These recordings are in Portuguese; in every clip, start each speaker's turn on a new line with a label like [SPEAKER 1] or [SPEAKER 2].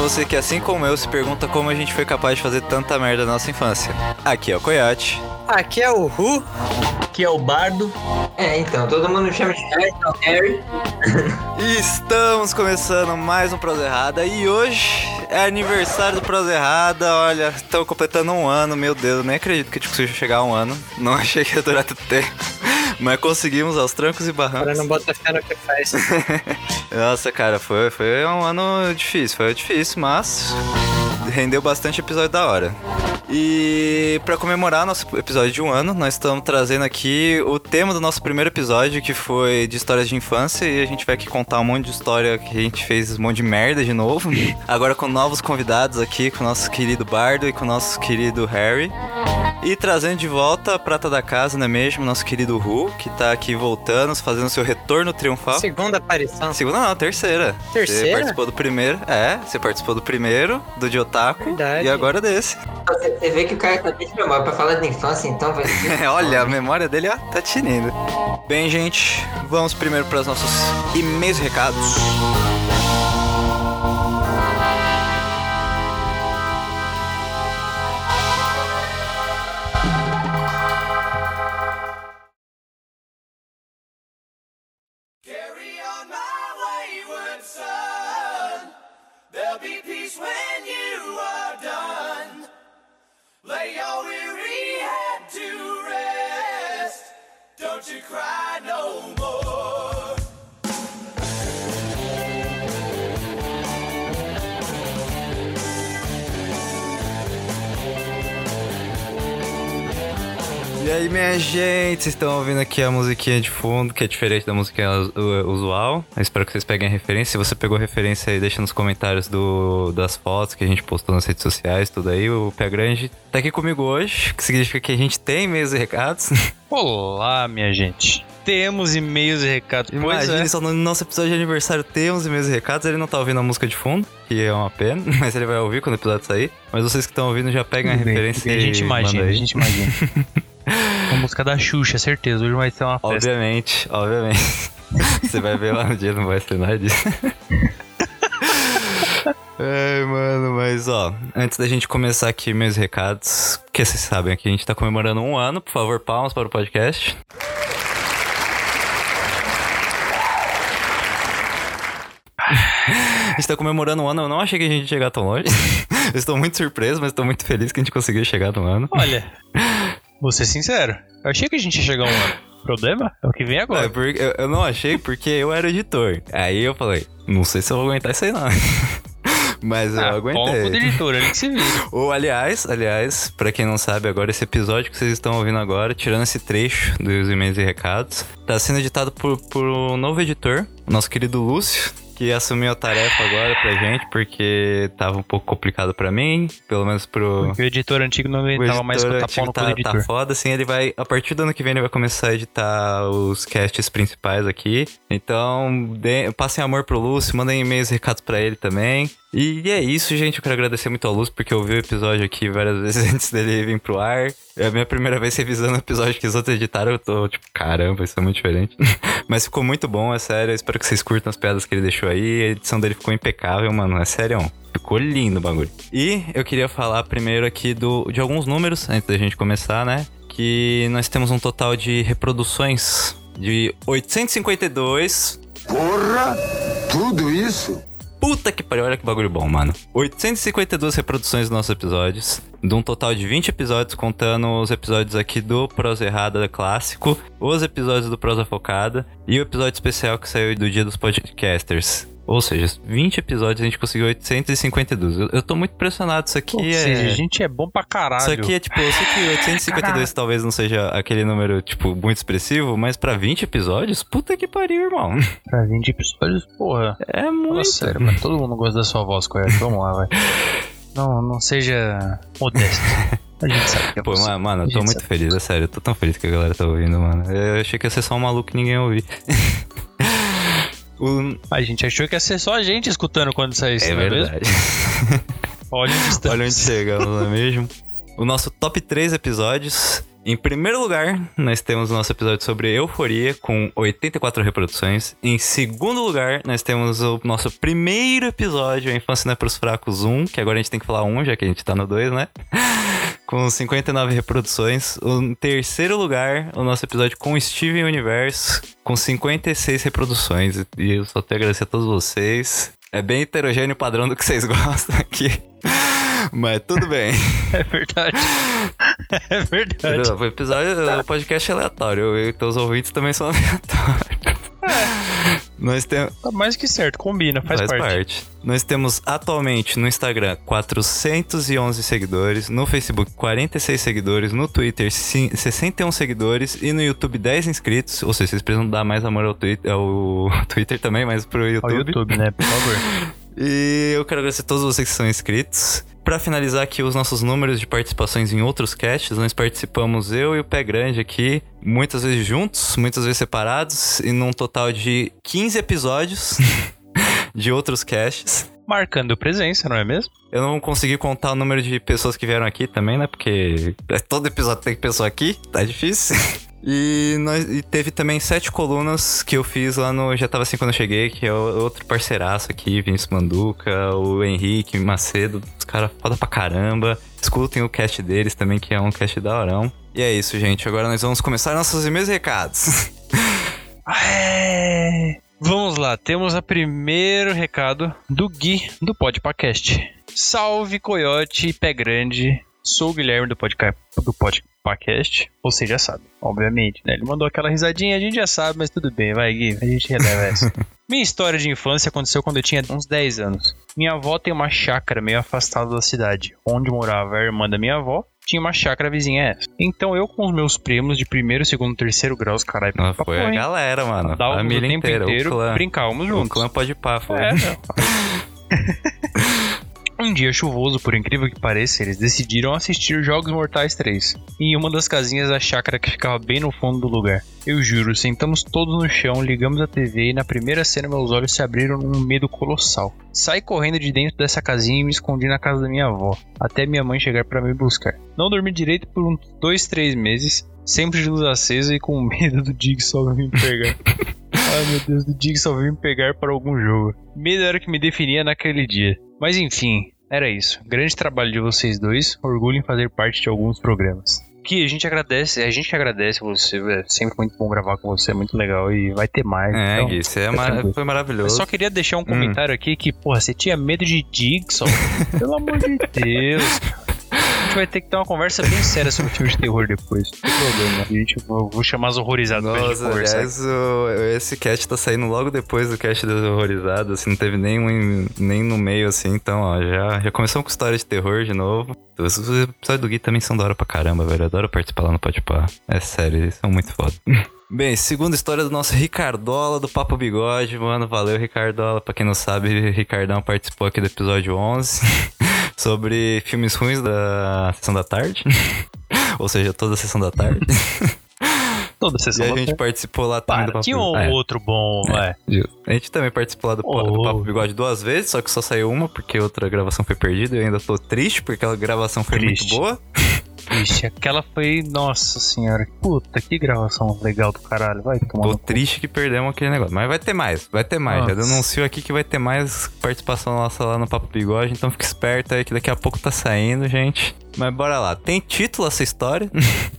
[SPEAKER 1] você que, assim como eu, se pergunta como a gente foi capaz de fazer tanta merda na nossa infância. Aqui é o Coyote.
[SPEAKER 2] Aqui é o Ru.
[SPEAKER 3] Aqui é o Bardo.
[SPEAKER 4] Então, todo mundo me chama de Harry.
[SPEAKER 1] E estamos começando mais um Prosa Errada. E hoje é aniversário do Prosa Errada. Olha, estamos completando um ano. Meu Deus, eu nem acredito que a gente conseguiu chegar a um ano. Não achei que ia durar tanto tempo. Mas conseguimos aos trancos e barrancos.
[SPEAKER 2] Agora não bota fé no que faz.
[SPEAKER 1] Nossa, cara, foi um ano difícil. Foi difícil, mas rendeu bastante episódio da hora. E pra comemorar nosso episódio de um ano, nós estamos trazendo aqui o tema do nosso primeiro episódio, que foi de histórias de infância. E a gente vai aqui contar um monte de história que a gente fez um monte de merda de novo. Agora com novos convidados aqui, com o nosso querido Bardo e com o nosso querido Harry. E trazendo de volta a prata da casa, não é mesmo? Nosso querido Ru, que tá aqui voltando, fazendo seu retorno triunfal.
[SPEAKER 2] Segunda aparição.
[SPEAKER 1] Segunda não, terceira.
[SPEAKER 2] Terceira?
[SPEAKER 1] Você participou do primeiro. Você participou do primeiro, do de Otaku.
[SPEAKER 2] Verdade.
[SPEAKER 1] E agora desse.
[SPEAKER 4] Você vê que o cara tá bem de memória pra falar da infância, então vai ser...
[SPEAKER 1] Olha, a memória dele, ó, tá tinindo. Bem, gente, vamos primeiro para os nossos e-mails e recados.
[SPEAKER 5] Lay your weary head to rest. Don't you cry no more.
[SPEAKER 1] E aí, minha gente, vocês estão ouvindo aqui a musiquinha de fundo, que é diferente da musiquinha usual. Eu espero que vocês peguem a referência. Se você pegou a referência aí, deixa nos comentários das fotos que a gente postou nas redes sociais, tudo aí. O Pé Grande tá aqui comigo hoje, que significa que a gente tem e-mails e recados.
[SPEAKER 3] Olá, minha gente. Temos e-mails e recados.
[SPEAKER 1] Imagina, só no nosso episódio de aniversário temos e-mails e recados. Ele não tá ouvindo a música de fundo, que é uma pena, mas ele vai ouvir quando o episódio sair. Mas vocês que estão ouvindo já pegam a referência
[SPEAKER 3] e a gente imagina, a gente imagina. A música da Xuxa, certeza. Hoje vai ser uma festa.
[SPEAKER 1] Obviamente. Você vai ver lá no dia, não vai ser nada disso. Ai, mano, mas ó, antes da gente começar aqui meus recados, porque vocês sabem, aqui a gente tá comemorando um ano. Por favor, palmas para o podcast. A gente tá comemorando um ano, eu não achei que a gente ia chegar tão longe. Eu estou muito surpreso, mas estou muito feliz que a gente conseguiu chegar no ano.
[SPEAKER 3] Olha, vou ser sincero, eu achei que a gente ia chegar a um ano. O problema é o que vem agora.
[SPEAKER 1] Eu não achei porque eu era editor. Aí eu falei, não sei se eu vou aguentar isso aí não. Mas eu aguentei.
[SPEAKER 3] Pouco de editor, ali que se vira.
[SPEAKER 1] Ou aliás, pra quem não sabe agora, esse episódio que vocês estão ouvindo agora, tirando esse trecho dos e-mails e recados, tá sendo editado por um novo editor, o nosso querido Lúcio, que assumiu a tarefa agora pra gente, porque tava um pouco complicado pra mim, pelo menos pro...
[SPEAKER 3] Porque o editor antigo não aguentava mais escutar pau no cu do editor.
[SPEAKER 1] Tá foda, assim, ele vai, a partir do ano que vem, ele vai começar a editar os casts principais aqui. Então, passem amor pro Lúcio, mandem e-mails e recados pra ele também. E é isso, gente, eu quero agradecer muito ao Lúcio, porque eu vi o episódio aqui várias vezes antes dele vir pro ar. É a minha primeira vez revisando o episódio que os outros editaram, eu tô tipo, caramba, isso é muito diferente. Mas ficou muito bom, é sério, eu espero que vocês curtam as piadas que ele deixou aí. A edição dele ficou impecável, mano, é sério, ficou lindo o bagulho. E eu queria falar primeiro aqui de alguns números, antes da gente começar, né? Que nós temos um total de reproduções de 852.
[SPEAKER 5] Porra! Tudo isso?
[SPEAKER 1] Puta que pariu, olha que bagulho bom, mano. 852 reproduções dos nossos episódios, de um total de 20 episódios, contando os episódios aqui do Prosa Errada clássico, os episódios do Prosa Focada e o episódio especial que saiu do Dia dos Podcasters. Ou seja, 20 episódios a gente conseguiu 852. Eu tô muito impressionado. Isso aqui
[SPEAKER 3] Ou seja, a gente é bom pra caralho.
[SPEAKER 1] Isso aqui é tipo, eu sei que 852 talvez não seja aquele número, tipo, muito expressivo, mas pra 20 episódios, puta que pariu, irmão.
[SPEAKER 3] Pra 20 episódios, porra.
[SPEAKER 1] É muito.
[SPEAKER 3] Fala sério, mas todo mundo gosta da sua voz, Coyote. Vamos lá, vai. Não seja modesto. A gente sabe que é
[SPEAKER 1] possível. Pô, mano, eu tô muito feliz, é sério. Eu tô tão feliz que a galera tá ouvindo, mano. Eu achei que ia ser só um maluco que ninguém ia ouvir.
[SPEAKER 3] A gente achou que ia ser só a gente escutando quando saísse, não é
[SPEAKER 1] verdade.
[SPEAKER 3] Mesmo? Olha onde estamos.
[SPEAKER 1] Olha onde chegamos, não é mesmo? O nosso top 3 episódios Em primeiro lugar, nós temos o nosso episódio sobre euforia, com 84 reproduções. Em segundo lugar, nós temos o nosso primeiro episódio, A Infância Não é Pros Fracos 1, que agora a gente tem que falar 1, já que a gente tá no 2, né? Com 59 reproduções. Em terceiro lugar, o nosso episódio com Steven Universo, com 56 reproduções. E eu só tenho a agradecer a todos vocês. É bem heterogêneo o padrão do que vocês gostam aqui. Mas tudo bem.
[SPEAKER 3] É verdade. É verdade.
[SPEAKER 1] O episódio, o podcast é aleatório. Então os ouvintes também são aleatórios. Nós temos...
[SPEAKER 3] Tá mais que certo, combina, faz parte.
[SPEAKER 1] Nós temos atualmente no Instagram 411 seguidores, no Facebook 46 seguidores, no Twitter 61 seguidores e no YouTube 10 inscritos. Ou seja, vocês precisam dar mais amor ao Twitter também, mas pro YouTube.
[SPEAKER 3] Ao YouTube, né, por favor.
[SPEAKER 1] E eu quero agradecer a todos vocês que são inscritos. Pra finalizar aqui os nossos números de participações em outros casts, nós participamos eu e o Pé Grande aqui, muitas vezes juntos, muitas vezes separados, e num total de 15 episódios de outros casts.
[SPEAKER 3] Marcando presença, não é mesmo?
[SPEAKER 1] Eu não consegui contar o número de pessoas que vieram aqui também, né? Porque todo episódio tem pessoa aqui, tá difícil. E teve também 7 colunas que eu fiz lá no Já Tava Assim Quando Eu Cheguei, que é outro parceiraço aqui, Vinícius Manduca, o Henrique Macedo, os caras foda pra caramba. Escutem o cast deles também, que é um cast da horão. E é isso, gente. Agora nós vamos começar nossos e-mails e recados.
[SPEAKER 3] Vamos lá, temos o primeiro recado do Gui, do Podpacast. Salve, Coiote e Pé Grande. Sou o Guilherme do Podpacast, ou seja, já sabe, obviamente, né? Ele mandou aquela risadinha, a gente já sabe, mas tudo bem, vai, Gui, a gente releva essa. Minha história de infância aconteceu quando eu tinha uns 10 anos. Minha avó tem uma chácara meio afastada da cidade. Onde morava a irmã da minha avó, tinha uma chácara vizinha a essa. Então eu com os meus primos de primeiro, segundo, terceiro graus, caralho,
[SPEAKER 1] foi a galera, mano.
[SPEAKER 3] Dávamos
[SPEAKER 1] a família
[SPEAKER 3] o tempo inteiro, brincávamos juntos.
[SPEAKER 1] O clã pode pá, foi.
[SPEAKER 3] Um dia chuvoso, por incrível que pareça, eles decidiram assistir Jogos Mortais 3, em uma das casinhas da chácara que ficava bem no fundo do lugar. Eu juro, sentamos todos no chão, ligamos a TV e na primeira cena meus olhos se abriram num medo colossal. Saí correndo de dentro dessa casinha e me escondi na casa da minha avó, até minha mãe chegar pra me buscar. Não dormi direito por uns 2-3 meses, sempre de luz acesa e com medo do Jigsaw vir me pegar. Ai meu Deus, do Jigsaw vir me pegar para algum jogo. Medo era o que me definia naquele dia. Mas enfim, era isso. Grande trabalho de vocês dois. Orgulho em fazer parte de alguns programas. Que a gente agradece você. É sempre muito bom gravar com você, é muito legal e vai ter mais. Então,
[SPEAKER 1] Gui, você foi maravilhoso.
[SPEAKER 3] Eu só queria deixar um comentário aqui que, porra, você tinha medo de Jigsaw? Pelo amor de Deus, cara. A gente vai ter que ter uma conversa bem séria sobre filme de terror depois. Não tem problema. Eu vou chamar os horrorizados pra gente conversar.
[SPEAKER 1] Aliás, esse cast tá saindo logo depois do cast dos horrorizados, assim, não teve nem no meio, assim, então, ó, já começamos com história de terror de novo. Os episódios do Gui também são da hora pra caramba, velho. Eu adoro participar lá no Podpah. É sério, eles são muito foda. Bem, segunda história do nosso Ricardola do Papo Bigode, mano. Valeu, Ricardola. Pra quem não sabe, Ricardão participou aqui do episódio 11 sobre filmes ruins da Sessão da Tarde. Ou seja, toda a Sessão da Tarde.
[SPEAKER 3] Toda a Sessão da Tarde.
[SPEAKER 1] E a gente participou lá também do Papo
[SPEAKER 3] Bigode. Tinha outro bom, vai.
[SPEAKER 1] A gente também participou lá do Papo Bigode 2 vezes, só que só saiu uma porque outra gravação foi perdida. Eu ainda tô triste porque aquela gravação foi muito boa.
[SPEAKER 3] Ixi, aquela foi... Nossa senhora. Puta, que gravação legal do caralho. Vai tomar.
[SPEAKER 1] Tô triste que perdemos aquele negócio. Mas vai ter mais. Nossa. Já denuncio aqui que vai ter mais participação nossa lá no Papo Bigode. Então fica esperto aí que daqui a pouco tá saindo, gente. Mas bora lá. Tem título essa história.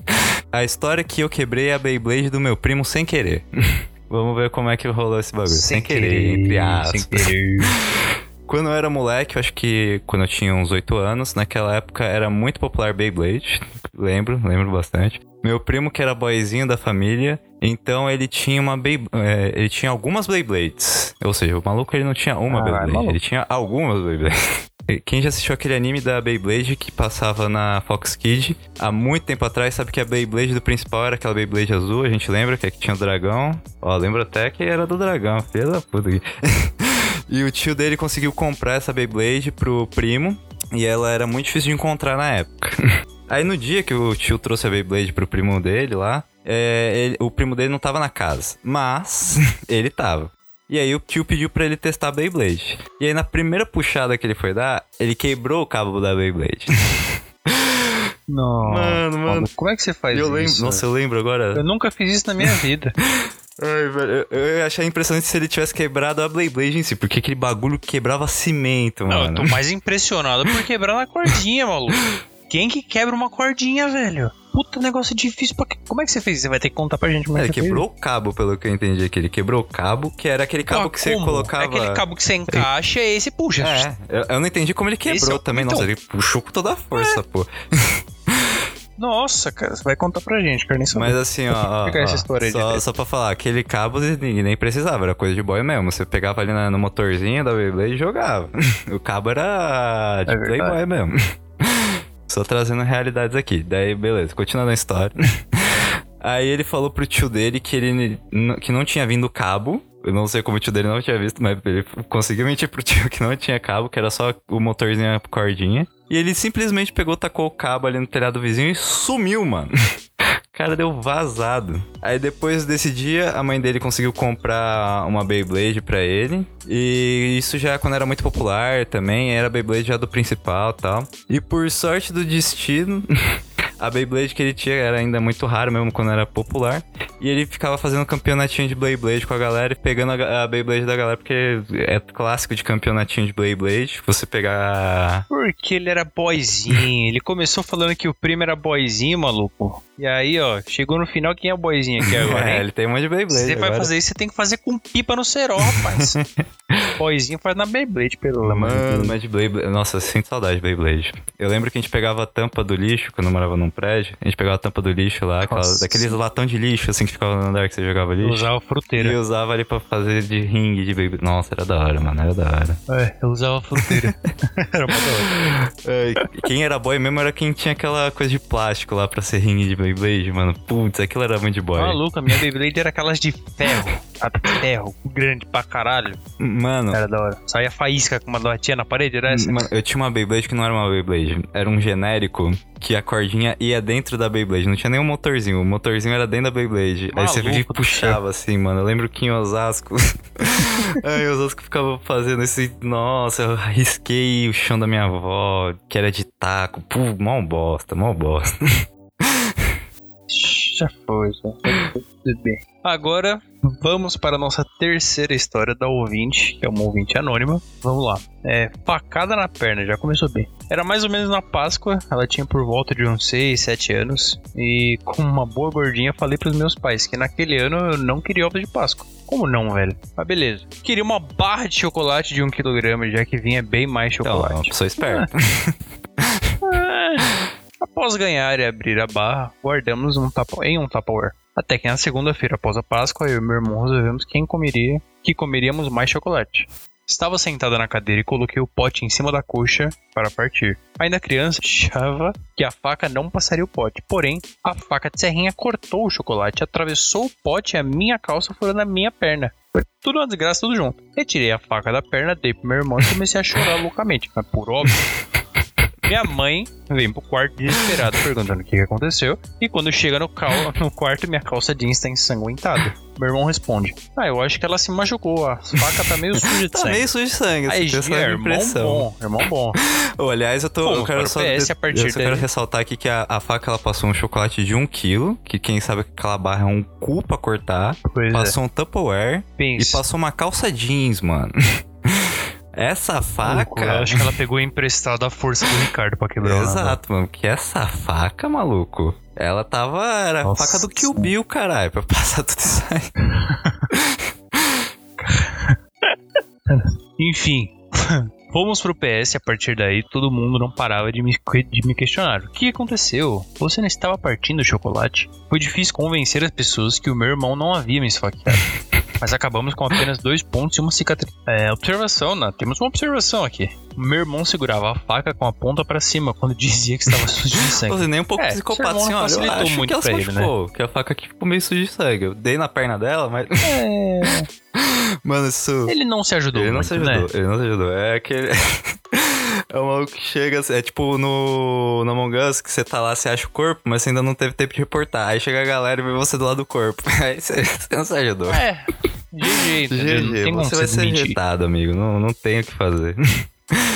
[SPEAKER 1] A história que eu quebrei a Beyblade do meu primo sem querer. Vamos ver como é que rolou esse bagulho. Sem querer, entre aspas. Sem querer. Quando eu era moleque, eu acho que quando eu tinha uns 8 anos, naquela época era muito popular Beyblade. Lembro bastante. Meu primo, que era boyzinho da família, então ele tinha ele tinha algumas Beyblades. Ou seja, o maluco ele não tinha uma Beyblade, ele tinha algumas Beyblades. Quem já assistiu aquele anime da Beyblade que passava na Fox Kids há muito tempo atrás, sabe que a Beyblade do principal era aquela Beyblade azul, a gente lembra que tinha o dragão. Ó, lembro até que era do dragão, filho da puta aqui. E o tio dele conseguiu comprar essa Beyblade pro primo, e ela era muito difícil de encontrar na época. Aí no dia que o tio trouxe a Beyblade pro primo dele lá, o primo dele não tava na casa, mas ele tava. E aí o tio pediu pra ele testar a Beyblade. E aí na primeira puxada que ele foi dar, ele quebrou o cabo da Beyblade.
[SPEAKER 3] Não.
[SPEAKER 1] Mano.
[SPEAKER 3] Como é que você faz
[SPEAKER 1] Eu lembro,
[SPEAKER 3] isso?
[SPEAKER 1] nossa, eu lembro agora.
[SPEAKER 3] Eu nunca fiz isso na minha vida.
[SPEAKER 1] Ai, velho, eu ia achar impressionante se ele tivesse quebrado a Beyblade em si, porque aquele bagulho quebrava cimento,
[SPEAKER 3] Não, eu
[SPEAKER 1] mano.
[SPEAKER 3] tô mais impressionado por quebrar na cordinha, maluco. Quem que quebra uma cordinha, velho? Puta negócio difícil pra... Como é que você fez? Você vai ter que contar pra gente como é
[SPEAKER 1] Ele
[SPEAKER 3] que você
[SPEAKER 1] quebrou o cabo, pelo que eu entendi, que ele quebrou o cabo, que era aquele cabo que você
[SPEAKER 3] como?
[SPEAKER 1] colocava...
[SPEAKER 3] É aquele cabo que você encaixa e esse puxa.
[SPEAKER 1] Eu não entendi como ele
[SPEAKER 3] Esse
[SPEAKER 1] quebrou
[SPEAKER 3] é o-
[SPEAKER 1] também,
[SPEAKER 3] então.
[SPEAKER 1] nossa, ele puxou com toda a força, pô.
[SPEAKER 3] Nossa, cara, você vai contar pra gente, cara, nem sabia.
[SPEAKER 1] Mas assim, ó,
[SPEAKER 3] Explica essa história aí de treta.
[SPEAKER 1] só pra falar, aquele cabo ninguém nem precisava, era coisa de boy mesmo. Você pegava ali no motorzinho da Beyblade e jogava. O cabo era de Playboy mesmo. Só trazendo realidades aqui. Daí, beleza, continuando a história. Aí ele falou pro tio dele que não tinha vindo cabo. Eu não sei como o tio dele não tinha visto, mas ele conseguiu mentir pro tio que não tinha cabo, que era só o motorzinho e a cordinha. E ele simplesmente pegou, tacou o cabo ali no telhado vizinho e sumiu, mano. O cara deu vazado. Aí depois desse dia, a mãe dele conseguiu comprar uma Beyblade pra ele. E isso já quando era muito popular também, era a Beyblade já do principal e tal. E por sorte do destino... A Beyblade que ele tinha era ainda muito rara, mesmo quando era popular. E ele ficava fazendo campeonatinho de Beyblade com a galera e pegando a Beyblade da galera, porque é clássico de campeonatinho de Beyblade. Você pegar...
[SPEAKER 3] Porque ele era boyzinho. Ele começou falando que o primo era boyzinho, maluco. E aí, ó, chegou no final, quem é o boyzinho aqui agora, hein?
[SPEAKER 1] ele tem um monte de Beyblade
[SPEAKER 3] Você vai
[SPEAKER 1] agora.
[SPEAKER 3] fazer isso, você tem que fazer com pipa no cerol, rapaz. Boyzinho faz na Beyblade, pelo amor de
[SPEAKER 1] Mano,
[SPEAKER 3] Deus.
[SPEAKER 1] mas de Beyblade... Nossa, eu sinto saudade de Beyblade. Eu lembro que a gente pegava a tampa do lixo, quando eu morava num prédio. A gente pegava a tampa do lixo lá, daqueles latão de lixo, assim, que ficava no andar que você jogava
[SPEAKER 3] Eu
[SPEAKER 1] lixo.
[SPEAKER 3] usava fruteira.
[SPEAKER 1] E usava ali pra fazer de ringue de Beyblade. Nossa, era da hora, mano, era da hora.
[SPEAKER 3] Eu usava fruteira. Era uma da hora.
[SPEAKER 1] Quem era boy mesmo era quem tinha aquela coisa de plástico lá pra ser ringue de Beyblade, mano. Putz, aquilo era muito de boy.
[SPEAKER 3] Maluco, a minha Beyblade era aquelas de ferro. A ferro, grande pra caralho.
[SPEAKER 1] Mano,
[SPEAKER 3] Era da hora. Saía faísca com uma latinha na parede, era essa?
[SPEAKER 1] mano, eu tinha uma Beyblade que não era uma Beyblade. Era um genérico que a cordinha ia dentro da Beyblade. Não tinha nenhum motorzinho. O motorzinho era dentro da Beyblade. Aí você
[SPEAKER 3] Maluco do
[SPEAKER 1] puxava assim, mano. Eu lembro que em Osasco... Aí em Osasco ficava fazendo esse... Nossa, eu risquei o chão da minha avó, que era de taco. Pô, mó bosta, mó bosta.
[SPEAKER 3] Já foi. Tudo bem. Agora, vamos para a nossa terceira história da ouvinte, que é uma ouvinte anônima. Vamos lá. Facada na perna, já começou bem. Era mais ou menos na Páscoa, ela tinha por volta de uns 6, 7 anos. E com uma boa gordinha, falei pros meus pais que naquele ano eu não queria ovo de Páscoa. Como não, velho? Mas beleza. Queria uma barra de chocolate de 1 kg, já que vinha bem mais
[SPEAKER 1] Então,
[SPEAKER 3] chocolate.
[SPEAKER 1] uma pessoa esperta.
[SPEAKER 3] Após ganhar e abrir a barra, guardamos em um Tupperware. Até que na segunda-feira após a Páscoa, eu e meu irmão resolvemos que comeríamos mais chocolate. Estava sentada na cadeira e coloquei o pote em cima da coxa para partir. Ainda criança, achava que a faca não passaria o pote. Porém, a faca de serrinha cortou o chocolate, atravessou o pote e a minha calça furando a minha perna. Foi tudo uma desgraça, tudo junto. Retirei a faca da perna, dei pro meu irmão e comecei a chorar loucamente. Mas por óbvio... Minha mãe vem pro quarto desesperada perguntando o que aconteceu. E quando chega no quarto, minha calça jeans tá ensanguentada. Meu irmão responde: eu acho que ela se machucou. A faca tá meio suja de
[SPEAKER 1] Tá
[SPEAKER 3] sangue.
[SPEAKER 1] meio sujo de sangue,
[SPEAKER 3] Aí,
[SPEAKER 1] assim, essa impressão.
[SPEAKER 3] irmão bom.
[SPEAKER 1] Aliás, eu quero só,
[SPEAKER 3] PS a partir
[SPEAKER 1] eu só quero
[SPEAKER 3] daí.
[SPEAKER 1] ressaltar aqui que a faca ela passou um chocolate de 1 kg, que quem sabe que aquela barra é um cu pra cortar.
[SPEAKER 3] Pois
[SPEAKER 1] passou um Tupperware
[SPEAKER 3] Pensa.
[SPEAKER 1] e passou uma calça jeans, mano. Essa faca...
[SPEAKER 3] Eu acho que ela pegou emprestado a força do Ricardo pra quebrar.
[SPEAKER 1] Exato, mano. Que essa faca, maluco, ela tava... Era a
[SPEAKER 3] Nossa.
[SPEAKER 1] faca do Kill Bill, caralho, pra passar tudo isso aí.
[SPEAKER 3] Enfim, fomos pro PS. A partir daí, todo mundo não parava de me questionar. O que aconteceu? Você não estava partindo o chocolate? Foi difícil convencer as pessoas que o meu irmão não havia me esfaqueado. Mas acabamos com apenas 2 pontos e uma cicatriz. Observação, né? Temos uma observação aqui. O meu irmão segurava a faca com a ponta pra cima quando dizia que estava sujo de sangue.
[SPEAKER 1] Você nem um pouco psicopata,
[SPEAKER 3] seu irmão
[SPEAKER 1] assim, olha, eu
[SPEAKER 3] facilitou
[SPEAKER 1] acho
[SPEAKER 3] muito
[SPEAKER 1] que ela se
[SPEAKER 3] pra ele,
[SPEAKER 1] machucou, que a faca aqui ficou meio suja de sangue. Eu dei na perna dela, mas... Mano, isso...
[SPEAKER 3] Ele não se ajudou
[SPEAKER 1] Ele não
[SPEAKER 3] muito,
[SPEAKER 1] se ajudou,
[SPEAKER 3] né?
[SPEAKER 1] ele não se ajudou. É aquele... É um maluco que chega... É tipo no Among Us, que você tá lá, você acha o corpo, mas você ainda não teve tempo de reportar. Aí chega a galera e vê você do lado do corpo. Aí você não se ajudou.
[SPEAKER 3] GG, entendeu? Não
[SPEAKER 1] GG,
[SPEAKER 3] tem como
[SPEAKER 1] você vai ser
[SPEAKER 3] desmentir.
[SPEAKER 1] rejeitado, amigo. Não tem o que fazer.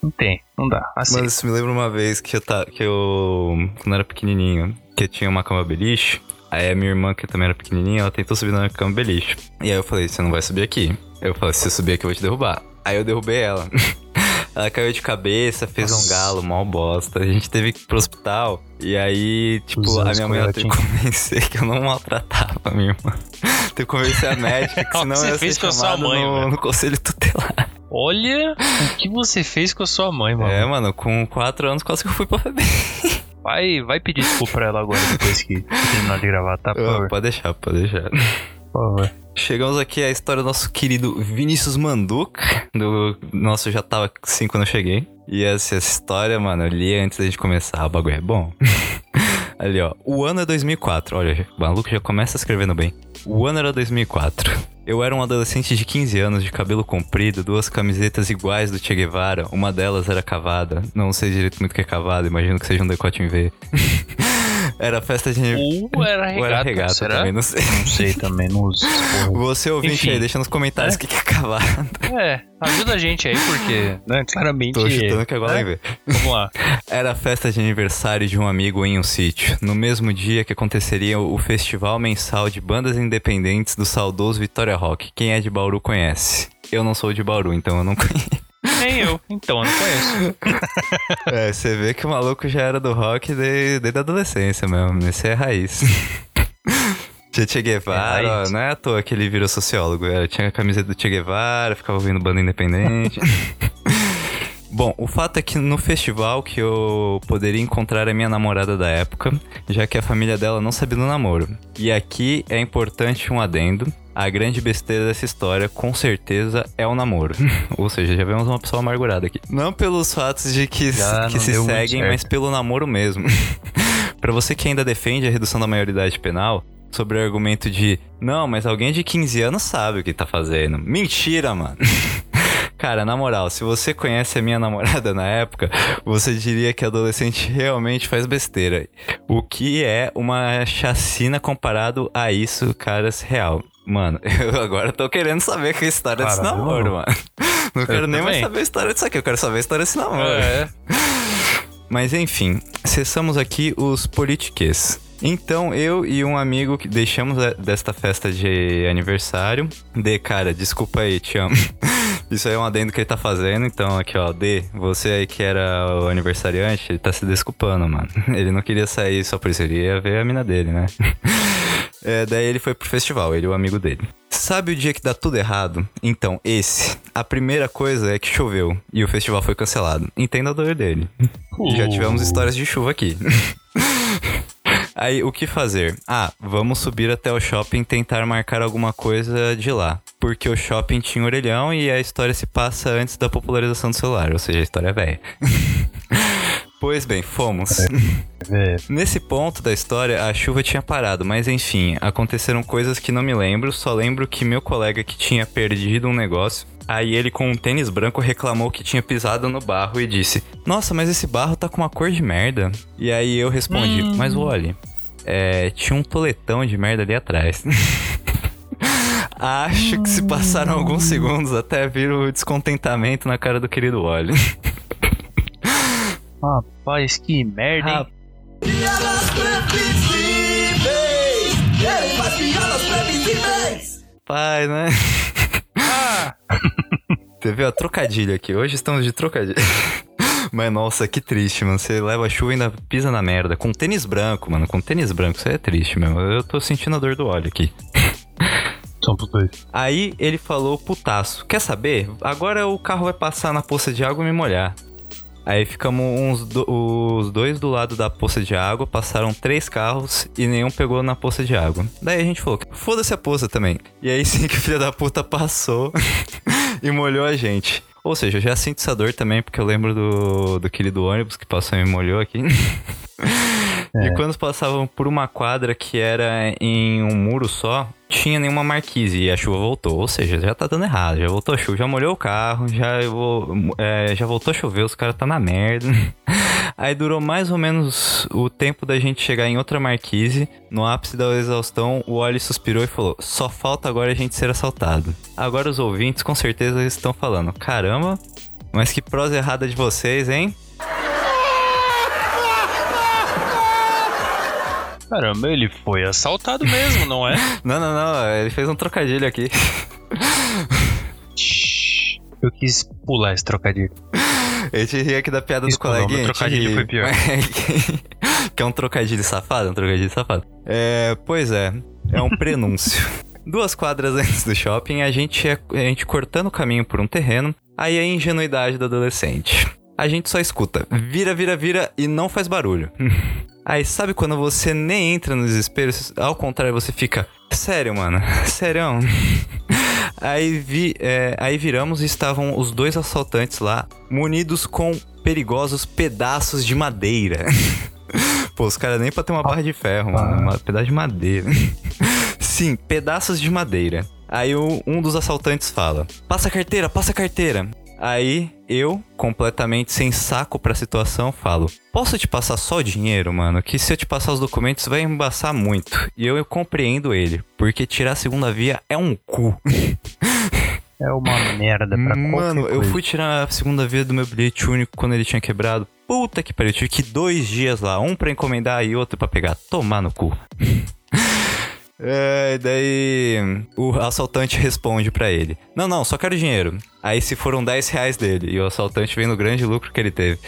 [SPEAKER 3] Não tem, não dá. Assim.
[SPEAKER 1] Mas isso me lembra uma vez que eu quando era pequenininho, que eu tinha uma cama beliche. Aí a minha irmã, que também era pequenininha, ela tentou subir na cama beliche. E aí eu falei, você não vai subir aqui. Eu falei, se você subir aqui eu vou te derrubar. Aí eu derrubei ela. Ela caiu de cabeça, fez um galo, mal bosta. A gente teve que ir pro hospital. E aí, tipo, a minha mãe ela teve que convencer que eu não maltratava a minha irmã. Teve que convencer a médica que senão eu ia ser chamado no conselho tutelar.
[SPEAKER 3] Olha o que você fez com a sua mãe, mano.
[SPEAKER 1] É, mano, com 4 anos quase que eu fui pra FEBEM.
[SPEAKER 3] Vai pedir desculpa pra ela agora, depois que terminar de gravar, tá? Por favor.
[SPEAKER 1] Pode deixar.
[SPEAKER 3] Por favor.
[SPEAKER 1] Chegamos aqui à história do nosso querido Vinícius Manduca. Nossa, eu já tava 5 quando eu cheguei. E essa história, mano, eu li antes da gente começar. O bagulho é bom. Ali, ó. O ano é 2004. Olha, o maluco já começa escrevendo bem. O ano era 2004. Eu era um adolescente de 15 anos, de cabelo comprido, 2 camisetas iguais do Che Guevara. Uma delas era cavada. Não sei direito muito o que é cavada, imagino que seja um decote em V. Era festa de...
[SPEAKER 3] Ou era regata, será?
[SPEAKER 1] Também, não sei.
[SPEAKER 3] Não sei também, não uso.
[SPEAKER 1] Você ouvinte
[SPEAKER 3] Enfim,
[SPEAKER 1] aí, deixa nos comentários o que é cavada.
[SPEAKER 3] Ajuda a gente aí, porque, né, claramente...
[SPEAKER 1] Tô chutando que agora vai ver.
[SPEAKER 3] Vamos lá.
[SPEAKER 1] Era a festa de aniversário de um amigo em um sítio. No mesmo dia que aconteceria o festival mensal de bandas independentes do saudoso Vitória Rock. Quem é de Bauru conhece. Eu não sou de Bauru, então eu não conheço.
[SPEAKER 3] Nem eu, então eu não conheço.
[SPEAKER 1] Você vê que o maluco já era do rock desde a adolescência mesmo. Esse é raiz. Che Guevara, ó, não é à toa que ele virou sociólogo. Tinha a camiseta do Che Guevara, ficava ouvindo banda independente. Bom, o fato é que no festival que eu poderia encontrar a minha namorada da época, já que a família dela não sabia do namoro. E aqui é importante um adendo. A grande besteira dessa história, com certeza, é o namoro. Ou seja, já vemos uma pessoa amargurada aqui. Não pelos fatos de que se seguem, mas pelo namoro mesmo. Pra você que ainda defende a redução da maioridade penal, sobre o argumento de não, mas alguém de 15 anos sabe o que tá fazendo. Mentira, mano. Cara, na moral, se você conhece a minha namorada na época, você diria que adolescente realmente faz besteira. O que é uma chacina comparado a isso, caras, real. Mano, eu agora tô querendo saber que a história desse namoro, mano. Não quero nem mais saber a história disso aqui, eu quero saber a história desse namoro. Mas enfim, cessamos aqui os politiques. Então, eu e um amigo que deixamos desta festa de aniversário. Cara, desculpa aí, te amo. Isso aí é um adendo que ele tá fazendo. Então, aqui ó, você aí que era o aniversariante, ele tá se desculpando, mano. Ele não queria sair só por isso, ele ia ver a mina dele, né? Daí ele foi pro festival, ele e o amigo dele. Sabe o dia que dá tudo errado? Então, a primeira coisa é que choveu e o festival foi cancelado. Entenda a dor dele. Já tivemos histórias de chuva aqui. Aí, o que fazer? Vamos subir até o shopping e tentar marcar alguma coisa de lá. Porque o shopping tinha orelhão e a história se passa antes da popularização do celular. Ou seja, a história é velha. Pois bem, fomos. Nesse ponto da história, a chuva tinha parado, mas enfim, aconteceram coisas que não me lembro. Só lembro que meu colega que tinha perdido um negócio, aí ele com um tênis branco reclamou que tinha pisado no barro e disse: nossa, mas esse barro tá com uma cor de merda. E aí eu respondi: mas olhe, tinha um toletão de merda ali atrás. Acho que se passaram alguns segundos até vir o descontentamento na cara do querido Wally.
[SPEAKER 3] Rapaz, que merda, hein?
[SPEAKER 5] Piadas previsíveis! Ele faz piadas previsíveis!
[SPEAKER 1] Pai, né? Você viu a trocadilho aqui? Hoje estamos de trocadilho. Mas nossa, que triste, mano. Você leva a chuva e ainda pisa na merda. Com tênis branco, mano. Com tênis branco, isso aí é triste mesmo. Eu tô sentindo a dor do óleo aqui.
[SPEAKER 3] Somos dois.
[SPEAKER 1] Aí ele falou, putaço: quer saber? Agora o carro vai passar na poça de água e me molhar. Aí ficamos os dois do lado da poça de água, passaram 3 carros e nenhum pegou na poça de água. Daí a gente falou: foda-se a poça também. E aí sim que o filho da puta passou e molhou a gente. Ou seja, eu já sinto essa dor também, porque eu lembro do querido ônibus que passou e me molhou aqui. E quando passavam por uma quadra que era em um muro só, tinha nenhuma marquise e a chuva voltou. Ou seja, já tá dando errado. Já voltou a chuva, já molhou o carro, já voltou a chover, os caras tá na merda. Aí durou mais ou menos o tempo da gente chegar em outra marquise. No ápice da exaustão, o Wally suspirou e falou: só falta agora a gente ser assaltado. Agora os ouvintes com certeza estão falando: caramba, Mas que prosa errada de vocês, hein?
[SPEAKER 3] Caramba, ele foi assaltado mesmo, não é?
[SPEAKER 1] Não, ele fez um trocadilho aqui.
[SPEAKER 3] Eu quis pular esse trocadilho.
[SPEAKER 1] A gente ri aqui da piada do
[SPEAKER 3] Desculpa,
[SPEAKER 1] coleguinha.
[SPEAKER 3] meu trocadilho foi pior.
[SPEAKER 1] Que é um trocadilho safado, Pois é um prenúncio. 2 quadras antes do shopping, a gente cortando o caminho por um terreno, aí a ingenuidade do adolescente. A gente só escuta, vira e não faz barulho. Aí sabe quando você nem entra no desespero, ao contrário, você fica, sério, mano, sério. Aí viramos e estavam os 2 assaltantes lá, munidos com perigosos pedaços de madeira. Pô, os caras nem pra ter uma barra de ferro, mano, um pedaço de madeira. Sim, pedaços de madeira. Aí um dos assaltantes fala, passa a carteira. Aí eu, completamente sem saco pra situação, falo, posso te passar só o dinheiro, mano? Que se eu te passar os documentos vai embaçar muito. E eu compreendo ele, porque tirar a segunda via é um cu.
[SPEAKER 3] É uma merda pra qualquer
[SPEAKER 1] Mano, eu
[SPEAKER 3] coisa.
[SPEAKER 1] fui tirar a segunda via do meu bilhete único quando ele tinha quebrado. Puta que pariu, eu tive que 2 dias lá, um pra encomendar e outro pra pegar. Tomar no cu. Daí o assaltante responde pra ele, não, só quero dinheiro. Aí se foram 10 reais dele, e o assaltante vem no grande lucro que ele teve.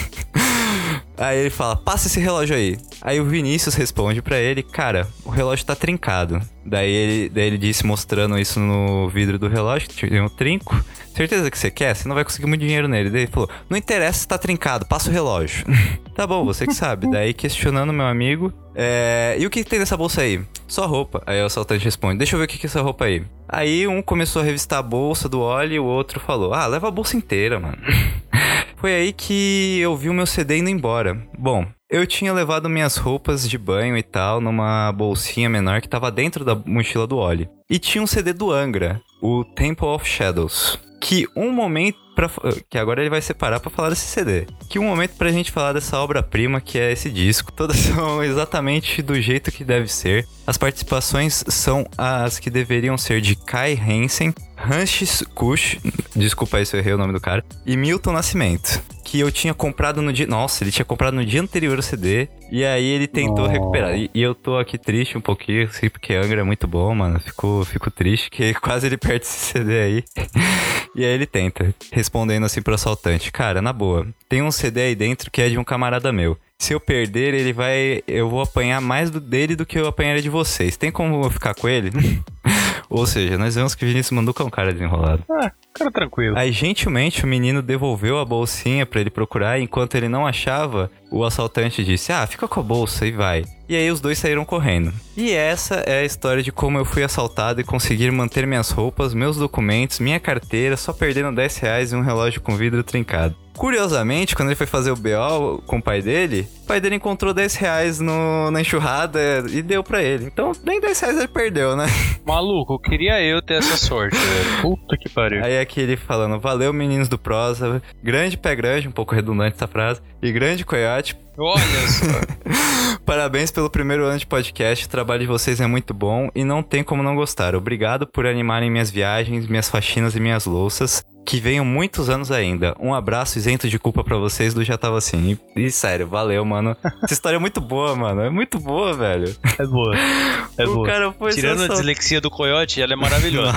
[SPEAKER 1] Aí ele fala, passa esse relógio aí. Aí o Vinícius responde pra ele, cara, o relógio tá trincado. Daí ele disse, mostrando isso no vidro do relógio, que tinha um trinco. Certeza que você quer? Você não vai conseguir muito dinheiro nele. Daí ele falou, não interessa se tá trincado, passa o relógio. Tá bom, você que sabe. Daí questionando meu amigo, e o que tem nessa bolsa aí? Só roupa. Aí o assaltante responde, deixa eu ver o que é essa roupa aí. Aí um começou a revistar a bolsa do Oli e o outro falou, leva a bolsa inteira, mano. Foi aí que eu vi o meu CD indo embora. Bom, eu tinha levado minhas roupas de banho e tal numa bolsinha menor que tava dentro da mochila do Oli. E tinha um CD do Angra, o Temple of Shadows. Que agora ele vai separar pra falar desse CD. Que um momento pra gente falar dessa obra-prima que é esse disco. Todas são exatamente do jeito que deve ser. As participações são as que deveriam ser de Kai Hansen, Hansis Kush, desculpa aí se eu errei o nome do cara, e Milton Nascimento. Que eu tinha comprado no dia... Nossa, ele tinha comprado no dia anterior o CD. E aí ele tentou recuperar. E eu tô aqui triste um pouquinho, assim, porque Angra é muito bom, mano. Fico triste, que quase ele perde esse CD aí. E aí ele tenta, respondendo assim pro assaltante. Cara, na boa, tem um CD aí dentro que é de um camarada meu. Se eu perder, eu vou apanhar mais dele do que eu apanharia de vocês. Tem como eu ficar com ele? Ou seja, nós vemos que o Vinícius Manduca é um cara desenrolado.
[SPEAKER 3] Cara tranquilo.
[SPEAKER 1] Aí, gentilmente, o menino devolveu a bolsinha pra ele procurar. E enquanto ele não achava, o assaltante disse, fica com a bolsa e vai. E aí os 2 saíram correndo. E essa é a história de como eu fui assaltado e conseguir manter minhas roupas, meus documentos, minha carteira, só perdendo 10 reais e um relógio com vidro trincado. Curiosamente, quando ele foi fazer o BO com o pai dele encontrou 10 reais na enxurrada e deu pra ele. Então, nem 10 reais ele perdeu, né?
[SPEAKER 3] Maluco, queria eu ter essa sorte, velho. Puta que pariu.
[SPEAKER 1] Aí aqui ele falando, valeu meninos do Prosa, grande pé grande, um pouco redundante essa frase, e grande coiote.
[SPEAKER 3] Olha só.
[SPEAKER 1] Parabéns pelo primeiro ano de podcast, o trabalho de vocês é muito bom e não tem como não gostar. Obrigado por animarem minhas viagens, minhas faxinas e minhas louças. Que venham muitos anos ainda. Um abraço isento de culpa pra vocês do Já Tava Assim. E sério, valeu, mano. Essa história é muito boa, mano. É muito boa, velho.
[SPEAKER 3] É boa. É
[SPEAKER 1] O
[SPEAKER 3] boa.
[SPEAKER 1] cara foi
[SPEAKER 3] Tirando a dislexia do coiote, ela é maravilhosa.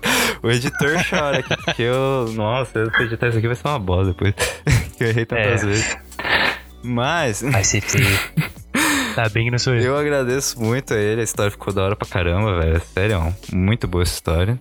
[SPEAKER 1] O editor chora aqui, porque eu... Nossa, se eu editar isso aqui vai ser uma bosta depois. Que eu errei tantas vezes. Mas...
[SPEAKER 3] Vai ser feio. Tá bem que não sou eu.
[SPEAKER 1] Eu agradeço muito a ele, a história ficou da hora pra caramba, velho. Sério, muito boa essa história.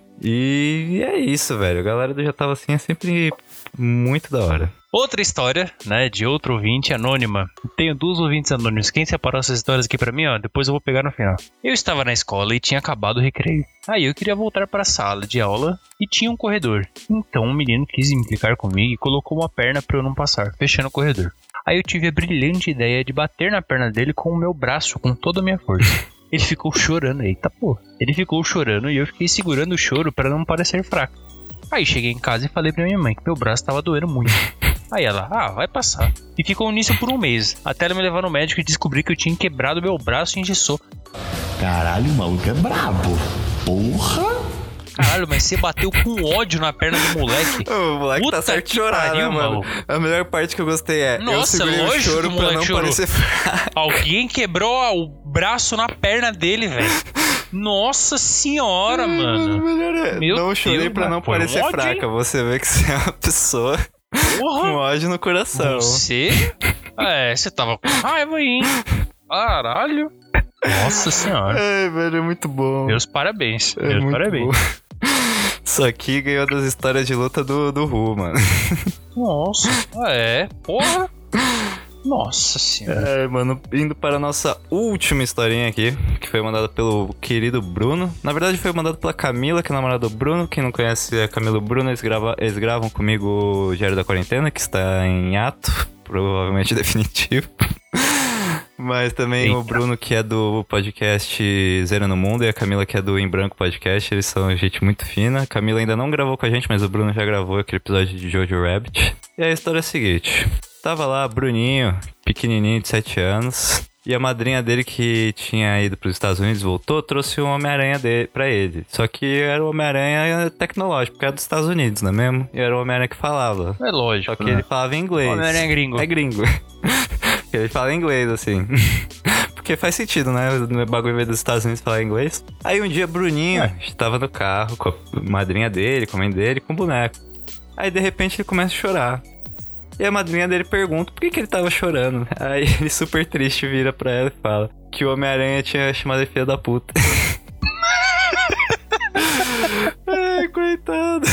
[SPEAKER 1] E é isso, velho. A galera do Já Tava Assim é sempre muito da hora.
[SPEAKER 3] Outra história, né, de outro ouvinte anônima. Tenho 2 ouvintes anônimos. Quem separou essas histórias aqui pra mim, depois eu vou pegar no final. Eu estava na escola e tinha acabado o recreio. Aí eu queria voltar para a sala de aula e tinha um corredor. Então um menino quis implicar comigo e colocou uma perna pra eu não passar, fechando o corredor. Aí eu tive a brilhante ideia de bater na perna dele com o meu braço, com toda a minha força. Ele ficou chorando, eita porra. Ele ficou chorando e eu fiquei segurando o choro pra não parecer fraco. Aí cheguei em casa e falei pra minha mãe que meu braço tava doendo muito. Aí ela, vai passar. E ficou nisso por um mês, até ela me levar no médico e descobrir que eu tinha quebrado meu braço e engessou.
[SPEAKER 5] Caralho, o maluco é brabo. Porra!
[SPEAKER 3] Caralho, mas você bateu com ódio na perna do moleque.
[SPEAKER 1] O moleque
[SPEAKER 3] Puta
[SPEAKER 1] tá certo de
[SPEAKER 3] que
[SPEAKER 1] chorar,
[SPEAKER 3] pariu,
[SPEAKER 1] né, mano?
[SPEAKER 3] maluco.
[SPEAKER 1] A melhor parte que eu gostei é... eu
[SPEAKER 3] Nossa,
[SPEAKER 1] segurei o
[SPEAKER 3] lógico
[SPEAKER 1] choro
[SPEAKER 3] que o
[SPEAKER 1] pra
[SPEAKER 3] moleque
[SPEAKER 1] não
[SPEAKER 3] chorou.
[SPEAKER 1] parecer fraco.
[SPEAKER 3] Alguém quebrou o braço na perna dele, velho. Nossa senhora, mano. Meu
[SPEAKER 1] Não chorei
[SPEAKER 3] Deus,
[SPEAKER 1] pra não
[SPEAKER 3] mano, foi
[SPEAKER 1] parecer
[SPEAKER 3] ódio,
[SPEAKER 1] fraca.
[SPEAKER 3] hein?
[SPEAKER 1] Você vê que você é uma pessoa com
[SPEAKER 3] Porra.
[SPEAKER 1] ódio no coração.
[SPEAKER 3] Você? Você tava com raiva aí, hein? Caralho. Nossa senhora.
[SPEAKER 1] Ai, velho, é muito bom.
[SPEAKER 3] Meus parabéns.
[SPEAKER 1] É
[SPEAKER 3] Meus
[SPEAKER 1] muito
[SPEAKER 3] parabéns.
[SPEAKER 1] bom. Isso aqui ganhou das histórias de luta do Ru, mano.
[SPEAKER 3] Nossa. Porra. Nossa senhora.
[SPEAKER 1] Mano, indo para a nossa última historinha aqui, que foi mandada pelo querido Bruno. Na verdade, foi mandada pela Camila, que é namorada do Bruno. Quem não conhece a Camila e o Bruno, eles gravam comigo o Diário da Quarentena, que está em ato, provavelmente definitivo. Mas também
[SPEAKER 3] Eita.
[SPEAKER 1] o Bruno, que é do podcast Zero no Mundo, e a Camila, que é do Em Branco Podcast. Eles são gente muito fina. A Camila ainda não gravou com a gente, mas o Bruno já gravou aquele episódio de Jojo Rabbit. E a história é a seguinte. Tava lá, Bruninho, pequenininho de 7 anos, e a madrinha dele, que tinha ido pros Estados Unidos, voltou, trouxe um Homem-Aranha pra ele. Só que era o Homem-Aranha tecnológico, porque era dos Estados Unidos, não é mesmo? E era o Homem-Aranha que falava.
[SPEAKER 3] É lógico.
[SPEAKER 1] Só que
[SPEAKER 3] né?
[SPEAKER 1] ele falava em inglês.
[SPEAKER 3] Homem-Aranha é gringo.
[SPEAKER 1] É gringo. Ele fala inglês, assim. Porque faz sentido, né? O bagulho veio dos Estados Unidos falar inglês. Aí um dia, Bruninho estava no carro com a madrinha dele, com a mãe dele, com o boneco. Aí, de repente, ele começa a chorar. E a madrinha dele pergunta por que ele tava chorando. Aí ele, super triste, vira pra ela e fala que o Homem-Aranha tinha chamado ele filha da puta. Ai, coitado.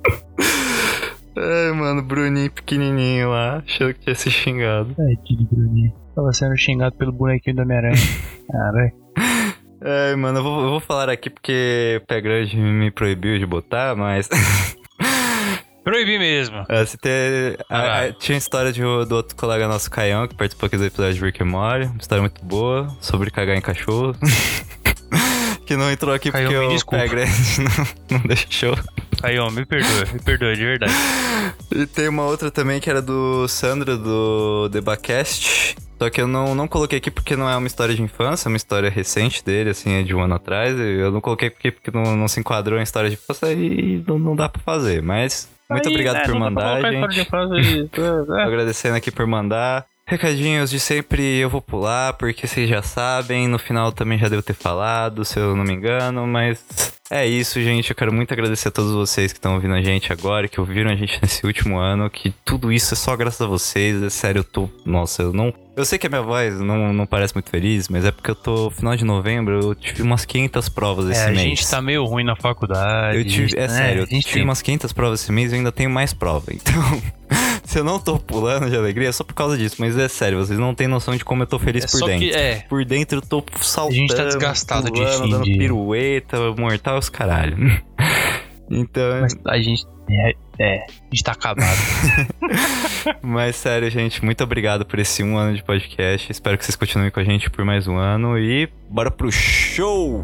[SPEAKER 1] Ai, mano, Bruninho pequenininho lá, achando que tinha se xingado.
[SPEAKER 3] Tadinho, Bruninho. Tava sendo xingado pelo bonequinho do Homem-Aranha. Caralho.
[SPEAKER 1] Ai, mano, eu vou falar aqui porque o Pé Grande me proibiu de botar, mas...
[SPEAKER 3] Proibi mesmo.
[SPEAKER 1] Tinha a história do outro colega nosso, Caião, que participou aqui do episódio de Rick and Morty. Uma história muito boa, sobre cagar em cachorro. Que não entrou aqui
[SPEAKER 3] Caião,
[SPEAKER 1] porque
[SPEAKER 3] me
[SPEAKER 1] o
[SPEAKER 3] desculpa.
[SPEAKER 1] Pé Grande não deixou.
[SPEAKER 3] Caião, me perdoa, de verdade.
[SPEAKER 1] E tem uma outra também que era do Sandro, do Debacast. Só que eu não coloquei aqui porque não é uma história de infância, é uma história recente dele, assim, é de um ano atrás. Eu não coloquei aqui porque não se enquadrou em história de infância e não dá pra fazer, mas... Muito obrigado por mandar, gente. Agradecendo aqui por mandar. Recadinhos de sempre eu vou pular, porque vocês já sabem. No final também já devo ter falado, se eu não me engano. Mas é isso, gente. Eu quero muito agradecer a todos vocês que estão ouvindo a gente agora, que ouviram a gente nesse último ano. Que tudo isso é só graças a vocês. É sério, eu tô... Nossa, eu sei que a minha voz não parece muito feliz, mas é porque eu tô... Final de novembro, eu tive umas 500 provas esse mês.
[SPEAKER 3] A gente tá meio ruim na faculdade.
[SPEAKER 1] Sério, eu tive umas 500 provas esse mês e eu ainda tenho mais prova. Então, se eu não tô pulando de alegria, é só por causa disso. Mas é sério, vocês não têm noção de como eu tô feliz por dentro. Por dentro eu tô saltando,
[SPEAKER 3] a gente tá desgastado
[SPEAKER 1] pulando,
[SPEAKER 3] de
[SPEAKER 1] dando pirueta, mortal os caralho. Então...
[SPEAKER 3] Mas a gente tá acabado.
[SPEAKER 1] Mas sério, gente, muito obrigado por esse 1 ano de podcast. Espero que vocês continuem com a gente por mais um ano. E bora pro show!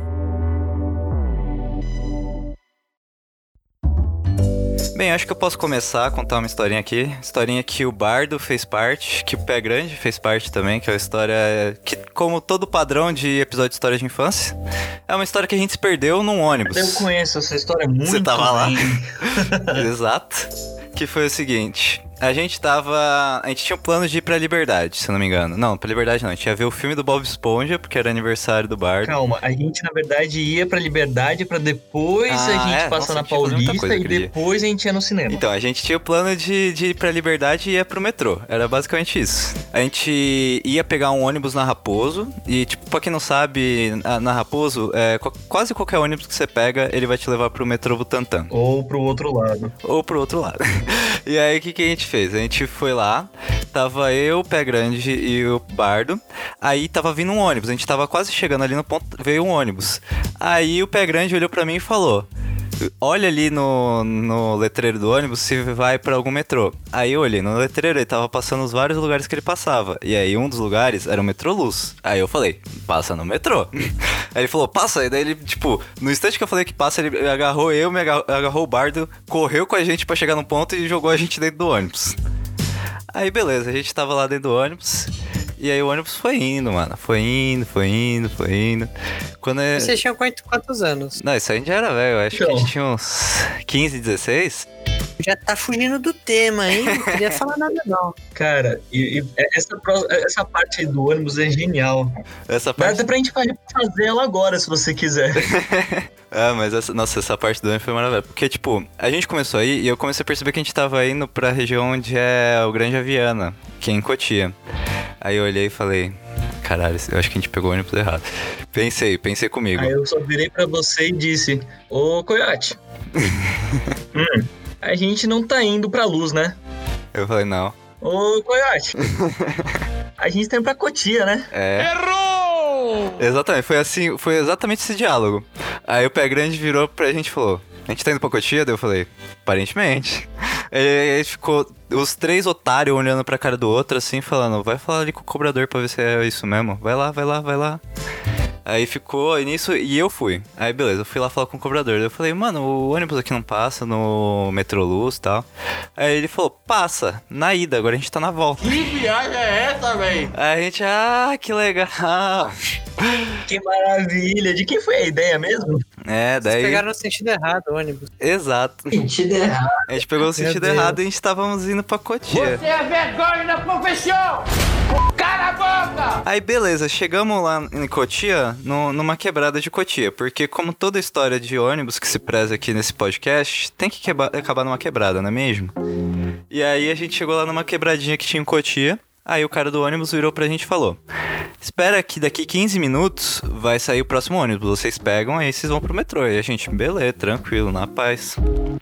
[SPEAKER 1] Bem, acho que eu posso começar a contar uma historinha aqui. Historinha que o Bardo fez parte, que o Pé Grande fez parte também, que é uma história que, como todo padrão de episódio de história de infância, é uma história que a gente se perdeu num ônibus.
[SPEAKER 4] Eu conheço essa história muito
[SPEAKER 1] Você tava lá?
[SPEAKER 4] bem.
[SPEAKER 1] Exato. Que foi o seguinte... A gente tinha um plano de ir pra Liberdade, se eu não me engano. Não, pra Liberdade não. A gente ia ver o filme do Bob Esponja, porque era aniversário do Bardo.
[SPEAKER 4] Calma, a gente na verdade ia pra Liberdade pra depois a gente passar na Paulista e depois a gente ia no cinema.
[SPEAKER 1] Então, a gente tinha o plano de ir pra Liberdade e ia pro metrô. Era basicamente isso. A gente ia pegar um ônibus na Raposo e, tipo, pra quem não sabe, na Raposo, quase qualquer ônibus que você pega, ele vai te levar pro metrô Butantã.
[SPEAKER 4] Ou pro outro lado.
[SPEAKER 1] E aí, o que a gente fez? A gente foi lá, tava eu, o Pé Grande e o Bardo. Aí tava vindo um ônibus, a gente tava quase chegando ali no ponto, veio um ônibus. Aí o Pé Grande olhou pra mim e falou: olha ali no letreiro do ônibus se vai pra algum metrô. Aí eu olhei no letreiro, ele tava passando os vários lugares que ele passava. E aí um dos lugares era o Metrô Luz. Aí eu falei: passa no metrô. Aí ele falou: passa. E daí ele, tipo, no instante que eu falei que passa, ele agarrou agarrou o Bardo, correu com a gente pra chegar no ponto e jogou a gente dentro do ônibus. Aí beleza, a gente tava lá dentro do ônibus. E aí o ônibus foi indo, mano. Foi indo. Quando
[SPEAKER 2] Vocês tinham quantos anos?
[SPEAKER 1] Não, isso aí a gente já era velho. Eu acho que a gente tinha uns 15, 16.
[SPEAKER 2] Já tá fugindo do tema, hein? Não queria falar nada, não.
[SPEAKER 4] Cara, essa parte aí do ônibus é genial.
[SPEAKER 1] Essa parte...
[SPEAKER 4] Dá pra gente fazer ela agora, se você quiser.
[SPEAKER 1] Mas essa parte do ônibus foi maravilhosa. Porque, tipo, a gente começou aí e eu comecei a perceber que a gente tava indo pra região onde é o Grande Aviana, que é em Cotia. Aí eu olhei e falei... Caralho, eu acho que a gente pegou o ônibus errado. Pensei comigo.
[SPEAKER 4] Aí eu só virei pra você e disse... Ô, Coiote... A gente não tá indo pra Luz, né?
[SPEAKER 1] Eu falei, não.
[SPEAKER 4] Ô, Coiote, a gente tá indo pra Cotia, né?
[SPEAKER 3] Errou!
[SPEAKER 1] Exatamente, foi exatamente esse diálogo. Aí o Pé Grande virou pra gente e falou, a gente tá indo pra Cotia? Daí eu falei, aparentemente. Aí ficou os 3 otários olhando pra cara do outro, assim, falando, vai falar ali com o cobrador pra ver se é isso mesmo. Vai lá. Aí ficou nisso e eu fui. Aí beleza, eu fui lá falar com o cobrador. Eu falei, mano, o ônibus aqui não passa no Metroluz e tal. Aí ele falou, passa, na ida, agora a gente tá na volta.
[SPEAKER 5] Que viagem é essa, véi?
[SPEAKER 1] Aí a gente, que legal.
[SPEAKER 4] Que maravilha. De quem foi a ideia mesmo?
[SPEAKER 1] Daí...
[SPEAKER 2] Vocês pegaram no sentido errado o ônibus.
[SPEAKER 1] Exato.
[SPEAKER 4] Sentido errado.
[SPEAKER 1] A gente pegou o sentido errado e a gente estávamos indo pra Cotia.
[SPEAKER 5] Você é vergonha da profissão! Cala a boca!
[SPEAKER 1] Aí beleza, chegamos lá em Cotia, numa quebrada de Cotia, porque como toda história de ônibus que se preza aqui nesse podcast, tem que acabar numa quebrada, não é mesmo? E aí a gente chegou lá numa quebradinha que tinha em Cotia, aí o cara do ônibus virou pra gente e falou, espera que daqui 15 minutos vai sair o próximo ônibus, vocês pegam, aí vocês vão pro metrô. E a gente, beleza, tranquilo, na paz.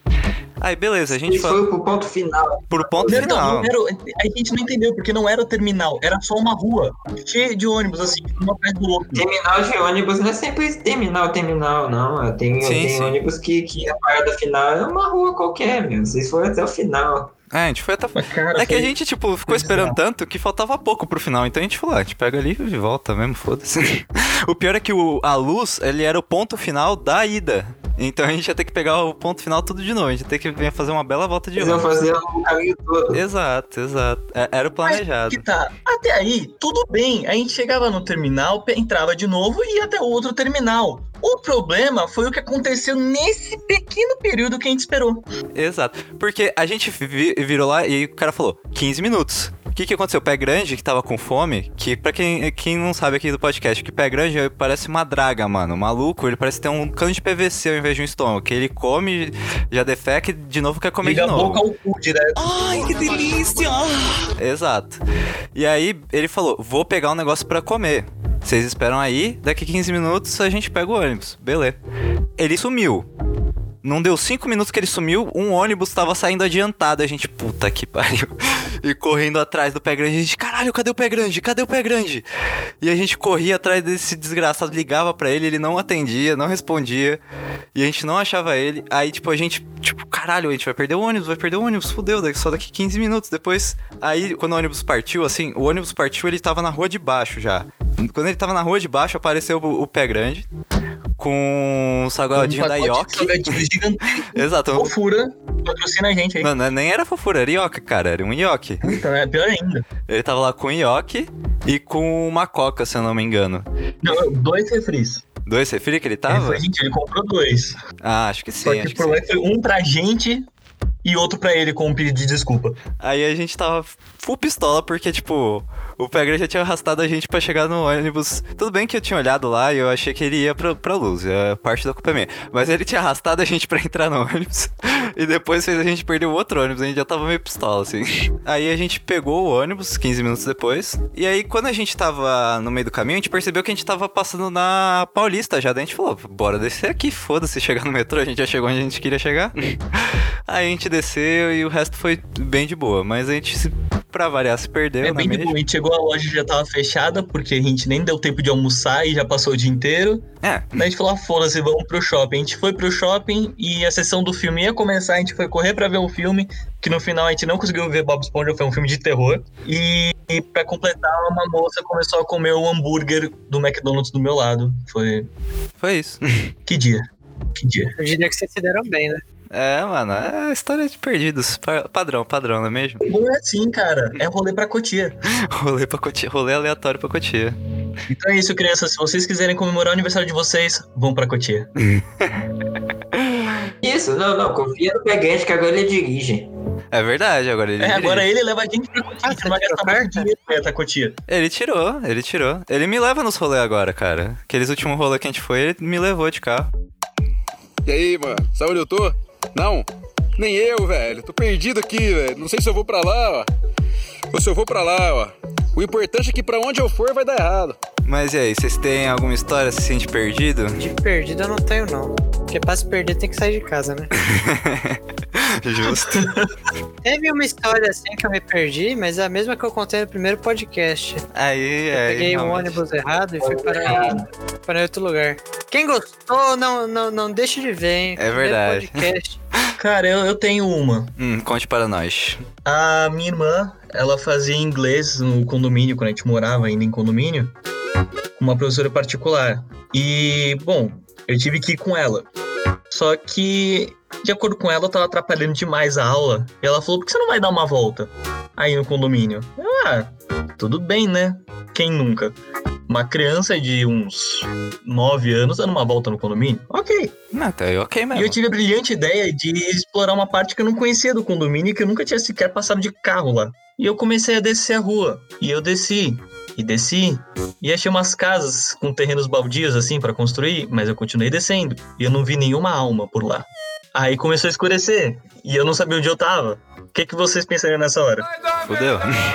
[SPEAKER 1] Aí, beleza, a gente
[SPEAKER 6] foi pro ponto final.
[SPEAKER 1] Pro ponto final.
[SPEAKER 4] A gente não entendeu, porque não era o terminal, era só uma rua cheia de ônibus, assim, um atrás do outro.
[SPEAKER 6] Terminal de ônibus não é sempre terminal, não. Tem ônibus que a parada final é uma rua qualquer, meu. Vocês foram até o final.
[SPEAKER 1] A gente foi até...
[SPEAKER 4] Cara,
[SPEAKER 1] que a gente, tipo, ficou esperando tanto que faltava pouco pro final. Então a gente falou, a gente pega ali e volta mesmo, foda-se. O pior é que a Luz, ele era o ponto final da ida. Então a gente ia ter que pegar o ponto final tudo de novo. A gente ia ter que fazer uma bela volta de ônibus.
[SPEAKER 6] Eles iam fazer o caminho todo.
[SPEAKER 1] Exato. Era o planejado.
[SPEAKER 4] Mas que tá. Até aí, tudo bem. A gente chegava no terminal, entrava de novo e ia até o outro terminal. O problema foi o que aconteceu nesse pequeno período que a gente esperou.
[SPEAKER 1] Exato. Porque a gente virou lá e o cara falou, 15 minutos. O que aconteceu? O Pé Grande, que tava com fome, que pra quem não sabe aqui do podcast, que Pé Grande parece uma draga, mano. O maluco, ele parece ter um cano de PVC ao invés de um estômago, que ele come, já defeca e de novo quer comer de novo.
[SPEAKER 4] Liga a boca ao cu direto.
[SPEAKER 1] Ai, que delícia! Exato. E aí, ele falou, vou pegar um negócio pra comer. Vocês esperam aí, daqui 15 minutos a gente pega o ônibus. Beleza. Ele sumiu. Não deu 5 minutos que ele sumiu, um ônibus tava saindo adiantado. A gente, puta que pariu. E correndo atrás do Pé Grande. A gente, caralho, cadê o Pé Grande? Cadê o Pé Grande? E a gente corria atrás desse desgraçado, ligava pra ele, ele não atendia, não respondia. E a gente não achava ele. Aí, tipo, a gente, caralho, a gente vai perder o ônibus, fudeu, só daqui 15 minutos. Depois, aí, quando o ônibus partiu, assim, ele tava na rua de baixo já. Quando ele tava na rua de baixo, apareceu o Pé Grande. Com um salgadinho da Yoki.
[SPEAKER 4] Salgadinho gigantesco.
[SPEAKER 1] Exato.
[SPEAKER 4] Fofura, patrocina a gente aí.
[SPEAKER 1] Não, nem era fofura, era Yoki, cara. Era um Yoki.
[SPEAKER 4] Então, é pior ainda.
[SPEAKER 1] Ele tava lá com um Yoki e com uma Coca, se eu não me engano.
[SPEAKER 4] Não, 2 refris.
[SPEAKER 1] 2 refri que ele tava?
[SPEAKER 4] Ele comprou 2.
[SPEAKER 1] Acho que sim.
[SPEAKER 4] Só que o problema foi um pra gente e outro pra ele com um pedido de desculpa.
[SPEAKER 1] Aí a gente tava full pistola, porque, tipo, o Pé Grande já tinha arrastado a gente pra chegar no ônibus. Tudo bem que eu tinha olhado lá e eu achei que ele ia pra Luz, a parte da culpa é minha. Mas ele tinha arrastado a gente pra entrar no ônibus e depois fez a gente perder o outro ônibus, a gente já tava meio pistola, assim. Aí a gente pegou o ônibus 15 minutos depois, e aí quando a gente tava no meio do caminho, a gente percebeu que a gente tava passando na Paulista já, daí a gente falou, bora descer aqui, foda-se, chegar no metrô, a gente já chegou onde a gente queria chegar. Aí a gente desceu e o resto foi bem de boa, mas a gente, pra variar, se perdeu.
[SPEAKER 4] É bem de boa, a gente chegou, a loja já tava fechada, porque a gente nem deu tempo de almoçar e já passou o dia inteiro. Daí a gente falou, foda-se, vamos pro shopping. A gente foi pro shopping e a sessão do filme ia começar, a gente foi correr pra ver o filme, que no final a gente não conseguiu ver Bob Esponja, foi um filme de terror. E pra completar, uma moça começou a comer o hambúrguer do McDonald's do meu lado. Foi
[SPEAKER 1] isso.
[SPEAKER 4] Que dia.
[SPEAKER 2] Eu diria que vocês se deram bem, né?
[SPEAKER 1] É, mano, é história de perdidos. Padrão, não é mesmo?
[SPEAKER 4] Não é assim, cara. É rolê pra Cotia.
[SPEAKER 1] Rolê pra Cotia, rolê aleatório pra Cotia.
[SPEAKER 4] Então é isso, crianças. Se vocês quiserem comemorar o aniversário de vocês, vão pra Cotia.
[SPEAKER 6] Isso, não, confia no Peguete que agora ele dirige.
[SPEAKER 1] É verdade, agora ele dirige.
[SPEAKER 4] Agora ele leva a gente pra Cotia. A gente vai gastar muito dinheiro pra Cotia.
[SPEAKER 1] Ele tirou. Ele me leva nos rolês agora, cara. Aqueles últimos rolês que a gente foi, ele me levou de carro.
[SPEAKER 7] E aí, mano? Sabe onde eu tô? Não, nem eu, velho. Tô perdido aqui, velho. Não sei se eu vou pra lá, ó. Ou se eu vou pra lá, ó. O importante é que pra onde eu for vai dar errado.
[SPEAKER 1] Mas e aí, vocês têm alguma história se sente perdido?
[SPEAKER 2] De perdido eu não tenho, não. Porque pra se perder tem que sair de casa, né?
[SPEAKER 1] Justo.
[SPEAKER 2] Teve uma história assim que eu me perdi, mas é a mesma que eu contei no primeiro podcast.
[SPEAKER 1] Aí,
[SPEAKER 2] eu peguei o ônibus errado e fui para outro lugar. Quem gostou, não deixe de ver, hein?
[SPEAKER 1] É verdade.
[SPEAKER 2] Podcast.
[SPEAKER 4] Cara, eu tenho uma.
[SPEAKER 1] Conte para nós.
[SPEAKER 4] A minha irmã, ela fazia inglês no condomínio, quando a gente morava ainda em condomínio, com uma professora particular. E, bom, eu tive que ir com ela. Só que, de acordo com ela, eu tava atrapalhando demais a aula. E ela falou, por que você não vai dar uma volta aí no condomínio? Tudo bem, né? Quem nunca? Uma criança de uns 9 anos dando uma volta no condomínio? Ok.
[SPEAKER 1] Tá ok mesmo.
[SPEAKER 4] E eu tive a brilhante ideia de explorar uma parte que eu não conhecia do condomínio e que eu nunca tinha sequer passado de carro lá. E eu comecei a descer a rua. E eu desci. E achei umas casas com terrenos baldios assim pra construir, mas eu continuei descendo. E eu não vi nenhuma alma por lá. Aí começou a escurecer. E eu não sabia onde eu tava. O que vocês pensariam nessa hora?
[SPEAKER 1] Fudeu.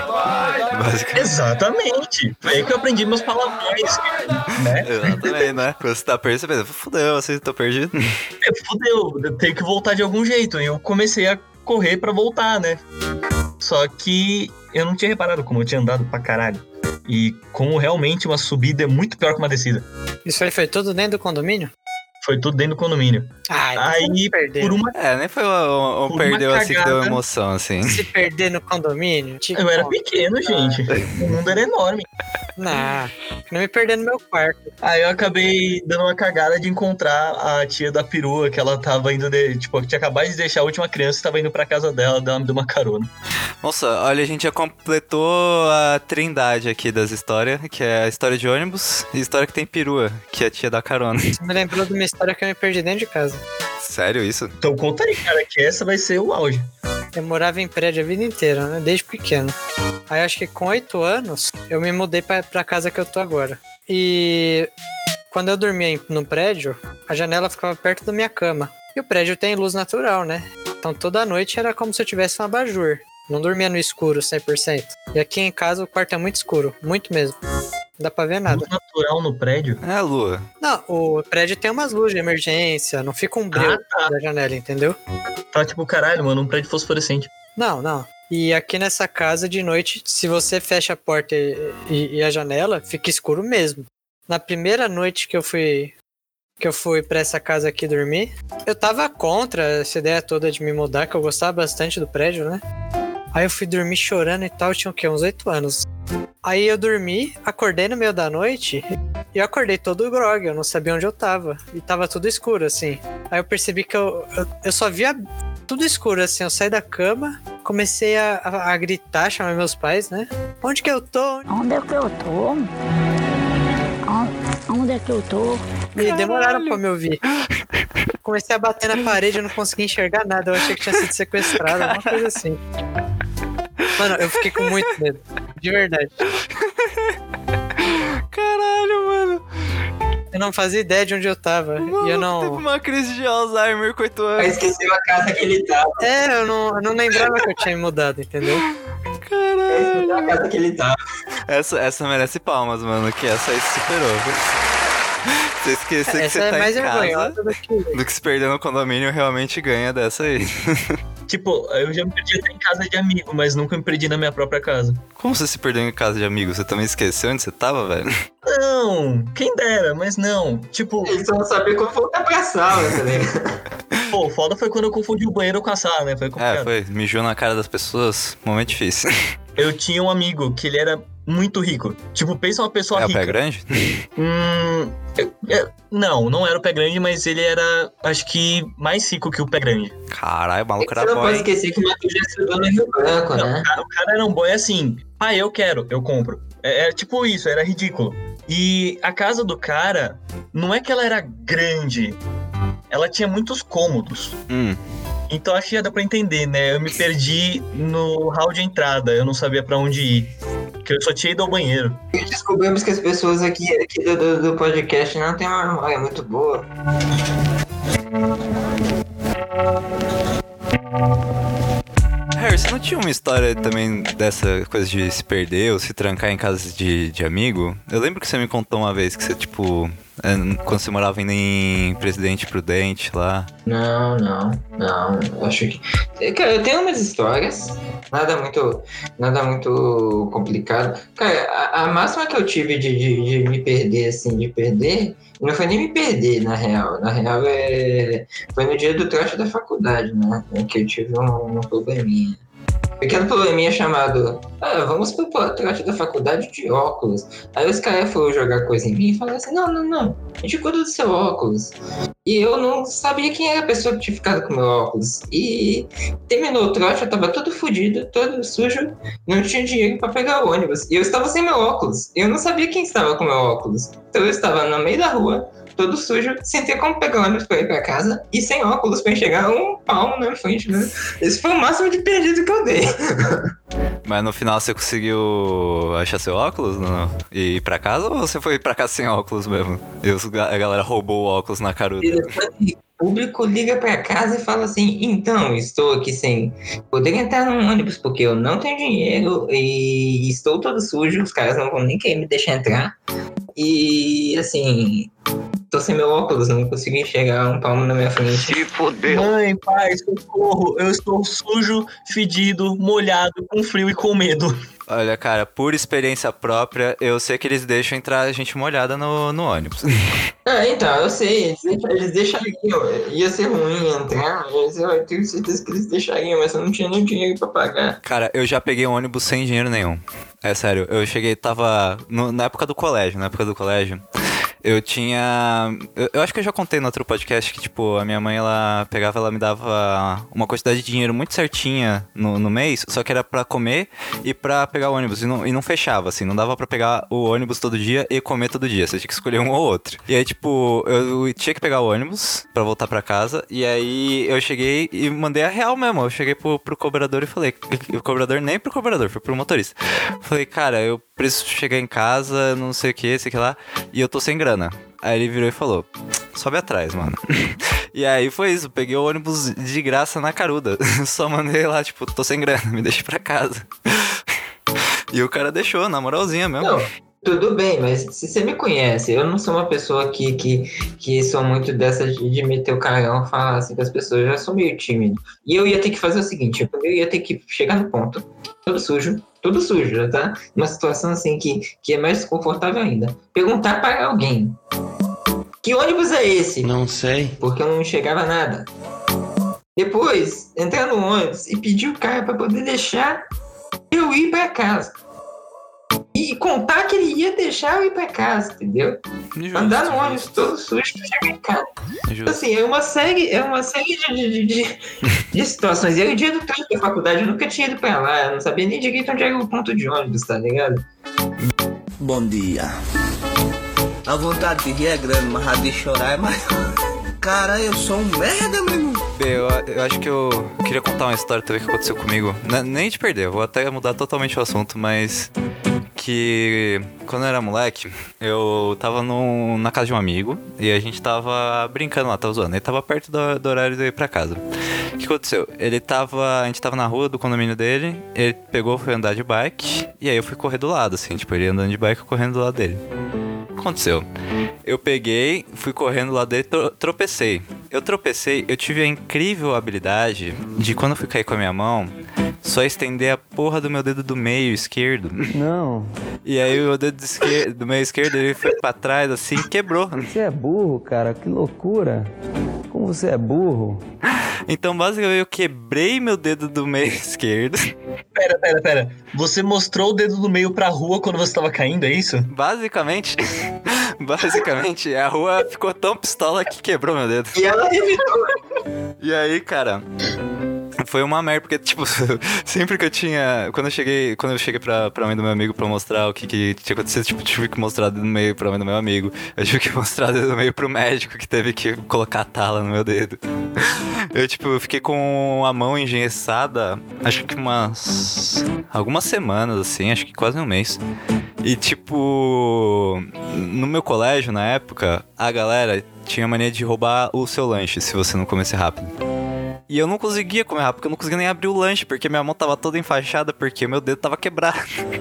[SPEAKER 4] Exatamente. Foi aí que eu aprendi meus palavrões, né?
[SPEAKER 1] Exatamente, né? Quando você tá percebendo, fudeu, vocês estão perdidos.
[SPEAKER 4] Fudeu, eu tenho que voltar de algum jeito. E eu comecei a correr pra voltar, né? Só que eu não tinha reparado como eu tinha andado pra caralho. E como realmente uma subida é muito pior que uma descida.
[SPEAKER 2] Isso aí foi tudo dentro do condomínio?
[SPEAKER 4] Foi tudo dentro do condomínio. Aí, por uma...
[SPEAKER 1] nem foi um perdeu assim que deu emoção, assim.
[SPEAKER 2] Se perder no condomínio?
[SPEAKER 4] Eu era pequeno, gente. O mundo era enorme.
[SPEAKER 2] Não me perder no meu quarto.
[SPEAKER 4] Aí eu acabei dando uma cagada de encontrar a tia da perua, que ela tava indo, que tinha acabado de deixar a última criança e tava indo pra casa dela, ela me deu uma carona.
[SPEAKER 1] Nossa, olha, a gente já completou a trindade aqui das histórias, que é a história de ônibus e a história que tem perua, que é a tia da carona.
[SPEAKER 2] Você me lembrou de uma história que eu me perdi dentro de casa.
[SPEAKER 1] Sério isso?
[SPEAKER 4] Então conta aí, cara, que essa vai ser o auge.
[SPEAKER 2] Eu morava em prédio a vida inteira, né? Desde pequeno. Aí acho que com 8 anos, eu me mudei pra casa que eu tô agora. E quando eu dormia no prédio, a janela ficava perto da minha cama. E o prédio tem luz natural, né? Então toda noite era como se eu tivesse um abajur. Não dormia no escuro 100%. E aqui em casa o quarto é muito escuro, muito mesmo. Não dá pra ver nada.
[SPEAKER 4] Luz natural no prédio?
[SPEAKER 1] É a lua.
[SPEAKER 2] Não, o prédio tem umas luzes de emergência, não fica um breu da janela, entendeu?
[SPEAKER 4] Tá tipo, caralho, mano, um prédio fosforescente.
[SPEAKER 2] Não. E aqui nessa casa, de noite, se você fecha a porta e a janela, fica escuro mesmo. Na primeira noite que eu fui pra essa casa aqui dormir, eu tava contra essa ideia toda de me mudar, que eu gostava bastante do prédio, né? Aí eu fui dormir chorando e tal, eu tinha o quê? Uns 8 anos. Aí eu dormi, acordei no meio da noite e eu acordei todo grog, eu não sabia onde eu tava. E tava tudo escuro, assim. Aí eu percebi que eu só via tudo escuro, assim. Eu saí da cama, comecei a gritar, chamar meus pais, né? Onde que eu tô?
[SPEAKER 8] Onde é que eu tô? Onde é que eu tô?
[SPEAKER 2] E demoraram pra me ouvir. Comecei a bater na parede, eu não conseguia enxergar nada. Eu achei que tinha sido sequestrado, alguma coisa assim. Mano, eu fiquei com muito medo. De verdade.
[SPEAKER 1] Caralho, mano.
[SPEAKER 2] Eu não fazia ideia de onde eu tava.
[SPEAKER 1] Mano,
[SPEAKER 2] e eu não...
[SPEAKER 1] teve uma crise de Alzheimer com 8 anos.
[SPEAKER 6] Esqueceu a casa que ele tava.
[SPEAKER 2] Eu não lembrava que eu tinha me mudado, entendeu?
[SPEAKER 1] Caralho.
[SPEAKER 6] Esqueceu a casa que ele tava.
[SPEAKER 1] Essa merece palmas, mano, que essa aí se superou. Você esquecer que você tá
[SPEAKER 2] mais
[SPEAKER 1] em casa
[SPEAKER 2] do
[SPEAKER 1] que se perder no condomínio, realmente ganha dessa aí.
[SPEAKER 4] Tipo, eu já me perdi até em casa de amigo, mas nunca me perdi na minha própria casa.
[SPEAKER 1] Como você se perdeu em casa de amigo? Você também esqueceu onde você tava, velho?
[SPEAKER 4] Não, quem dera, mas não. Tipo...
[SPEAKER 6] Eles só não sabiam como voltar pra sala, tá ligado?
[SPEAKER 4] Pô, foda foi quando eu confundi o banheiro com a sala, né? Foi complicado.
[SPEAKER 1] Foi. Mijou na cara das pessoas. Momento difícil.
[SPEAKER 4] Eu tinha um amigo que ele era muito rico. Tipo, pensa uma pessoa rica.
[SPEAKER 1] É o Pé Grande?
[SPEAKER 4] Não era o Pé Grande, mas ele era, acho que, mais rico que o Pé Grande.
[SPEAKER 1] Caralho, o maluco era
[SPEAKER 6] Você não
[SPEAKER 1] boy.
[SPEAKER 6] pode esquecer que o Matheus já estudou no Rio Branco, né?
[SPEAKER 4] O cara era um boy assim, eu quero, eu compro. É tipo isso, era ridículo. E a casa do cara, não é que ela era grande, ela tinha muitos cômodos. Então acho que já dá pra entender, né? Eu me perdi no hall de entrada, eu não sabia pra onde ir. Porque eu só tinha ido ao banheiro.
[SPEAKER 6] E descobrimos que as pessoas aqui do podcast não têm uma memória muito boa.
[SPEAKER 1] Harry, você não tinha uma história também dessa coisa de se perder ou se trancar em casa de amigo? Eu lembro que você me contou uma vez que você, tipo, quando você morava em Presidente Prudente lá.
[SPEAKER 6] Não. Acho que... Cara, eu tenho umas histórias, nada muito complicado. Cara, a máxima que eu tive de me perder, assim, não foi nem me perder, na real. Na real, foi no dia do trote da faculdade, né? Que eu tive um probleminha. Pequeno probleminha chamado vamos pro trote da faculdade de óculos. Aí os caras foram jogar coisa em mim e falaram assim, não, a gente cuida do seu óculos. E eu não sabia quem era a pessoa que tinha ficado com o meu óculos. E terminou o trote, eu tava todo fodido, todo sujo, não tinha dinheiro pra pegar o ônibus. E eu estava sem meu óculos, eu não sabia quem estava com o meu óculos. Então eu estava no meio da rua, todo sujo, sem ter como pegar o ônibus pra ir pra casa e sem óculos pra enxergar um palmo na frente, né? Esse foi o máximo de perdido que eu dei.
[SPEAKER 1] Mas no final você conseguiu achar seu óculos e ir pra casa ou você foi pra casa sem óculos mesmo? E a galera roubou o óculos na caruda?
[SPEAKER 6] E depois o público liga pra casa e fala assim, então, estou aqui sem poder entrar num ônibus porque eu não tenho dinheiro e estou todo sujo, os caras não vão nem querer me deixar entrar. E, assim, tô sem meu óculos, não consigo enxergar um palmo na minha frente.
[SPEAKER 4] Se fodeu. Mãe, pai, socorro, eu estou sujo, fedido, molhado, com frio e com medo.
[SPEAKER 1] Olha, cara, por experiência própria, eu sei que eles deixam entrar a gente molhada no ônibus.
[SPEAKER 6] Então, eu sei, eles deixariam, ia ser ruim entrar, mas eu tenho certeza que eles deixariam, mas eu não tinha nem dinheiro pra pagar.
[SPEAKER 1] Cara, eu já peguei um ônibus sem dinheiro nenhum. É sério, eu cheguei, tava na época do colégio, eu tinha... Eu acho que eu já contei no outro podcast que, tipo, a minha mãe, ela me dava uma quantidade de dinheiro muito certinha no mês, só que era pra comer e pra pegar o ônibus, e não fechava, assim, não dava pra pegar o ônibus todo dia e comer todo dia, você tinha que escolher um ou outro. E aí, tipo, eu tinha que pegar o ônibus pra voltar pra casa, e aí eu cheguei e mandei a real mesmo, eu cheguei pro cobrador e falei, o cobrador nem pro cobrador, foi pro motorista. Falei, cara, eu preciso chegar em casa, não sei o que lá, e eu tô sem grana. Aí ele virou e falou, sobe atrás, mano. E aí foi isso, peguei o ônibus de graça na caruda. Só mandei lá, tipo, tô sem grana, me deixa pra casa. E o cara deixou, na moralzinha mesmo.
[SPEAKER 6] Não, tudo bem, mas se você me conhece, eu não sou uma pessoa que sou muito dessa de meter o carão, falar assim com as pessoas, eu já sou meio tímido. E eu ia ter que fazer o seguinte, eu ia ter que chegar no ponto, todo sujo, tá? Uma situação assim que é mais desconfortável ainda. Perguntar para alguém, que ônibus é esse?
[SPEAKER 9] Não sei.
[SPEAKER 6] Porque eu não enxergava nada. Depois, entrar no ônibus e pedir o cara para poder deixar eu ir para casa. E contar que ele ia deixar eu ir pra casa, entendeu?
[SPEAKER 1] Justo,
[SPEAKER 6] andar no ônibus todo sujo pra chegar em casa. Justo. Assim, é uma série de situações. E aí o dia do treino da faculdade eu nunca tinha ido pra lá, eu não sabia nem direito onde era o ponto de ônibus, tá ligado?
[SPEAKER 9] Bom dia. A vontade de rir é grande, mas a de chorar é maior. Cara, eu sou um merda, meu irmão.
[SPEAKER 1] Eu acho que eu queria contar uma história também que aconteceu comigo. Nem te perder, eu vou até mudar totalmente o assunto, mas... que quando eu era moleque, eu tava na casa de um amigo e a gente tava brincando lá, tava zoando. Ele tava perto do horário de eu ir pra casa. O que aconteceu? A gente tava na rua do condomínio dele, ele pegou, foi andar de bike e aí eu fui correr do lado, assim, tipo, ele andando de bike e correndo do lado dele. O que aconteceu? Eu peguei, fui correndo do lado dele, tropecei. Eu tive a incrível habilidade de, quando eu fui cair com a minha mão, só estender a porra do meu dedo do meio esquerdo.
[SPEAKER 10] Não.
[SPEAKER 1] E aí o dedo do meio esquerdo, ele foi pra trás, assim, quebrou.
[SPEAKER 10] Você é burro, cara, que loucura. Como você é burro.
[SPEAKER 1] Então, basicamente, eu quebrei meu dedo do meio esquerdo.
[SPEAKER 4] Pera. Você mostrou o dedo do meio pra rua quando você tava caindo, é isso?
[SPEAKER 1] Basicamente, a rua ficou tão pistola que quebrou meu dedo.
[SPEAKER 6] E ela revidou.
[SPEAKER 1] E aí, cara, foi uma merda, porque, tipo, sempre que eu tinha... Quando eu cheguei pra mãe do meu amigo pra mostrar o que tinha acontecido, tipo, tive que mostrar o dedo no meio pra mãe do meu amigo. Eu tive que mostrar o dedo no meio pro médico, que teve que colocar a tala no meu dedo. Eu, tipo, fiquei com a mão engessada, acho que algumas semanas, assim, acho que quase um mês. E, tipo, no meu colégio, na época, a galera tinha mania de roubar o seu lanche, se você não comesse rápido. E eu não conseguia comer rápido, porque eu não conseguia nem abrir o lanche, porque minha mão tava toda enfaixada, porque meu dedo tava quebrado.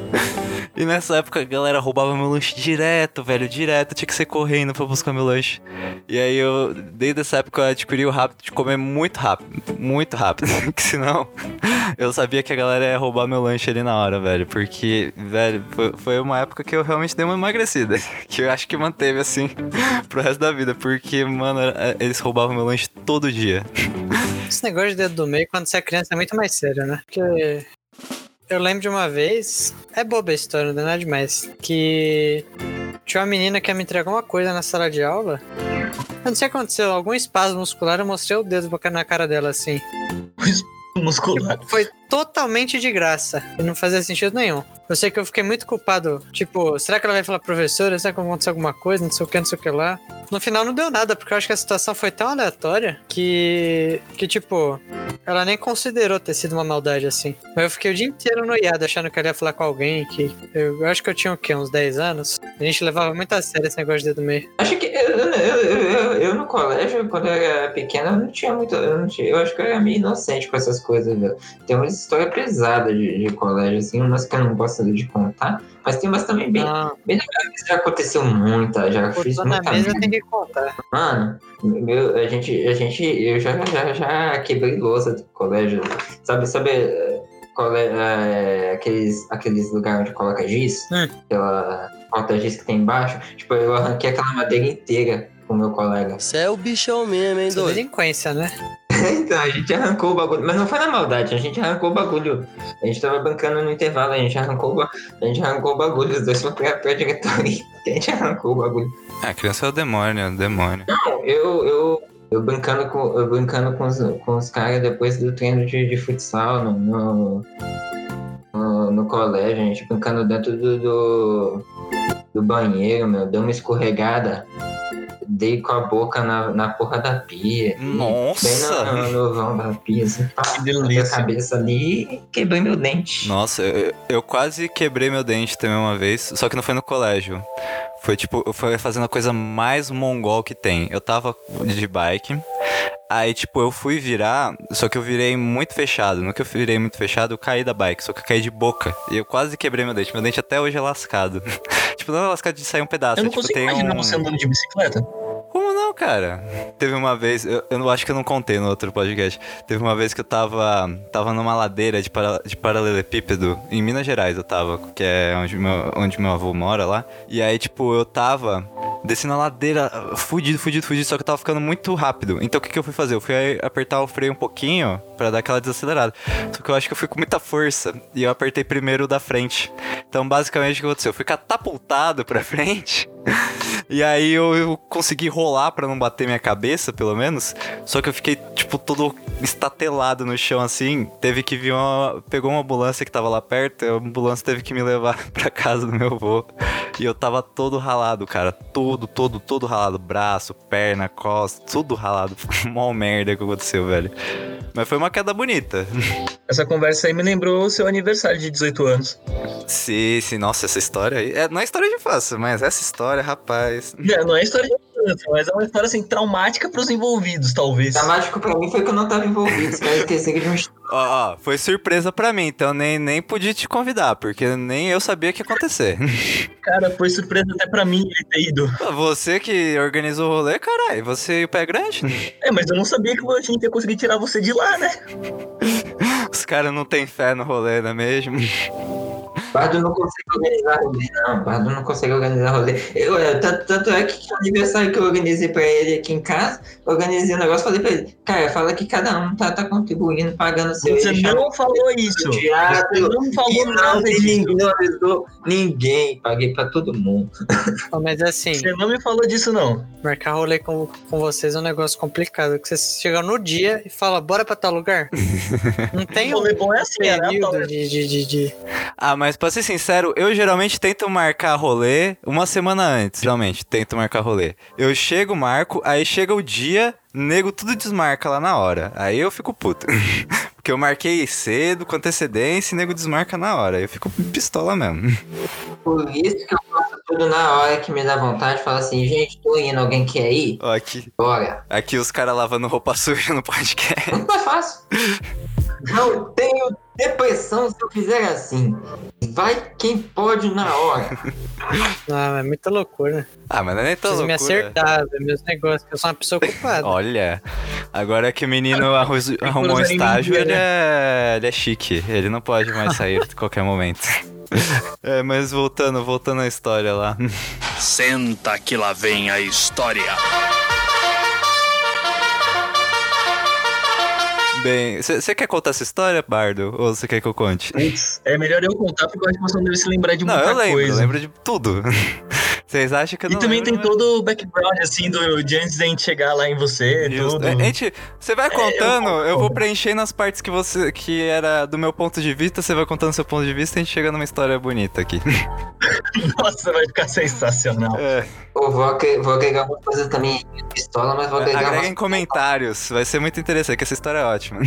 [SPEAKER 1] E nessa época a galera roubava meu lanche direto, velho, direto. Tinha que ser correndo pra buscar meu lanche. E aí desde essa época, eu adquiri o hábito de comer muito rápido. Que senão, eu sabia que a galera ia roubar meu lanche ali na hora, velho. Porque, velho, foi uma época que eu realmente dei uma emagrecida. Que eu acho que manteve, assim, pro resto da vida. Porque, mano, eles roubavam meu lanche todo dia.
[SPEAKER 2] Esse negócio de dedo do meio, quando você é criança, é muito mais sério, né? Porque eu lembro de uma vez, é boba a história, não é nada demais, que tinha uma menina que ia me entregar uma coisa na sala de aula. Eu não sei o que aconteceu, algum espasmo muscular, eu mostrei o dedo na cara dela, assim.
[SPEAKER 4] Muscular.
[SPEAKER 2] Foi totalmente de graça, e não fazia sentido nenhum. Eu sei que eu fiquei muito culpado, tipo, será que ela vai falar professora, será que vai acontecer alguma coisa, não sei o que lá. No final não deu nada, porque eu acho que a situação foi tão aleatória que tipo, ela nem considerou ter sido uma maldade assim. Mas eu fiquei o dia inteiro noiado, achando que ela ia falar com alguém, que eu acho que eu tinha o quê, uns 10 anos? A gente levava muito a sério esse negócio de dedo meio.
[SPEAKER 6] Acho que eu no colégio, quando eu era pequeno, eu não tinha muito. Eu acho que eu era meio inocente com essas coisas, velho. Tem uma história pesada de colégio, assim, umas que eu não gosto de contar, mas tem umas também bem legal. Já aconteceu muita, já fiz muita
[SPEAKER 2] na mesa, tem que contar.
[SPEAKER 6] Mano, eu já quebrei louça do colégio. Sabe aqueles lugares onde coloca giz? Aquela porta giz que tem embaixo? Tipo, eu arranquei aquela madeira inteira com o meu colega.
[SPEAKER 9] Você é o bichão mesmo, hein, doido?
[SPEAKER 2] Delinquência, né?
[SPEAKER 6] Então, a gente arrancou o bagulho, mas não foi na maldade, a gente arrancou o bagulho. A gente tava bancando no intervalo, a gente arrancou o bagulho, os dois foram pra diretoria, a gente arrancou o bagulho.
[SPEAKER 1] A criança é o demônio.
[SPEAKER 6] Não, eu brincando com os caras depois do treino de futsal no colégio, a gente brincando dentro do banheiro, meu, deu uma escorregada. Dei com a boca na porra da pia.
[SPEAKER 1] Nossa!
[SPEAKER 6] Bem no vão da pia, assim. Bateu a cabeça ali e quebrei meu dente.
[SPEAKER 1] Nossa, eu quase quebrei meu dente também uma vez, só que não foi no colégio. Foi fazendo a coisa mais mongol que tem. Eu tava de bike, aí tipo, eu fui virar, só que eu virei muito fechado. No que eu virei muito fechado, eu caí da bike, só que eu caí de boca. E eu quase quebrei meu dente. Meu dente até hoje é lascado. Tipo, não é lascado de sair um pedaço.
[SPEAKER 4] Eu não
[SPEAKER 1] tipo,
[SPEAKER 4] consigo imaginar você andando de bicicleta.
[SPEAKER 1] Como não, cara? Teve uma vez, eu não acho que eu não contei no outro podcast. Teve uma vez que eu tava numa ladeira de paralelepípedo, em Minas Gerais eu tava, que é onde meu avô mora lá. E aí, tipo, eu tava descendo a ladeira, fudido, só que eu tava ficando muito rápido. Então o que eu fui fazer? Eu fui apertar o freio um pouquinho pra dar aquela desacelerada. Só que eu acho que eu fui com muita força e eu apertei primeiro o da frente. Então basicamente o que aconteceu? Eu fui catapultado pra frente. E aí eu consegui rolar pra não bater minha cabeça, pelo menos. Só que eu fiquei, tipo, todo estatelado no chão, assim. Teve que vir pegou uma ambulância que tava lá perto. E a ambulância teve que me levar pra casa do meu avô. E eu tava todo ralado, cara. Todo ralado. Braço, perna, costa, tudo ralado. Mó merda que aconteceu, velho. Mas foi uma queda bonita.
[SPEAKER 4] Essa conversa aí me lembrou o seu aniversário de 18 anos.
[SPEAKER 1] Sim. Nossa, essa história aí... não é história de infância, mas essa história, rapaz...
[SPEAKER 4] Não é história de infância, mas é uma história, assim, traumática pros envolvidos, talvez.
[SPEAKER 6] Traumático pra mim foi que eu não tava envolvido. Os caras esqueceram de um...
[SPEAKER 1] Ó, foi surpresa pra mim, então nem podia te convidar, porque nem eu sabia que ia acontecer.
[SPEAKER 4] Cara, foi surpresa até pra mim ele ter ido.
[SPEAKER 1] Você que organizou o rolê, caralho, você e o pé grande?
[SPEAKER 4] Mas eu não sabia que a gente ia conseguir tirar você de lá, né?
[SPEAKER 1] Os caras não têm fé no rolê, não é mesmo?
[SPEAKER 6] Bardo não consegue organizar rolê, não. Bardo não consegue organizar rolê. Tanto é que o aniversário que eu organizei pra ele aqui em casa, organizei o negócio, falei pra ele, cara, fala que cada um tá contribuindo, pagando o seu.
[SPEAKER 4] Você não falou isso. Você não falou nada disso.
[SPEAKER 6] Não avisou ninguém. Paguei pra todo mundo.
[SPEAKER 2] Mas assim...
[SPEAKER 4] Você não me falou disso, não.
[SPEAKER 2] Marcar rolê com vocês é um negócio complicado. Que você chega no dia e fala, bora pra tal lugar. Não tem
[SPEAKER 4] rolê bom é assim,
[SPEAKER 2] período de...
[SPEAKER 1] Ah, mas pra ser sincero, eu geralmente tento marcar rolê uma semana antes. Geralmente, tento marcar rolê. Eu chego, marco, aí chega o dia, nego tudo desmarca lá na hora. Aí eu fico puto. Porque eu marquei cedo, com antecedência, e nego desmarca na hora. Eu fico pistola mesmo.
[SPEAKER 6] Por isso que eu faço tudo na hora que me dá vontade. Falo assim, gente, tô indo, alguém quer ir?
[SPEAKER 1] Ó, aqui.
[SPEAKER 6] Bora.
[SPEAKER 1] Aqui os caras lavando roupa suja no podcast.
[SPEAKER 6] Muito mais fácil. Não tenho depressão se eu fizer assim. Vai quem pode na hora.
[SPEAKER 2] Ah, é muita loucura.
[SPEAKER 1] Ah, mas não é nem tão loucura.
[SPEAKER 2] Preciso me acertar, meus negócios, que eu sou uma pessoa ocupada.
[SPEAKER 1] Olha, agora que o menino arrumou um estágio, ele é chique. Ele não pode mais sair a qualquer momento. Mas voltando à história lá.
[SPEAKER 11] Senta que lá vem a história.
[SPEAKER 1] Bem, você quer contar essa história, Bardo? Ou você quer que eu conte?
[SPEAKER 4] É melhor eu contar, porque eu acho que você não deve se lembrar de muita coisa.
[SPEAKER 1] Não, eu lembro de tudo. Vocês acham que eu não
[SPEAKER 4] também
[SPEAKER 1] lembro,
[SPEAKER 4] tem todo o background, assim, de antes da gente chegar lá em você,
[SPEAKER 1] Justo.
[SPEAKER 4] tudo.
[SPEAKER 1] Você vai contando, eu vou preenchendo as partes que era do meu ponto de vista, você vai contando seu ponto de vista e a gente chega numa história bonita aqui.
[SPEAKER 4] Nossa, vai ficar sensacional.
[SPEAKER 6] Eu vou agregar alguma coisa também de pistola, mas vou agregar...
[SPEAKER 1] Agrega em comentários, vai ser muito interessante, que essa história é ótima.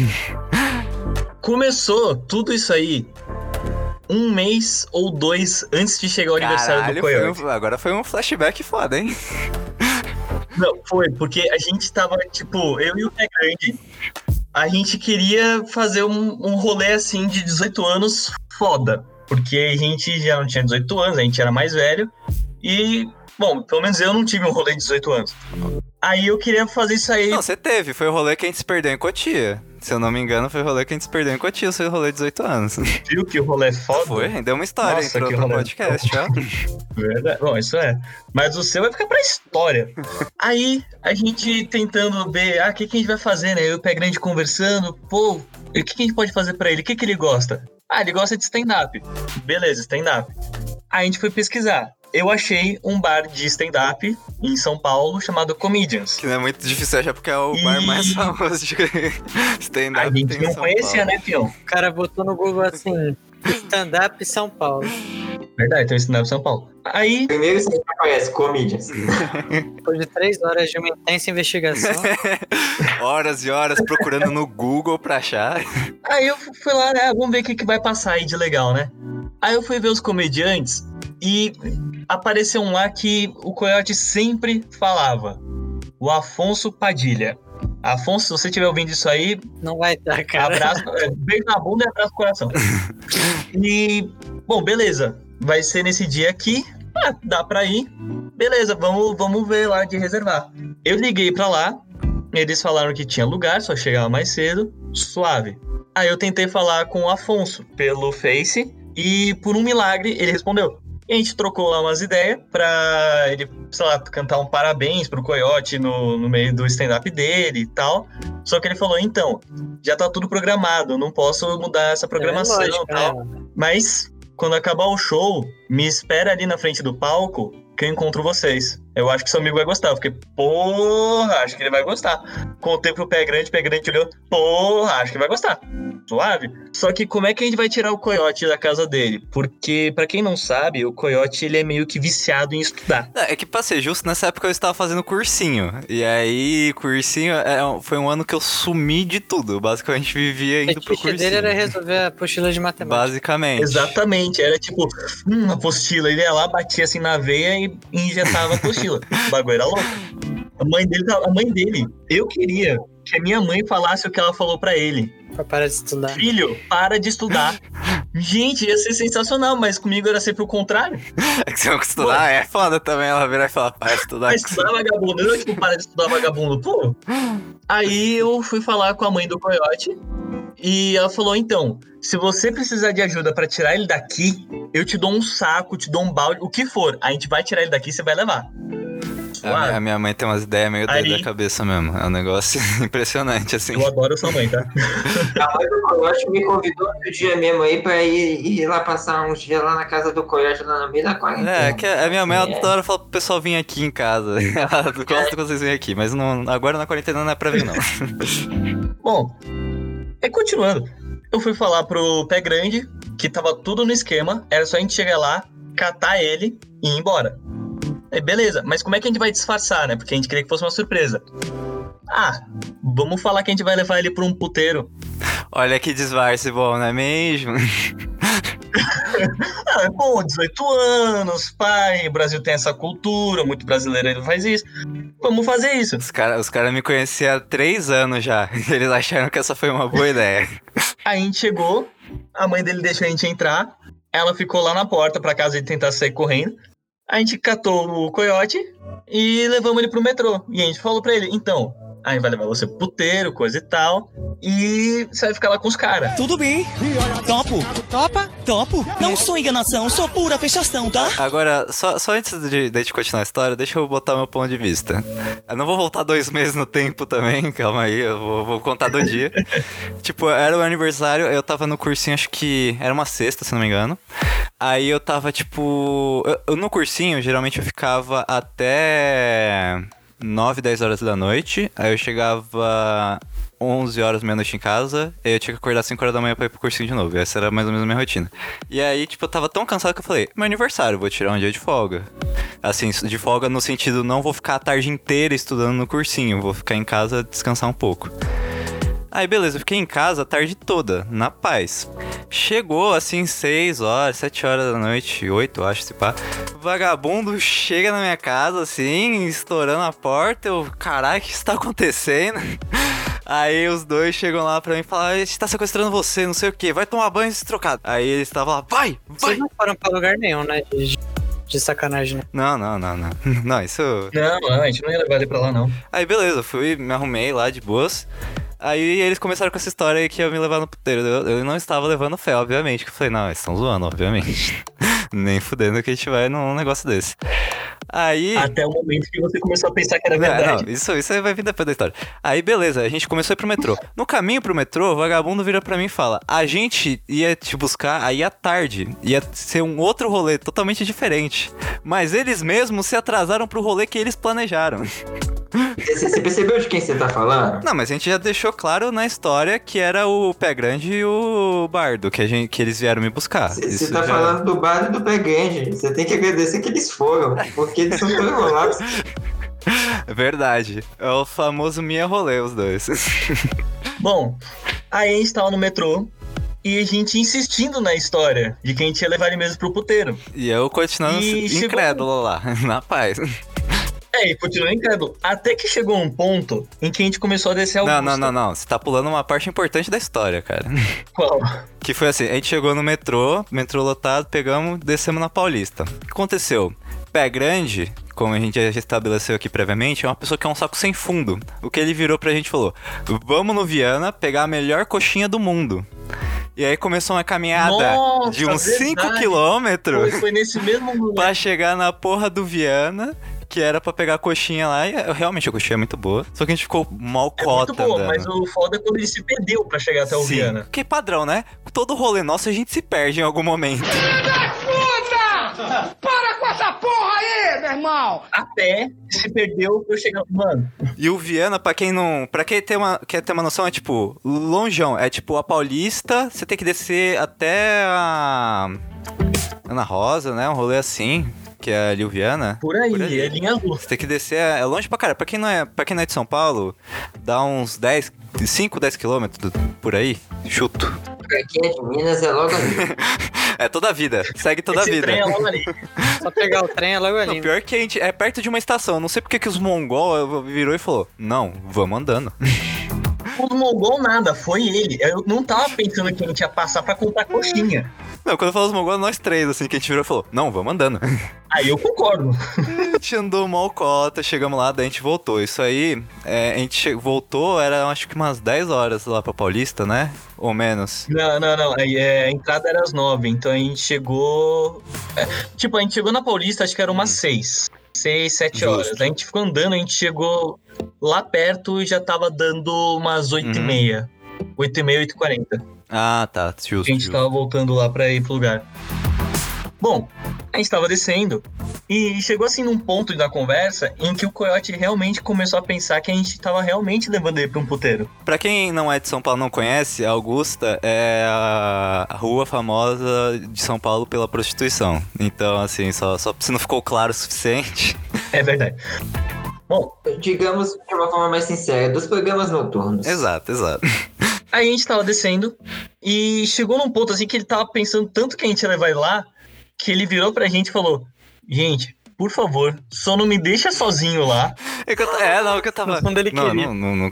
[SPEAKER 4] Começou tudo isso aí 1 mês ou 2 antes de chegar o aniversário do Coyote.
[SPEAKER 1] Agora foi um flashback foda, hein?
[SPEAKER 4] Não, foi, porque a gente tava, tipo, eu e o Pé Grande, a gente queria fazer um rolê, assim, de 18 anos foda. Porque a gente já não tinha 18 anos, a gente era mais velho. E, bom, pelo menos eu não tive um rolê de 18 anos. Aí eu queria fazer isso aí...
[SPEAKER 1] Não, você teve, foi o rolê que a gente se perdeu em Cotia. Se eu não me engano, foi o rolê que a gente se perdeu em Cotia, o seu rolê de 18 anos.
[SPEAKER 4] Viu que o rolê é foda?
[SPEAKER 1] Foi, deu uma história,
[SPEAKER 4] nossa,
[SPEAKER 1] entrou no podcast, ó.
[SPEAKER 4] Verdade, bom, isso é. Mas o seu vai ficar pra história. Aí, a gente tentando ver, o que a gente vai fazer, né? Eu e o Pé Grande conversando, pô, o que a gente pode fazer pra ele? O que ele gosta? Ele gosta de stand-up. Beleza, stand-up. Aí a gente foi pesquisar. Eu achei um bar de stand-up em São Paulo chamado Comedians.
[SPEAKER 1] Que não é muito difícil achar porque é o bar mais famoso de stand-up.
[SPEAKER 4] A gente não conhecia, né, Fião?
[SPEAKER 2] O cara botou no Google assim, stand-up São Paulo.
[SPEAKER 4] Verdade, tem um stand-up São Paulo. Aí...
[SPEAKER 6] Primeiro você já conhece Comedians.
[SPEAKER 2] Depois de 3 horas de uma intensa investigação.
[SPEAKER 1] Horas e horas procurando no Google pra achar.
[SPEAKER 4] Aí eu fui lá, né, vamos ver o que vai passar aí de legal, né? Aí eu fui ver os comediantes e apareceu um lá que o Coyote sempre falava. O Afonso Padilha. Afonso, se você estiver ouvindo isso aí...
[SPEAKER 2] Não vai dar, cara.
[SPEAKER 4] Abraço, beijo na bunda e abraço no coração. E, bom, beleza. Vai ser nesse dia aqui. Dá pra ir. Beleza, vamos ver lá de reservar. Eu liguei pra lá. Eles falaram que tinha lugar, só chegava mais cedo. Suave. Aí eu tentei falar com o Afonso pelo Face. E por um milagre, ele respondeu. E a gente trocou lá umas ideias pra ele, sei lá, cantar um parabéns pro Coyote no meio do stand-up dele e tal. Só que ele falou, então, já tá tudo programado, não posso mudar essa programação e tal. Mas, quando acabar o show, me espera ali na frente do palco que eu encontro vocês. Eu acho que seu amigo vai gostar. Eu fiquei, porra, acho que ele vai gostar. Contei pro Pé Grande olhou, porra, acho que vai gostar. Suave. Só que como é que a gente vai tirar o Coyote da casa dele? Porque, pra quem não sabe, o Coyote, ele é meio que viciado em estudar.
[SPEAKER 1] É que, pra ser justo, nessa época eu estava fazendo cursinho. E aí, cursinho, foi um ano que eu sumi de tudo. Basicamente, vivia indo pro cursinho. O
[SPEAKER 2] dele era resolver a apostila de matemática.
[SPEAKER 1] Basicamente.
[SPEAKER 4] Exatamente. Era tipo, uma apostila. Ele ia lá, batia assim na veia e injetava a apostila. O bagulho era louco. A mãe dele, eu queria que a minha mãe falasse o que ela falou pra ele.
[SPEAKER 2] Para de estudar.
[SPEAKER 4] Filho, para de estudar. Gente, ia ser sensacional, mas comigo era sempre o contrário.
[SPEAKER 1] É que você não estudar, é foda também ela virar e falar, para de estudar.
[SPEAKER 4] Para de estudar, vagabundo. Eu, tipo, para de estudar, vagabundo. Pô. Aí eu fui falar com a mãe do Coyote E ela falou, então, se você precisar de ajuda pra tirar ele daqui, eu te dou um saco, te dou um balde, o que for. A gente vai tirar ele daqui e você vai levar.
[SPEAKER 1] A minha mãe tem umas ideias meio doidas da cabeça mesmo. É um negócio impressionante, assim.
[SPEAKER 4] Eu adoro sua mãe, tá?
[SPEAKER 6] A mãe do Coyote me convidou outro dia mesmo aí pra ir lá passar uns dias lá na casa do Coyote, lá no meio da quarentena.
[SPEAKER 1] Que a minha mãe toda hora fala pro pessoal vir aqui em casa. Ela gosta que vocês venham aqui, mas não, agora na quarentena não é pra vir, não.
[SPEAKER 4] Bom, continuando. Eu fui falar pro Pé Grande que tava tudo no esquema, era só a gente chegar lá, catar ele e ir embora. Beleza, mas como é que a gente vai disfarçar, né? Porque a gente queria que fosse uma surpresa. Vamos falar que a gente vai levar ele pra um puteiro.
[SPEAKER 1] Olha que disfarce bom, não é mesmo?
[SPEAKER 4] Bom, 18 anos, pai, o Brasil tem essa cultura, muito brasileiro ele faz isso. Vamos fazer isso.
[SPEAKER 1] Os caras me conheciam há 3 anos já. Eles acharam que essa foi uma boa ideia.
[SPEAKER 4] A gente chegou, a mãe dele deixou a gente entrar, ela ficou lá na porta pra caso ele tentasse sair correndo. A gente catou o Coyote e levamos ele pro metrô. E a gente falou pra ele, então, a gente vai levar você pro puteiro, coisa e tal, e você vai ficar lá com os caras.
[SPEAKER 12] Tudo bem. Topo. Topa? Topo. Não sou enganação, sou pura fechação, tá?
[SPEAKER 1] Agora, só antes de gente continuar a história, deixa eu botar meu ponto de vista. Eu não vou voltar 2 meses no tempo também, calma aí, eu vou contar do dia. Tipo, era o aniversário, eu tava no cursinho, acho que era uma sexta, se não me engano. Aí eu tava, tipo... Eu no cursinho, geralmente eu ficava até 9, 10 horas da noite. Aí eu chegava 11 horas, meia-noite em casa. Aí eu tinha que acordar 5 horas da manhã pra ir pro cursinho de novo. Essa era mais ou menos a minha rotina. E aí, tipo, eu tava tão cansado que eu falei, meu aniversário, vou tirar um dia de folga. Assim, de folga no sentido, não vou ficar a tarde inteira estudando no cursinho. Vou ficar em casa descansar um pouco. Aí beleza, eu fiquei em casa a tarde toda, na paz. Chegou assim 6 horas, 7 horas da noite, 8 acho, se pá. Vagabundo chega na minha casa assim, estourando a porta. Eu, caralho, o que está acontecendo? Aí os dois chegam lá pra mim e falam, a gente tá sequestrando você, não sei o que, vai tomar banho e se trocar. Aí eles estavam lá, vai!
[SPEAKER 2] Vocês não foram pra lugar nenhum, né? De sacanagem, né?
[SPEAKER 1] Não. Não, isso...
[SPEAKER 4] Não, a gente não ia levar ele pra lá, não.
[SPEAKER 1] Aí beleza, fui, me arrumei lá de boas. Aí eles começaram com essa história aí que ia me levar no puteiro. Eu não estava levando fé, obviamente. Que eu falei, não, eles estão zoando, obviamente. Nem fudendo que a gente vai num negócio desse. Aí...
[SPEAKER 4] Até o momento que você começou a pensar que era verdade.
[SPEAKER 1] Não, isso aí vai vir depois da história. Aí beleza, a gente começou a ir pro metrô. No caminho pro metrô, o vagabundo vira pra mim e fala, a gente ia te buscar aí à tarde. Ia ser um outro rolê totalmente diferente. Mas eles mesmos se atrasaram pro rolê que eles planejaram.
[SPEAKER 6] Você percebeu de quem você tá falando?
[SPEAKER 1] Não, mas a gente já deixou claro na história que era o Pé Grande e o Bardo, que eles vieram me buscar.
[SPEAKER 6] Você tá falando do Bardo e do Pé Grande. Você tem que agradecer que eles foram, porque eles são tão enrolados.
[SPEAKER 1] Verdade. É o famoso minha rolê, os dois.
[SPEAKER 4] Bom, aí a gente tava no metrô e a gente insistindo na história de que a gente ia levar ele mesmo pro puteiro.
[SPEAKER 1] E eu continuando incrédulo lá, na paz.
[SPEAKER 4] E continuou incrédulo. Até que chegou um ponto em que a gente começou a descer Augusta.
[SPEAKER 1] Não. Você tá pulando uma parte importante da história, cara.
[SPEAKER 4] Qual?
[SPEAKER 1] Que foi assim, a gente chegou no metrô lotado, pegamos, descemos na Paulista. O que aconteceu? Pé Grande, como a gente já estabeleceu aqui previamente, é uma pessoa que é um saco sem fundo. O que ele virou pra gente e falou, vamos no Viana pegar a melhor coxinha do mundo. E aí começou uma caminhada de uns 5 quilômetros.
[SPEAKER 4] Foi nesse mesmo lugar.
[SPEAKER 1] Pra chegar na porra do Viana, que era pra pegar a coxinha lá, e realmente a coxinha é muito boa, só que a gente ficou mal cota
[SPEAKER 4] muito boa,
[SPEAKER 1] andando.
[SPEAKER 4] mas o foda é quando ele se perdeu pra chegar até o Viana.
[SPEAKER 1] Que padrão, né? Todo rolê nosso a gente se perde em algum momento.
[SPEAKER 5] Puta! Para com essa porra aí, meu irmão!
[SPEAKER 4] Até se perdeu pra eu chegar, mano.
[SPEAKER 1] E o Viana, pra quem quer ter uma noção, é tipo, longeão, é tipo a Paulista, você tem que descer até a Ana Rosa, né? Um rolê assim. Que é ali o Viana.
[SPEAKER 4] Por aí, é linha rua.
[SPEAKER 1] Você tem que descer, é longe pra caralho. Pra quem não é de São Paulo, dá uns 5, 10 quilômetros por aí, chuto.
[SPEAKER 6] Pra quem é de Minas é logo ali.
[SPEAKER 1] É toda a vida, segue toda a vida.
[SPEAKER 4] Trem é logo ali.
[SPEAKER 2] Só pegar o trem é logo ali.
[SPEAKER 1] O pior é que a gente é perto de uma estação. Não sei porque que os mongol virou e falou, não, vamos andando.
[SPEAKER 4] Os mongol nada, foi ele. Eu não tava pensando que a gente ia passar pra comprar coxinha.
[SPEAKER 1] Não, quando eu falo os mongol, nós três, assim, que a gente virou e falou, não, vamos andando.
[SPEAKER 4] Aí eu concordo.
[SPEAKER 1] A gente andou mal cota, chegamos lá, daí a gente voltou. Isso aí, a gente voltou, era acho que umas 10 horas lá pra Paulista, né? Ou menos.
[SPEAKER 4] Não. A entrada era às 9, então a gente chegou... a gente chegou na Paulista, acho que era umas 6, 7 horas. A gente ficou andando, a gente chegou lá perto e já tava dando umas 8h30. 8h30, 8h40.
[SPEAKER 1] Ah, tá, justo.
[SPEAKER 4] A gente tava voltando lá pra ir pro lugar. Bom, a gente tava descendo e chegou assim num ponto da conversa em que o Coyote realmente começou a pensar que a gente tava realmente levando ele pra um puteiro.
[SPEAKER 1] Pra quem não é de São Paulo, não conhece, a Augusta é a rua famosa de São Paulo pela prostituição. Então, assim, só se não ficou claro o suficiente.
[SPEAKER 4] É verdade. Bom,
[SPEAKER 6] digamos de uma forma mais sincera, dos programas noturnos.
[SPEAKER 1] Exato.
[SPEAKER 4] Aí a gente tava descendo e chegou num ponto assim que ele tava pensando tanto que a gente ia levar ele lá, que ele virou pra gente e falou, gente, por favor, só não me deixa sozinho lá.
[SPEAKER 1] Que eu tava...
[SPEAKER 2] Quando ele queria.
[SPEAKER 1] Não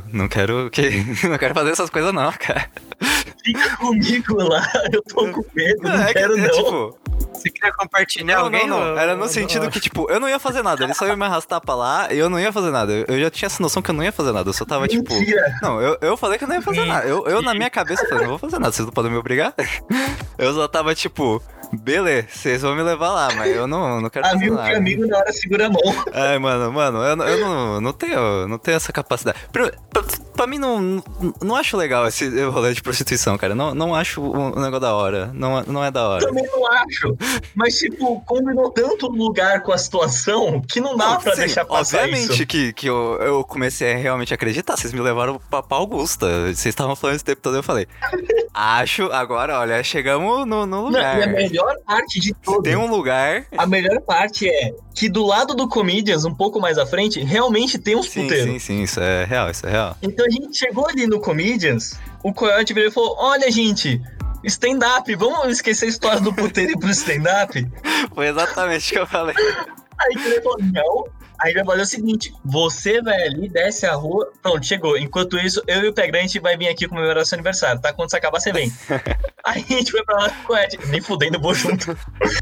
[SPEAKER 1] quero fazer essas coisas não, cara.
[SPEAKER 4] Fica comigo lá, eu tô com medo, não quero não.
[SPEAKER 1] Tipo,
[SPEAKER 2] você queria compartilhar alguém?
[SPEAKER 1] Não. Era no sentido que, tipo, eu não ia fazer nada. Ele só ia me arrastar pra lá e eu não ia fazer nada. Eu já tinha essa noção que eu não ia fazer nada. Eu só tava,
[SPEAKER 4] Mentira.
[SPEAKER 1] tipo... Não, eu falei que eu não ia fazer nada. Eu na minha cabeça, falei, não vou fazer nada. Vocês não podem me obrigar. Eu só tava, tipo... Beleza, vocês vão me levar lá, mas eu não quero fazer nada.
[SPEAKER 4] Amigo que amigo na hora segura a mão.
[SPEAKER 1] Ai, mano, eu não tenho essa capacidade. Pra mim, não acho legal esse rolê de prostituição, cara. Não acho um negócio da hora. Não é da hora.
[SPEAKER 4] Também não acho. Mas, tipo, combinou tanto o lugar com a situação que não dá pra deixar passar isso.
[SPEAKER 1] Obviamente que eu comecei a realmente acreditar. Vocês me levaram pra Augusta. Vocês estavam falando esse tempo todo, eu falei... Acho, agora, olha, chegamos no lugar.
[SPEAKER 4] Não, e a melhor parte de tudo...
[SPEAKER 1] Tem um lugar...
[SPEAKER 4] A melhor parte é que do lado do Comedians, um pouco mais à frente, realmente tem uns puteiros.
[SPEAKER 1] Sim, isso é real.
[SPEAKER 4] Então a gente chegou ali no Comedians, o Coyote veio e falou, olha, gente... Stand-up, vamos esquecer a história do puteiro e ir pro stand-up?
[SPEAKER 1] Foi exatamente o que eu falei.
[SPEAKER 4] Aí ele falou, não. Aí vai fazer o seguinte, você vai ali, desce a rua, pronto, chegou. Enquanto isso, eu e o Pé Grande vai vir aqui comemorar seu aniversário, tá? Quando você acabar, você vem. Aí a gente foi pra lá com o Ed, nem fudendo, vou junto.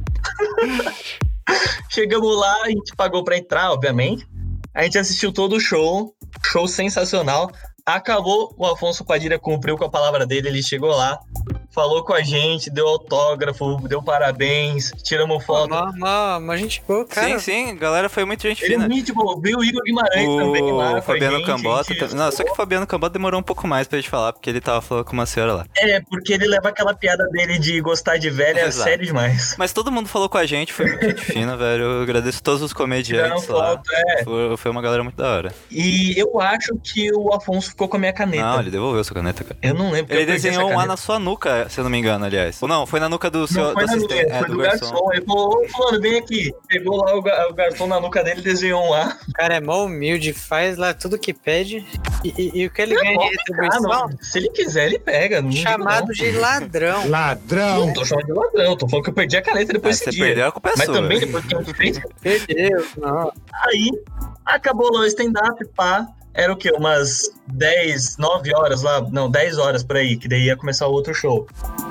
[SPEAKER 4] Chegamos lá, a gente pagou pra entrar, obviamente. A gente assistiu todo o show sensacional. Acabou, o Afonso Padilha cumpriu com a palavra dele, ele chegou lá, falou com a gente, deu autógrafo, deu parabéns, tiramos foto.
[SPEAKER 2] Mas a gente boa, cara.
[SPEAKER 1] Sim, a galera foi muito gente fina.
[SPEAKER 4] Ele viu o Igor Guimarães também lá.
[SPEAKER 1] O Fabiano Cambota. Não, só que o Fabiano Cambota demorou um pouco mais pra gente falar, porque ele tava falando com uma senhora lá.
[SPEAKER 4] É, porque ele leva aquela piada dele de gostar de velha, é sério demais.
[SPEAKER 1] Mas todo mundo falou com a gente, foi muito gente fina, velho. Eu agradeço todos os comediantes lá. Foi uma galera muito da hora.
[SPEAKER 4] E eu acho que o Afonso ficou com a minha caneta.
[SPEAKER 1] Não, ele devolveu sua caneta, cara.
[SPEAKER 4] Eu não lembro.
[SPEAKER 1] Ele desenhou um lá na sua nuca, se eu não me engano, aliás. Ou não, foi na nuca do seu assistente.
[SPEAKER 4] Foi do garçom. Ele falou, fulano, vem aqui. Pegou lá o garçom na nuca dele e desenhou um lá.
[SPEAKER 2] O cara é mó humilde, faz lá tudo que pede. E o que ele ganha de retribuição?
[SPEAKER 4] Se ele quiser, ele pega. Não
[SPEAKER 2] chamado de ladrão.
[SPEAKER 4] Ladrão? Não tô chamando de ladrão. Tô falando que eu perdi a caneta depois desse dia.
[SPEAKER 1] Você perdeu, a culpa é
[SPEAKER 4] Mas
[SPEAKER 1] sua.
[SPEAKER 4] Mas também, depois que a gente fez...
[SPEAKER 2] Perdeu, não.
[SPEAKER 4] Aí, acabou lá o stand-up, pá. Era o quê? Umas 9 horas lá? Não, 10 horas por aí, que daí ia começar o outro show.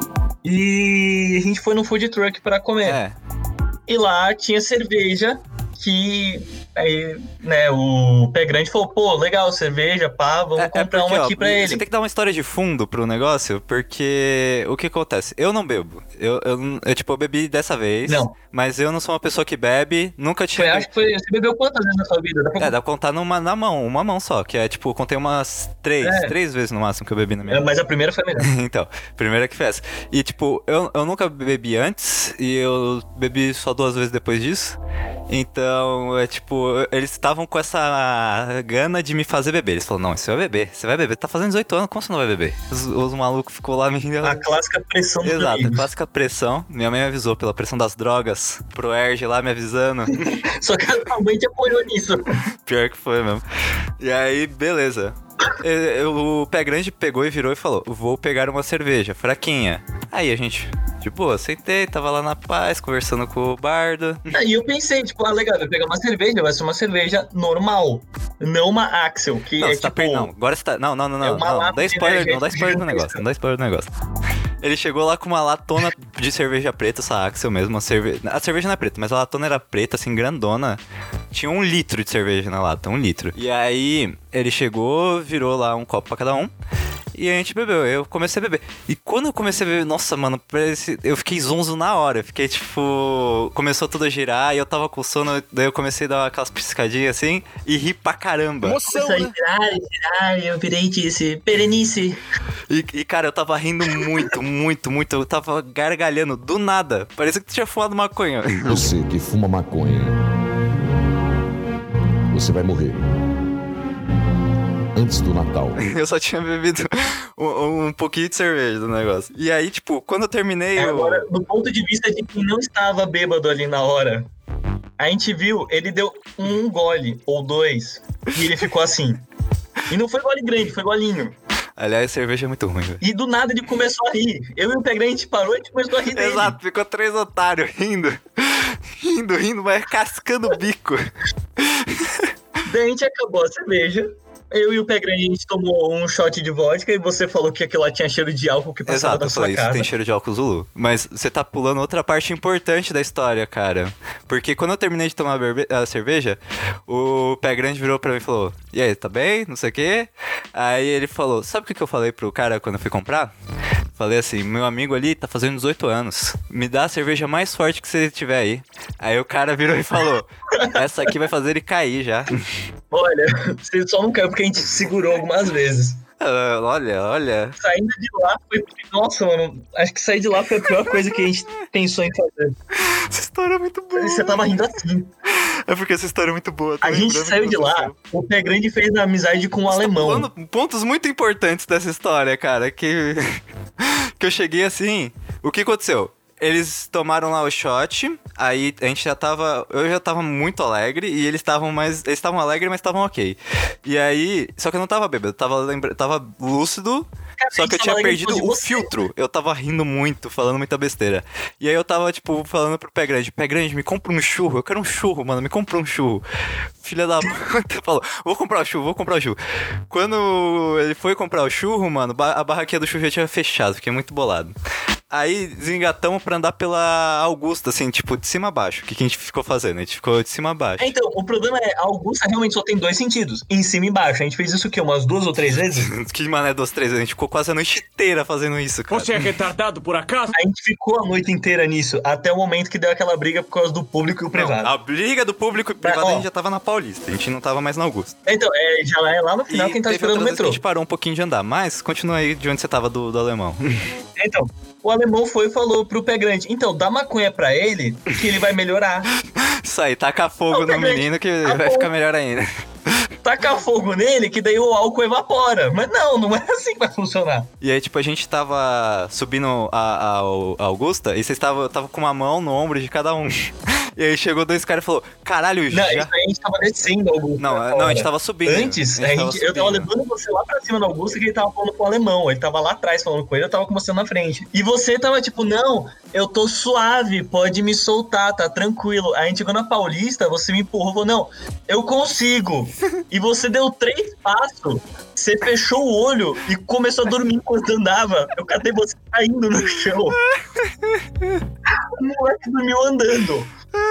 [SPEAKER 4] E a gente foi no food truck pra comer. E lá tinha cerveja, que aí, né, o Pé Grande falou, pô, legal, cerveja, pá, vamos comprar uma aqui pra ele.
[SPEAKER 1] Você tem que dar uma história de fundo pro negócio, porque o que acontece? Eu não bebo. Eu bebi dessa vez, mas eu não sou uma pessoa que bebe, nunca tinha...
[SPEAKER 4] Acho que você bebeu quantas vezes na sua vida?
[SPEAKER 1] Dá pra contar na mão, uma mão só, que é tipo, eu contei umas 3 vezes no máximo que eu bebi na minha vida.
[SPEAKER 4] Mas a primeira foi melhor.
[SPEAKER 1] Então, primeira que foi essa. E tipo, eu nunca bebi antes, e eu bebi só 2 vezes depois disso. Então, eles estavam com essa gana de me fazer beber. Eles falaram, não, você vai beber, tá fazendo 18 anos, como você não vai beber? Os malucos ficou lá me...
[SPEAKER 4] A clássica pressão do
[SPEAKER 1] Exato, a clássica pressão. Minha mãe me avisou pela pressão das drogas, pro Erge lá me avisando.
[SPEAKER 4] Só que a mãe te apoiou nisso.
[SPEAKER 1] Pior que foi mesmo. E aí, beleza. O Pé Grande pegou e virou e falou, vou pegar uma cerveja, fraquinha. Aí a gente... De boa, sentei, tava lá na paz, conversando com o bardo.
[SPEAKER 4] Aí eu pensei, tipo, legal, eu vou pegar uma cerveja, vai ser uma cerveja normal. Não uma Axel, que
[SPEAKER 1] não,
[SPEAKER 4] é
[SPEAKER 1] você tá
[SPEAKER 4] tipo...
[SPEAKER 1] Não, agora você tá... Não, não dá spoiler no negócio, não dá spoiler no negócio. Ele chegou lá com uma latona de cerveja preta, essa Axel mesmo, a cerveja não é preta, mas a latona era preta, assim, grandona. Tinha 1 litro de cerveja na lata, 1 litro. E aí, ele chegou, virou lá um copo pra cada um. E a gente bebeu, eu comecei a beber. E quando eu comecei a beber, nossa, mano, eu fiquei zonzo na hora. Eu fiquei, tipo... Começou tudo a girar e eu tava com sono. Daí eu comecei a dar aquelas piscadinhas assim e ri pra caramba.
[SPEAKER 4] Emoção, né? Girar, eu virei e disse, Perenice.
[SPEAKER 1] E, cara, eu tava rindo muito. Eu tava gargalhando do nada. Parecia que tu tinha fumado maconha.
[SPEAKER 13] Você que fuma maconha, você vai morrer. Antes do Natal.
[SPEAKER 1] Eu só tinha bebido um pouquinho de cerveja do negócio. E aí, tipo, quando eu terminei...
[SPEAKER 4] Agora, do ponto de vista de quem não estava bêbado ali na hora, a gente viu, ele deu 1 gole ou 2 e ele ficou assim. E não foi gole grande, foi golinho.
[SPEAKER 1] Aliás, cerveja é muito ruim, velho.
[SPEAKER 4] E do nada ele começou a rir. Eu e o Pé Grande, a gente parou e a gente começou a rir dele.
[SPEAKER 1] Exato, ficou 3 otários rindo, mas cascando o bico.
[SPEAKER 4] Daí a gente acabou a cerveja. Eu e o Pé Grande, a gente tomou um shot de vodka e você falou que aquilo lá tinha cheiro de álcool que passava da sua casa.
[SPEAKER 1] Exato, isso tem cheiro de álcool Zulu. Mas você tá pulando outra parte importante da história, cara. Porque quando eu terminei de tomar a cerveja, o Pé Grande virou pra mim e falou: e aí, tá bem? Não sei o quê. Aí ele falou: sabe o que eu falei pro cara quando eu fui comprar? Falei assim, meu amigo ali tá fazendo 18 anos. Me dá a cerveja mais forte que você tiver aí. Aí o cara virou e falou: essa aqui vai fazer ele cair já.
[SPEAKER 4] Olha, você só não caiu porque a gente segurou algumas vezes.
[SPEAKER 1] Olha.
[SPEAKER 4] Saindo de lá foi... Nossa, mano, acho que sair de lá foi a pior coisa que a gente pensou em fazer.
[SPEAKER 1] Essa história é muito boa.
[SPEAKER 4] Você tava rindo assim.
[SPEAKER 1] É porque essa história é muito boa.
[SPEAKER 4] A gente saiu de lá, o Pé Grande fez amizade com um alemão.
[SPEAKER 1] Tá falando pontos muito importantes dessa história, cara, que eu cheguei assim... O que aconteceu? Eles tomaram lá o shot, aí a gente eu já tava muito alegre e eles estavam alegres, mas estavam ok. E aí, só que eu não tava bêbado, eu tava lúcido, cara, só que eu tinha perdido o filtro. Eu tava rindo muito, falando muita besteira. E aí eu tava, tipo, falando pro Pé Grande, me compra um churro, eu quero um churro, mano, me compra um churro. Filha da puta falou, vou comprar o churro. Quando ele foi comprar o churro, mano, a barraquinha do churro já tinha fechado, fiquei muito bolado. Aí desengatamos pra andar pela Augusta, assim, tipo, de cima a baixo. O que a gente ficou fazendo? A gente ficou de cima a baixo.
[SPEAKER 4] Então, o problema é, a Augusta realmente só tem 2 sentidos, em cima e embaixo. A gente fez isso o quê? Umas 2 ou 3 vezes?
[SPEAKER 1] Que mané 2, 3 vezes? A gente ficou quase a noite inteira fazendo isso, cara.
[SPEAKER 5] Você é retardado por acaso?
[SPEAKER 4] A gente ficou a noite inteira nisso, até o momento que deu aquela briga por causa do público e o privado.
[SPEAKER 1] Não, a briga do público e privado a gente já tava na Paulista, a gente não tava mais na Augusta.
[SPEAKER 4] Então, já é lá no final quem tá esperando o metrô.
[SPEAKER 1] A gente parou um pouquinho de andar, mas continua aí de onde você tava do alemão.
[SPEAKER 4] Então, o alemão foi e falou pro Pé Grande, então, dá maconha pra ele, que ele vai melhorar.
[SPEAKER 1] Isso aí, taca fogo no menino que vai ficar melhor ainda.
[SPEAKER 4] Taca fogo nele, que daí o álcool evapora. Mas não é assim que vai funcionar.
[SPEAKER 1] E aí, tipo, a gente tava subindo a Augusta e vocês tava com uma mão no ombro de cada um. E aí chegou 2 caras e falou, caralho,
[SPEAKER 4] não, isso aí a gente tava descendo, Augusta.
[SPEAKER 1] Não, a gente tava subindo.
[SPEAKER 4] Antes, eu tava levando você lá pra cima da Augusta, que ele tava falando com o alemão. Ele tava lá atrás falando com ele, eu tava com você na frente. E você tava tipo, não, eu tô suave, pode me soltar, tá tranquilo. Aí a gente chegou na Paulista, você me empurrou, falou, não, eu consigo. E você deu 3 passos, você fechou o olho e começou a dormir enquanto andava. Eu catei você caindo no chão. O moleque dormiu andando.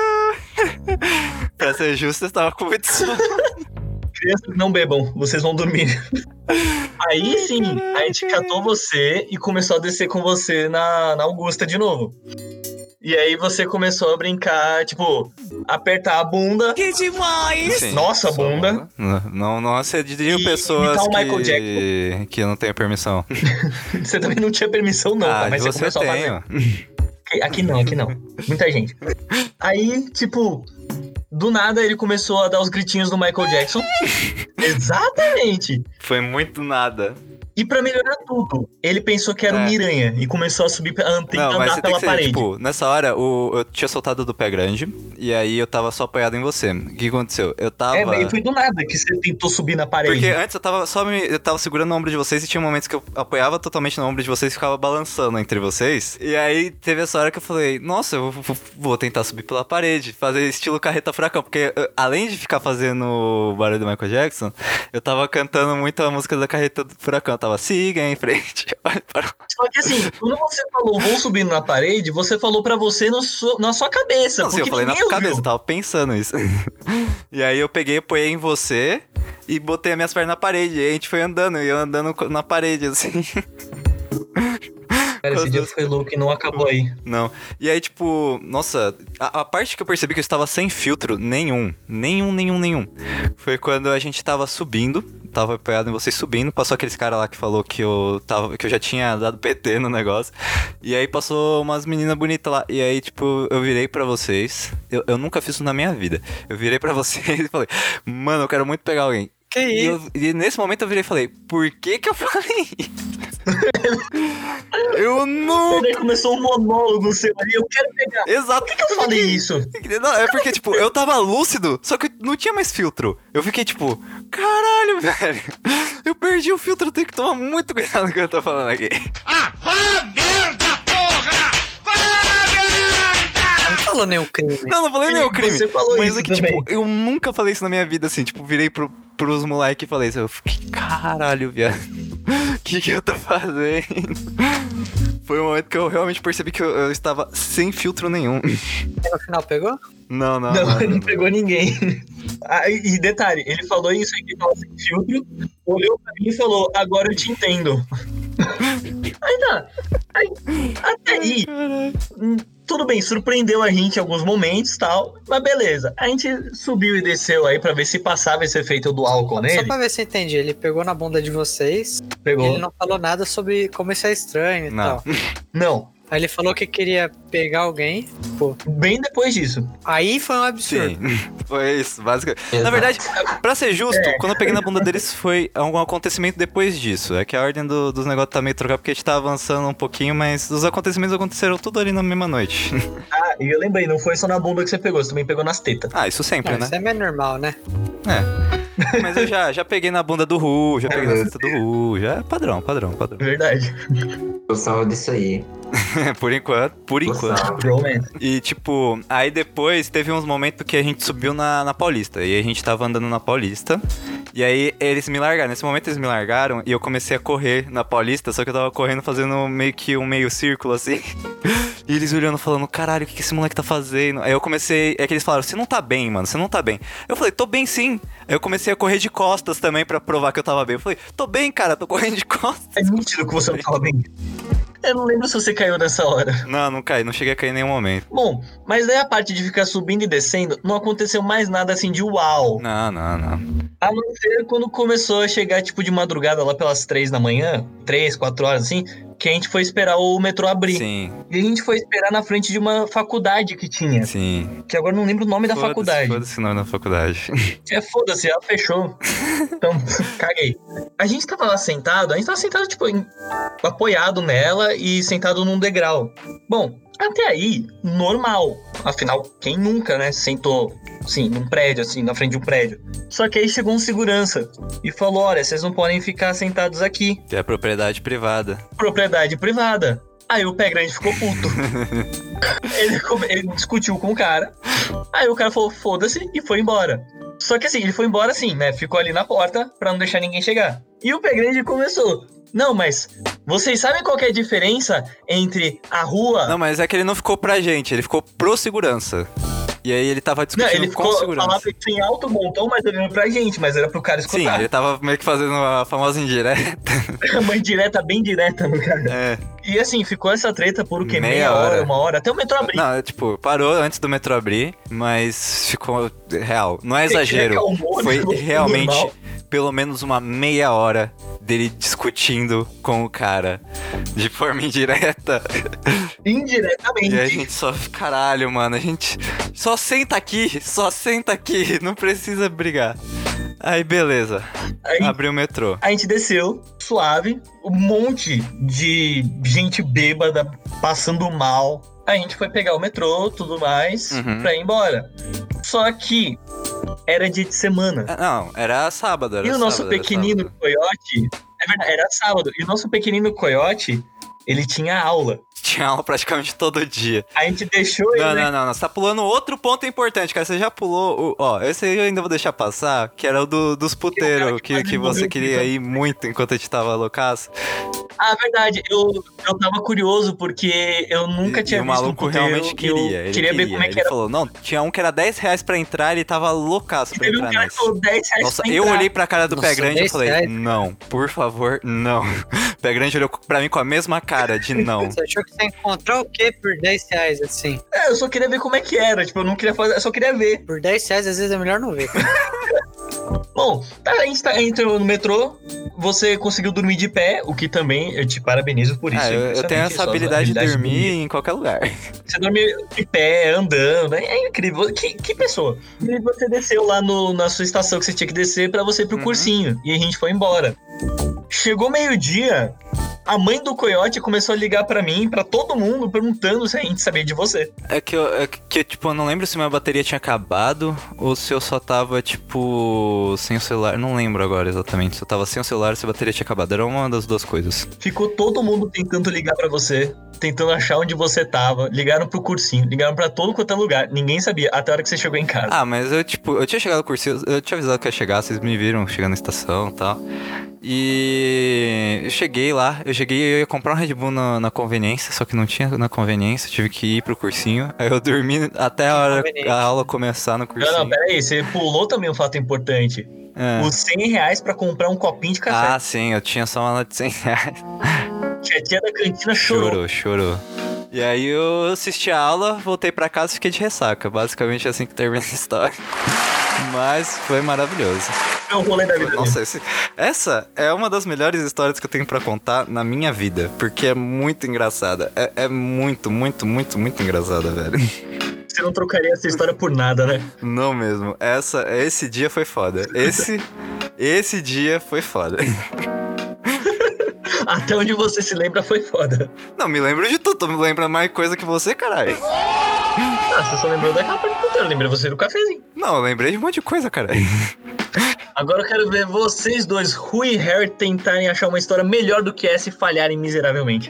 [SPEAKER 1] Pra ser justo, eu tava com muito sono.
[SPEAKER 4] Crianças não bebam, vocês vão dormir. Aí sim, a gente catou você e começou a descer com você na Augusta de novo. E aí você começou a brincar, tipo, apertar a bunda.
[SPEAKER 12] Que demais!
[SPEAKER 1] Sim,
[SPEAKER 4] nossa bunda.
[SPEAKER 1] Não assediam pessoas que não têm permissão.
[SPEAKER 4] Você também não tinha permissão não, tá? Mas você começou a fazer. Aqui não. Muita gente. Aí, tipo, do nada ele começou a dar os gritinhos do Michael Jackson. Exatamente.
[SPEAKER 1] Foi muito nada.
[SPEAKER 4] E pra melhorar tudo, ele pensou que era o Miranha e começou a subir, andar pela parede.
[SPEAKER 1] Tipo, nessa hora, eu tinha soltado do pé grande e aí eu tava só apoiado em você. O que aconteceu? Eu tava...
[SPEAKER 4] E foi do nada que você tentou subir na parede.
[SPEAKER 1] Porque antes eu tava segurando no ombro de vocês e tinha momentos que eu apoiava totalmente no ombro de vocês e ficava balançando entre vocês. E aí teve essa hora que eu falei, nossa, eu vou tentar subir pela parede, fazer estilo Carreta Furacão. Porque além de ficar fazendo o barulho do Michael Jackson, eu tava cantando muito a música da Carreta Furacão. Eu tava, siga em frente.
[SPEAKER 4] Só que assim, quando você falou, vou subir na parede, você falou pra você na sua cabeça.
[SPEAKER 1] Não, sim, eu falei na sua cabeça, eu tava pensando isso. E aí eu peguei, apoiei em você e botei as minhas pernas na parede. E a gente foi andando, e eu andando na parede, assim.
[SPEAKER 4] Cara, esse dia foi louco e não acabou aí.
[SPEAKER 1] Não. E aí, tipo, nossa, a parte que eu percebi que eu estava sem filtro nenhum. Foi quando a gente tava subindo, tava apoiado em vocês subindo, passou aqueles caras lá que falou que eu já tinha dado PT no negócio. E aí passou umas meninas bonitas lá. E aí, tipo, eu virei pra vocês. Eu nunca fiz isso na minha vida. Eu virei pra vocês e falei, mano, eu quero muito pegar alguém.
[SPEAKER 2] Que isso?
[SPEAKER 1] E nesse momento eu virei e falei, por que eu falei isso? Eu não...
[SPEAKER 4] Aí começou um monólogo seu ali, eu quero pegar.
[SPEAKER 1] Exato.
[SPEAKER 4] Por que eu falei isso?
[SPEAKER 1] Não, é porque, tipo, eu tava lúcido, só que não tinha mais filtro. Eu fiquei, tipo, caralho, velho. Eu perdi o filtro, eu tenho que tomar muito cuidado com o que eu tô falando aqui.
[SPEAKER 5] Merda, porra! Fala merda!
[SPEAKER 2] Não falou nenhum crime.
[SPEAKER 1] Não falei nenhum crime.
[SPEAKER 4] Você falou
[SPEAKER 1] mas
[SPEAKER 4] isso
[SPEAKER 1] é que,
[SPEAKER 4] também.
[SPEAKER 1] tipo, eu nunca falei isso na minha vida, assim. Tipo, virei pros moleques e falei isso. Eu fiquei, caralho, viado. O que eu tô fazendo? Foi um momento que eu realmente percebi que eu estava sem filtro nenhum.
[SPEAKER 2] E no final pegou?
[SPEAKER 1] Não.
[SPEAKER 4] Ele não pegou ninguém. E detalhe, ele falou isso aí que ele tava sem filtro, olhou pra mim e falou, agora eu te entendo. Até aí, tudo bem, surpreendeu a gente em alguns momentos e tal, mas beleza. A gente subiu e desceu aí pra ver se passava esse efeito do álcool nele.
[SPEAKER 2] Só pra ver se eu entendi, ele pegou na bunda de vocês,
[SPEAKER 4] Pegou.
[SPEAKER 2] E ele não falou nada sobre como isso é estranho e tal.
[SPEAKER 4] Não.
[SPEAKER 2] Aí ele falou que queria pegar alguém, pô.
[SPEAKER 4] Bem depois disso.
[SPEAKER 2] Aí foi um absurdo.
[SPEAKER 1] Sim, foi isso, basicamente. Na verdade, pra ser justo, quando eu peguei na bunda deles foi algum acontecimento depois disso. É que a ordem dos negócios tá meio trocada porque a gente tá avançando um pouquinho, mas os acontecimentos aconteceram tudo ali na mesma noite.
[SPEAKER 4] E eu lembrei, não foi só na bunda que você pegou, você também pegou nas tetas.
[SPEAKER 1] Isso sempre, né?
[SPEAKER 2] Isso é meio normal, né?
[SPEAKER 1] Mas eu já peguei na bunda do Ru, já peguei na teta do Ru, já é padrão.
[SPEAKER 4] Verdade.
[SPEAKER 6] Eu salvo disso aí.
[SPEAKER 1] Por enquanto.
[SPEAKER 4] Romance.
[SPEAKER 1] E tipo, aí depois teve uns momentos que a gente subiu na Paulista. E a gente tava andando na Paulista. E aí eles me largaram. Nesse momento eles me largaram e eu comecei a correr na Paulista. Só que eu tava correndo fazendo meio que um meio círculo assim. E eles olhando falando, caralho, o que esse moleque tá fazendo? Aí eu comecei, é que eles falaram, você não tá bem, mano, você não tá bem. Eu falei, tô bem sim. Aí eu comecei a correr de costas também pra provar que eu tava bem. Eu falei, tô bem, cara, tô correndo de costas.
[SPEAKER 4] É mentira que você não tava bem. Eu não lembro se você caiu nessa hora.
[SPEAKER 1] Não caí, não cheguei a cair em nenhum momento.
[SPEAKER 4] Bom, mas daí a parte de ficar subindo e descendo, não aconteceu mais nada assim de uau.
[SPEAKER 1] Não.
[SPEAKER 4] A não ser quando começou a chegar, tipo, de madrugada lá pelas 3 da manhã, 3, 4 horas assim, que a gente foi esperar o metrô abrir.
[SPEAKER 1] Sim.
[SPEAKER 4] E a gente foi esperar na frente de uma faculdade que tinha.
[SPEAKER 1] Sim.
[SPEAKER 4] Que agora eu não lembro o nome da faculdade.
[SPEAKER 1] Foda-se o nome da faculdade.
[SPEAKER 4] Foda-se, ela fechou. Então, caguei. A gente tava lá sentado, tipo, apoiado nela e sentado num degrau. Bom, até aí, normal. Afinal, quem nunca, né, sentou, assim, num prédio, assim, na frente de um prédio. Só que aí chegou um segurança e falou, olha, vocês não podem ficar sentados aqui.
[SPEAKER 1] Que é propriedade privada.
[SPEAKER 4] Propriedade privada. Aí o pé grande ficou puto. ele discutiu com o cara. Aí o cara falou, foda-se, e foi embora. Só que assim, ele foi embora assim, né, ficou ali na porta pra não deixar ninguém chegar. E o pé grande começou... Não, mas vocês sabem qual que é a diferença entre a rua...
[SPEAKER 1] Não, mas é que ele não ficou pra gente, ele ficou pro segurança. E aí ele tava discutindo com o segurança. Ele
[SPEAKER 4] falava isso em alto bom tom, mas olhando pra gente, mas era pro cara escutar.
[SPEAKER 1] Sim, ele tava meio que fazendo a famosa indireta.
[SPEAKER 4] Uma indireta bem direta no cara.
[SPEAKER 1] É.
[SPEAKER 4] E assim, ficou essa treta por o quê? Meia hora, 1 hora, até o metrô abrir.
[SPEAKER 1] Não, tipo, parou antes do metrô abrir, mas ficou real. Não é exagero, foi realmente normal. Pelo menos uma meia hora dele discutindo com o cara de forma indireta.
[SPEAKER 4] Indiretamente.
[SPEAKER 1] E a gente só, caralho, mano, a gente só senta aqui, não precisa brigar. Aí, beleza. Abriu o metrô.
[SPEAKER 4] A gente desceu, suave, um monte de gente bêbada, passando mal. A gente foi pegar o metrô, tudo mais, pra ir embora. Só que era dia de semana.
[SPEAKER 1] Não, era sábado.
[SPEAKER 4] E o nosso pequenino Coyote... É verdade, era sábado. E o nosso pequenino Coyote, ele tinha aula.
[SPEAKER 1] Tinha aula praticamente todo dia.
[SPEAKER 4] A gente deixou ele...
[SPEAKER 1] Não. Você tá pulando outro ponto importante, cara. Você já pulou... esse aí eu ainda vou deixar passar, que era o dos puteiros, que você queria ir muito enquanto a gente tava loucaço.
[SPEAKER 4] Ah, verdade. Eu tava curioso, porque eu nunca tinha visto um puteiro.
[SPEAKER 1] O maluco realmente queria. Ele queria ver como é que era. Ele falou, não, tinha um que era R$10 pra entrar, ele tava loucaço pra entrar nesse.
[SPEAKER 4] R$10
[SPEAKER 1] Nossa,
[SPEAKER 4] pra
[SPEAKER 1] eu
[SPEAKER 4] entrar.
[SPEAKER 1] olhei pra cara do Pé Grande e falei, não, por favor, não. O Pé Grande olhou pra mim com a mesma cara de não.
[SPEAKER 2] Você achou que você ia encontrar o quê por R$10, assim?
[SPEAKER 4] Eu só queria ver como é que era, tipo, eu não queria fazer, eu só queria ver.
[SPEAKER 2] Por R$10, às vezes é melhor não ver.
[SPEAKER 4] Bom, a gente entrou no metrô, você conseguiu dormir de pé, o que também eu te parabenizo por isso.
[SPEAKER 1] Eu tenho essa habilidade de dormir em qualquer lugar.
[SPEAKER 4] Você dorme de pé, andando, é incrível. Que pessoa. E você desceu lá na sua estação que você tinha que descer pra você ir pro cursinho. E a gente foi embora. Chegou meio-dia, a mãe do Coyote começou a ligar pra mim, pra todo mundo, perguntando se a gente sabia de você.
[SPEAKER 1] É que eu não lembro se minha bateria tinha acabado ou se eu só tava, tipo, sem o celular. Não lembro agora exatamente. Se eu tava sem o celular ou se a bateria tinha acabado. Era uma das duas coisas.
[SPEAKER 4] Ficou todo mundo tentando ligar pra você, tentando achar onde você tava. Ligaram pro cursinho, ligaram pra todo quanto é lugar. Ninguém sabia, até a hora que você chegou em casa.
[SPEAKER 1] Ah, mas eu tinha chegado no cursinho, eu tinha avisado que ia chegar, vocês me viram chegando na estação e tal. E eu cheguei lá, eu ia comprar um Red Bull na conveniência, só que não tinha na conveniência, tive que ir pro cursinho. Aí eu dormi até a hora a aula começar no cursinho.
[SPEAKER 4] Não, peraí, você pulou também um fato importante. Os R$100 pra comprar um copinho de café.
[SPEAKER 1] Ah, sim, eu tinha só uma nota de R$100.
[SPEAKER 4] Tia da cantina chorou.
[SPEAKER 1] E aí eu assisti a aula, voltei pra casa e fiquei de ressaca. Basicamente assim que termina a história. Mas foi maravilhoso.
[SPEAKER 4] É um rolê da vida.
[SPEAKER 1] Nossa, essa é uma das melhores histórias que eu tenho pra contar na minha vida. Porque é muito engraçada. É muito, muito, muito, muito engraçada, velho.
[SPEAKER 4] Você não trocaria essa história por nada, né?
[SPEAKER 1] Não mesmo. Esse dia foi foda. Esse dia foi foda.
[SPEAKER 4] Até onde você se lembra foi foda.
[SPEAKER 1] Não, me lembro de tudo. Tu me lembra mais coisa que você, caralho.
[SPEAKER 4] Você só lembrou da capa de puta. Eu lembrei você do cafezinho.
[SPEAKER 1] Não, eu lembrei de um monte de coisa, caralho.
[SPEAKER 4] Agora eu quero ver vocês dois, Rui e Harry, tentarem achar uma história melhor do que essa e falharem miseravelmente.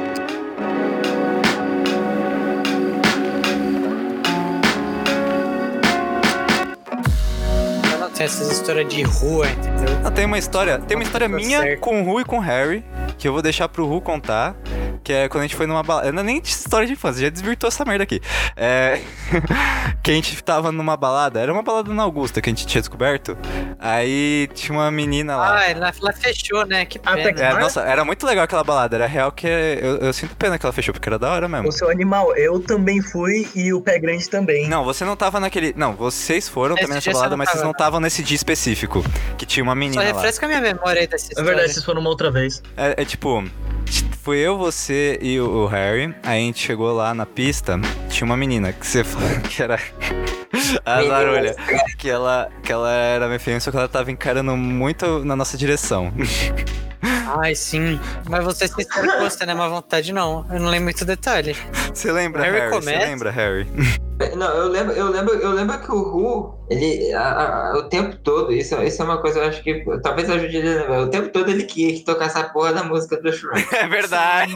[SPEAKER 2] Essas histórias de rua, entendeu?
[SPEAKER 1] Tem uma história minha certo. Com o Ru e com o Harry, que eu vou deixar pro Ru contar, que é quando a gente foi numa balada. Não é nem história de infância, já desvirtuou essa merda aqui. Que a gente tava numa balada, era uma balada na Augusta que a gente tinha descoberto. Aí tinha uma menina lá.
[SPEAKER 2] Ah, ela fechou, né? Que pena.
[SPEAKER 1] Nossa, era muito legal aquela balada, era real que eu sinto pena que ela fechou, porque era da hora mesmo.
[SPEAKER 4] O seu animal, eu também fui e o Pé Grande também.
[SPEAKER 1] Não, você não tava naquele... Não, vocês foram também nessa balada, mas vocês não estavam nesse dia específico, que tinha uma menina lá.
[SPEAKER 2] Só refresca a minha memória aí dessa história.
[SPEAKER 4] É verdade, vocês foram uma outra vez.
[SPEAKER 1] Tipo... Fui eu, você e o Harry. Aí a gente chegou lá na pista. Tinha uma menina que você falou que era a Zarulha. Que ela era minha filha, só que ela tava encarando muito na nossa direção.
[SPEAKER 2] Ai, sim. Mas você se sincero com você, não é má vontade, não. Eu não lembro muito detalhe.
[SPEAKER 1] Você lembra, Harry? Você lembra, Harry?
[SPEAKER 6] Não, eu lembro que o Ru, ele, o tempo todo, isso é uma coisa, eu acho que talvez ajude ele a lembrar. O tempo todo ele queria que tocasse a porra da música do Shrek.
[SPEAKER 1] É verdade.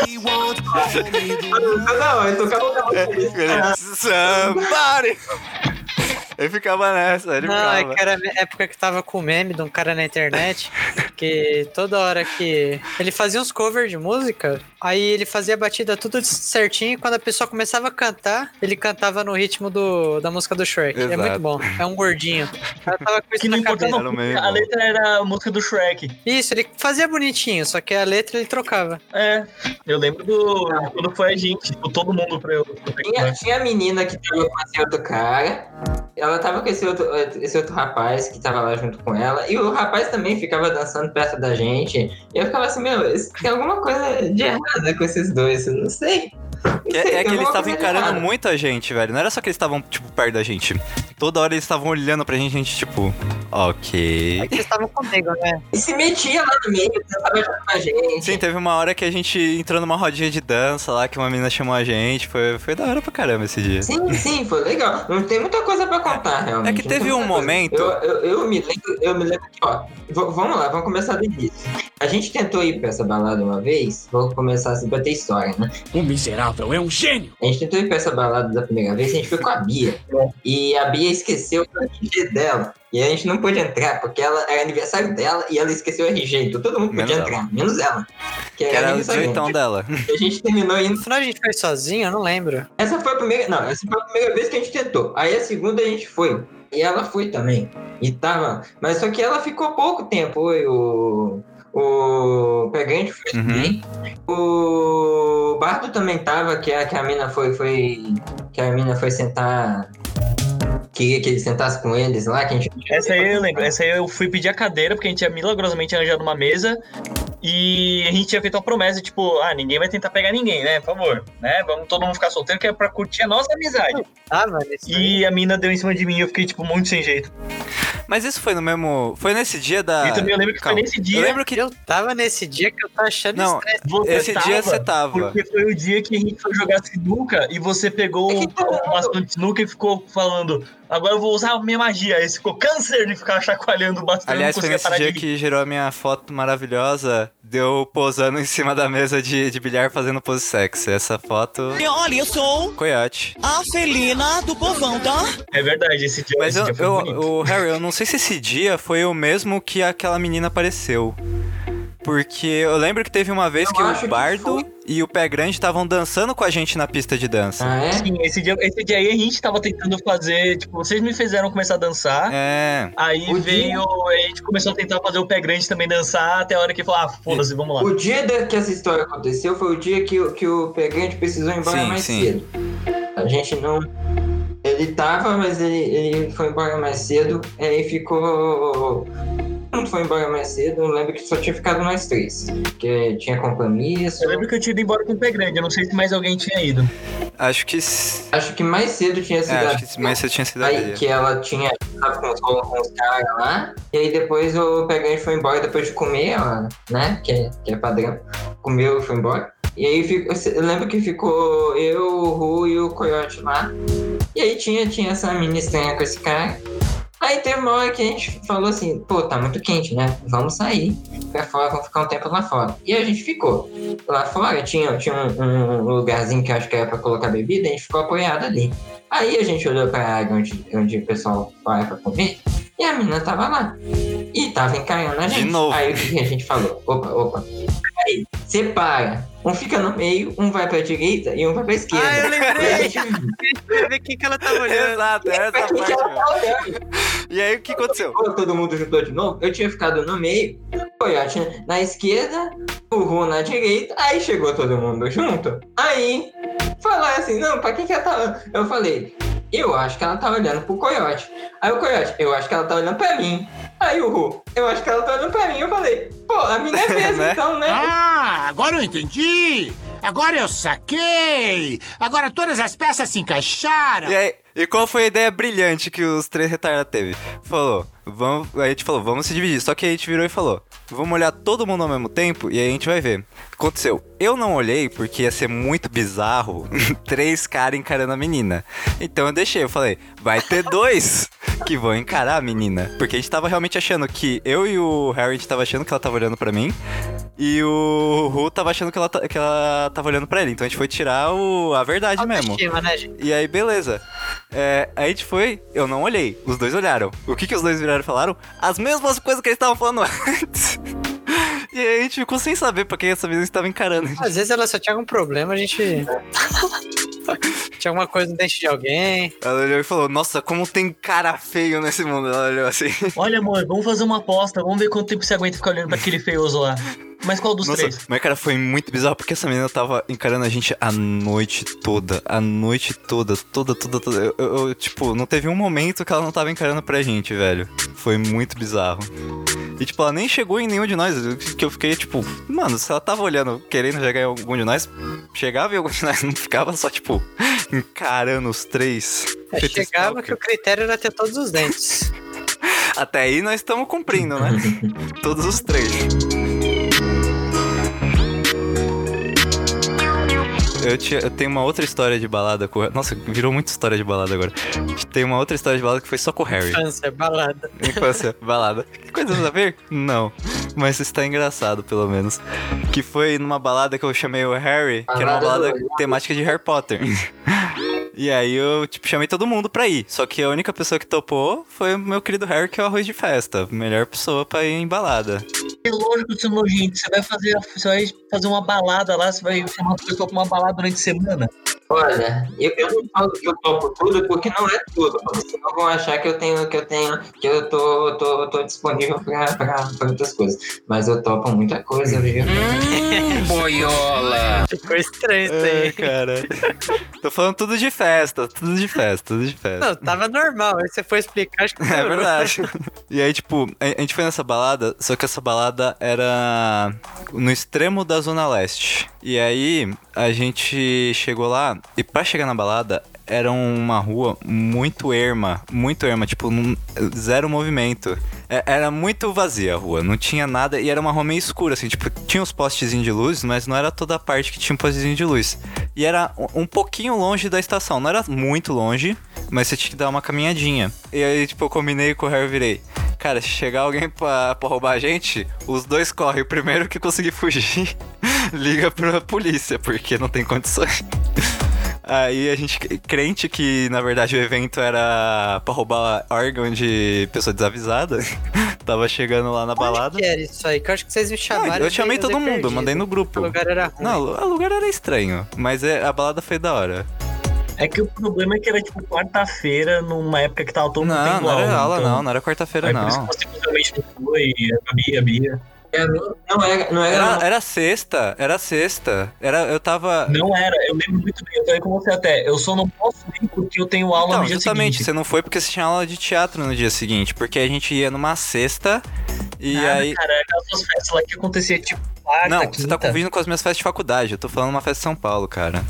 [SPEAKER 6] Não, ele tocava outra música.
[SPEAKER 1] Somebody! Ele ficava nessa, ele ficava.
[SPEAKER 2] É que era a época que tava com o meme de um cara na internet, que toda hora que ele fazia uns covers de música, aí ele fazia a batida tudo certinho, e quando a pessoa começava a cantar, ele cantava no ritmo da música do Shrek. Exato. É muito bom, é um gordinho. Ela tava com isso na cabeça.
[SPEAKER 4] A letra era a música do Shrek.
[SPEAKER 2] Isso, ele fazia bonitinho, só que a letra ele trocava.
[SPEAKER 4] Eu lembro quando foi a gente, todo mundo pra eu.
[SPEAKER 6] Tinha a menina que tava com esse outro cara. Ela tava com esse outro rapaz que tava lá junto com ela. E o rapaz também ficava dançando perto da gente. E eu ficava assim, tem alguma coisa de errada com esses dois, eu não sei.
[SPEAKER 1] É que eles estavam encarando muito a gente, velho. Não era só que eles estavam, tipo, perto da gente. Toda hora eles estavam olhando pra gente, tipo, ok.
[SPEAKER 2] É que eles estavam comigo, né?
[SPEAKER 6] E se metia lá no meio, tentava ajudar a gente.
[SPEAKER 1] Sim, teve uma hora que a gente entrou numa rodinha de dança lá, que uma menina chamou a gente. Foi da hora pra caramba esse dia.
[SPEAKER 6] Sim, foi legal. Não tem muita coisa pra contar, realmente.
[SPEAKER 1] É que teve um momento...
[SPEAKER 6] Eu me lembro que, ó, vamos lá, vamos começar do início. A gente tentou ir pra essa balada uma vez, vou começar assim pra ter história, né?
[SPEAKER 5] O miserável é um gênio!
[SPEAKER 6] A gente tentou ir pra essa balada da primeira vez, a gente foi com a Bia. E a Bia esqueceu o RG dela. E a gente não pôde entrar, porque era aniversário dela e ela esqueceu o RG. Então todo mundo podia entrar, menos ela. Que
[SPEAKER 1] era o 18 dela.
[SPEAKER 6] E a gente terminou indo.
[SPEAKER 2] No final a gente foi sozinho, eu não lembro.
[SPEAKER 6] Essa foi a primeira vez que a gente tentou. Aí a segunda a gente foi. E ela foi também. E tava. Mas só que ela ficou pouco tempo. O Pegante foi também. O Bardo também tava, que a mina foi. Que a mina foi sentar. Queria que ele sentasse com eles lá, que a gente...
[SPEAKER 4] Essa aí eu lembro, essa aí eu fui pedir a cadeira, porque a gente tinha milagrosamente arranjado uma mesa, e a gente tinha feito uma promessa, tipo, ninguém vai tentar pegar ninguém, né, por favor, né, vamos todo mundo ficar solteiro, que é pra curtir a nossa amizade. E a mina deu em cima de mim, e eu fiquei, tipo, muito sem jeito.
[SPEAKER 1] Mas isso foi no mesmo... Foi nesse dia da...
[SPEAKER 4] Eu também lembro que foi nesse dia.
[SPEAKER 1] Eu lembro que...
[SPEAKER 2] Eu tava nesse dia que eu tava achando estresse.
[SPEAKER 1] Esse dia você tava.
[SPEAKER 4] Porque foi o dia que a gente foi jogar sinuca, e você pegou o bastão de sinuca e ficou falando... Agora eu vou usar a minha magia. Aí ficou câncer de ficar chacoalhando o bastão.
[SPEAKER 1] Aliás, foi nesse dia que gerou a minha foto maravilhosa. Deu posando em cima da mesa de bilhar fazendo pose sexy. Essa foto...
[SPEAKER 12] E olha, eu sou...
[SPEAKER 1] Coiote.
[SPEAKER 12] A felina do povão, tá?
[SPEAKER 4] É verdade, esse dia,
[SPEAKER 1] Mas
[SPEAKER 4] dia foi bonito.
[SPEAKER 1] o Harry, eu não sei se esse dia foi o mesmo que aquela menina apareceu. Porque eu lembro que teve uma vez que o Bardo e o Pé Grande estavam dançando com a gente na pista de dança.
[SPEAKER 6] Ah, é?
[SPEAKER 4] Sim, esse dia aí a gente tava tentando fazer, tipo, vocês me fizeram começar a dançar. Aí a gente começou a tentar fazer o Pé Grande também dançar, até a hora que falou, foda-se, vamos lá.
[SPEAKER 6] O dia que essa história aconteceu foi o dia que o Pé Grande precisou ir embora mais cedo. A gente não... Ele tava, mas ele foi embora mais cedo, aí ficou... Não foi embora mais cedo, eu lembro que só tinha ficado nós três, porque tinha compromisso.
[SPEAKER 4] Eu lembro que eu tinha ido embora com o Pé Grande, eu não sei se mais alguém tinha ido.
[SPEAKER 6] Acho que mais cedo tinha sido
[SPEAKER 1] acho que mais cedo tinha sido
[SPEAKER 6] aí, que ela tinha ficado com os caras lá, e aí depois o Pé Grande foi embora depois de comer, né, que é padrão, comeu e foi embora. E aí eu lembro que ficou eu, o Ru e o Coiote lá, e aí tinha essa menina estranha com esse cara. Aí teve uma hora que a gente falou assim, tá muito quente, né? Vamos sair pra fora, vamos ficar um tempo lá fora. E a gente ficou. Lá fora tinha um lugarzinho que eu acho que era pra colocar bebida, a gente ficou apoiado ali. Aí a gente olhou pra área onde o pessoal para pra comer, e a menina tava lá. E tava encarando a gente.
[SPEAKER 1] De novo.
[SPEAKER 6] Aí o que a gente falou? Opa. Aí, separa. Um fica no meio, um vai pra direita e um vai pra esquerda.
[SPEAKER 2] Eu lembrei. Pra ver quem que ela tava olhando.
[SPEAKER 1] Exato, essa parte. E aí, o que aconteceu?
[SPEAKER 6] Todo mundo juntou de novo. Eu tinha ficado no meio, o Coiote na esquerda, o Ru na direita. Aí chegou todo mundo junto. Aí, falaram assim, não, pra quem que ela tá... Eu falei, eu acho que ela tá olhando pro Coiote. Aí o Coiote, eu acho que ela tá olhando pra mim. Aí o Ru, eu acho que ela tá olhando pra mim. Eu falei, a mina é mesmo, então, né?
[SPEAKER 5] Agora eu entendi! Agora eu saquei! Agora todas as peças se encaixaram!
[SPEAKER 1] E aí, e qual foi a ideia brilhante que os três retardados teve? A gente falou, vamos se dividir. Só que a gente virou e falou, vamos olhar todo mundo ao mesmo tempo e aí a gente vai ver. Aconteceu, eu não olhei porque ia ser muito bizarro 3 caras encarando a menina. Então eu deixei, eu falei, vai ter 2 que vão encarar a menina. Porque a gente tava realmente achando que eu e o Harry, a gente tava achando que ela tava olhando pra mim. E o Ru tava achando que ela tava olhando pra ele. Então a gente foi tirar a verdade mesmo. E aí, beleza. A gente foi, eu não olhei. Os dois olharam. O que os dois viraram e falaram? As mesmas coisas que eles estavam falando antes. E aí a gente ficou sem saber pra quem essa menina estava encarando.
[SPEAKER 2] Às vezes ela só tinha algum problema, a gente... Tinha alguma coisa no dente de alguém.
[SPEAKER 1] Ela olhou e falou, nossa, como tem cara feio nesse mundo. Ela olhou assim.
[SPEAKER 4] Olha, amor, vamos fazer uma aposta. Vamos ver quanto tempo você aguenta ficar olhando pra aquele feioso lá. Mas qual dos três?
[SPEAKER 1] Mas, cara, foi muito bizarro, porque essa menina tava encarando a gente a noite toda. A noite toda. Eu, tipo, não teve um momento que ela não tava encarando pra gente, velho. Foi muito bizarro. E, tipo, ela nem chegou em nenhum de nós. Que eu fiquei, tipo, mano, se ela tava olhando, querendo chegar em algum de nós, chegava em algum de nós, não ficava só, tipo, encarando os três.
[SPEAKER 2] Chegava que o critério era ter todos os dentes.
[SPEAKER 1] Até aí nós estamos cumprindo, né? Todos os três. Eu tenho uma outra história de balada com... Nossa, virou muita história de balada agora. Tem uma outra história de balada que foi só com o Harry.
[SPEAKER 2] Infância, balada.
[SPEAKER 1] Infância, balada. Que coisa a ver? Não. Mas isso tá engraçado, pelo menos. Que foi numa balada que eu chamei o Harry, que era uma balada temática de Harry Potter. E aí eu, tipo, chamei todo mundo pra ir. Só que a única pessoa que topou foi o meu querido Harry, que é o arroz de festa. Melhor pessoa pra ir em balada.
[SPEAKER 4] É lógico, seu nojento. Você vai fazer uma balada lá, você vai chamar a pessoa pra uma balada durante a semana.
[SPEAKER 6] Olha, eu não falo que eu topo tudo, porque não é tudo. Senão vão achar que eu tô disponível pra outras coisas. Mas eu topo muita coisa, viu?
[SPEAKER 11] Boiola!
[SPEAKER 2] Ficou estranho isso aí.
[SPEAKER 1] Cara. Tô falando tudo de festa.
[SPEAKER 2] Não, tava normal. Aí você foi explicar, acho que
[SPEAKER 1] é verdade. E aí, tipo, a gente foi nessa balada, só que essa balada era no extremo da Zona Leste. E aí, a gente chegou lá, e pra chegar na balada, era uma rua muito erma, tipo, zero movimento. Era muito vazia a rua, não tinha nada, e era uma rua meio escura, assim, tipo, tinha uns postezinhos de luz, mas não era toda a parte que tinha um postezinho de luz. E era um pouquinho longe da estação, não era muito longe, mas você tinha que dar uma caminhadinha. E aí, tipo, eu combinei com o Harry e virei: cara, se chegar alguém pra roubar a gente, os dois correm. O primeiro que conseguir fugir, liga pra polícia, porque não tem condições. Aí a gente, crente que na verdade o evento era pra roubar órgão de pessoa desavisada, tava chegando lá na balada.
[SPEAKER 2] Que era isso aí? Que eu acho que vocês me chamaram.
[SPEAKER 1] Eu chamei todo mundo, mandei no grupo.
[SPEAKER 2] O lugar era ruim.
[SPEAKER 1] Não, o lugar era estranho, mas a balada foi da hora.
[SPEAKER 4] É que o problema é que era tipo quarta-feira, numa época que tava todo mundo tendo
[SPEAKER 1] aula. Não era aula,
[SPEAKER 4] então...
[SPEAKER 1] não era quarta-feira, não.
[SPEAKER 4] Por isso que você possivelmente não foi, a Bia.
[SPEAKER 6] Não era.
[SPEAKER 1] Era sexta. Eu tava.
[SPEAKER 4] Não era, eu lembro muito bem, eu falei com você até. Eu só não posso ir porque eu tenho aula no dia
[SPEAKER 1] justamente,
[SPEAKER 4] seguinte.
[SPEAKER 1] Você não foi porque você tinha aula de teatro no dia seguinte, porque a gente ia numa sexta e aí.
[SPEAKER 4] Cara, aquelas suas festas lá que acontecia tipo quarta,
[SPEAKER 1] não,
[SPEAKER 4] quinta.
[SPEAKER 1] Você tá confundindo com as minhas festas de faculdade. Eu tô falando uma festa de São Paulo, cara.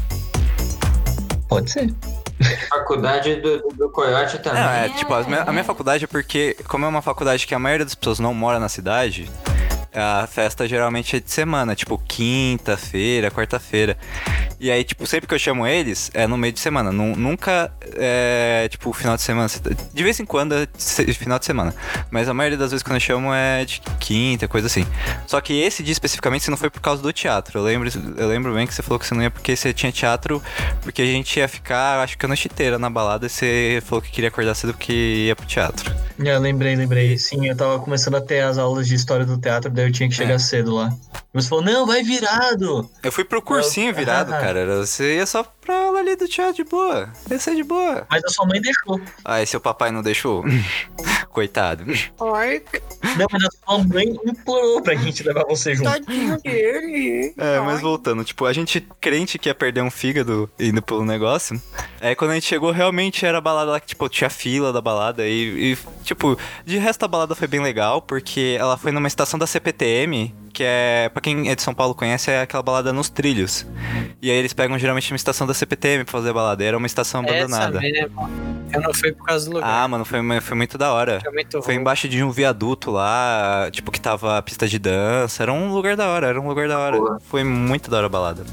[SPEAKER 4] Pode ser.
[SPEAKER 6] Faculdade do Coyote também.
[SPEAKER 1] Não, tipo, a minha faculdade é porque, como é uma faculdade que a maioria das pessoas não mora na cidade, a festa geralmente é de semana, tipo, quinta-feira, quarta-feira. E aí, tipo, sempre que eu chamo eles, é no meio de semana. Nunca é, tipo, final de semana. De vez em quando é final de semana. Mas a maioria das vezes quando eu chamo é de quinta, coisa assim. Só que esse dia especificamente, você não foi por causa do teatro. Eu lembro bem que você falou que você não ia porque você tinha teatro, porque a gente ia ficar, acho que a noite inteira na balada, e você falou que queria acordar cedo porque ia pro teatro.
[SPEAKER 4] Lembrei. Sim, eu tava começando a ter as aulas de história do teatro, daí eu tinha que chegar cedo lá. Você falou, não, vai virado.
[SPEAKER 1] Eu fui pro cursinho virado, cara. Você ia só pra aula ali do teatro de boa. Ia ser de boa.
[SPEAKER 4] Mas a sua mãe deixou.
[SPEAKER 1] Ah, e seu papai não deixou? Coitado.
[SPEAKER 2] Ai.
[SPEAKER 4] Não, mas a sua mãe implorou pra gente levar você junto.
[SPEAKER 2] Tadinho dele.
[SPEAKER 1] Mas voltando, tipo, a gente crente que ia perder um fígado indo pelo negócio. Aí quando a gente chegou, realmente era a balada lá que, tipo, tinha fila da balada. E tipo, de resto a balada foi bem legal, porque ela foi numa estação da CPTM, que é, pra quem é de São Paulo conhece, é aquela balada nos trilhos. E aí eles pegam geralmente uma estação da CPTM pra fazer a balada. Era uma estação abandonada.
[SPEAKER 2] Eu não fui por causa do lugar.
[SPEAKER 1] Ah, mano, foi muito da hora. Foi embaixo de um viaduto lá, tipo, que tava a pista de dança. Era um lugar da hora. Foi muito da hora a balada.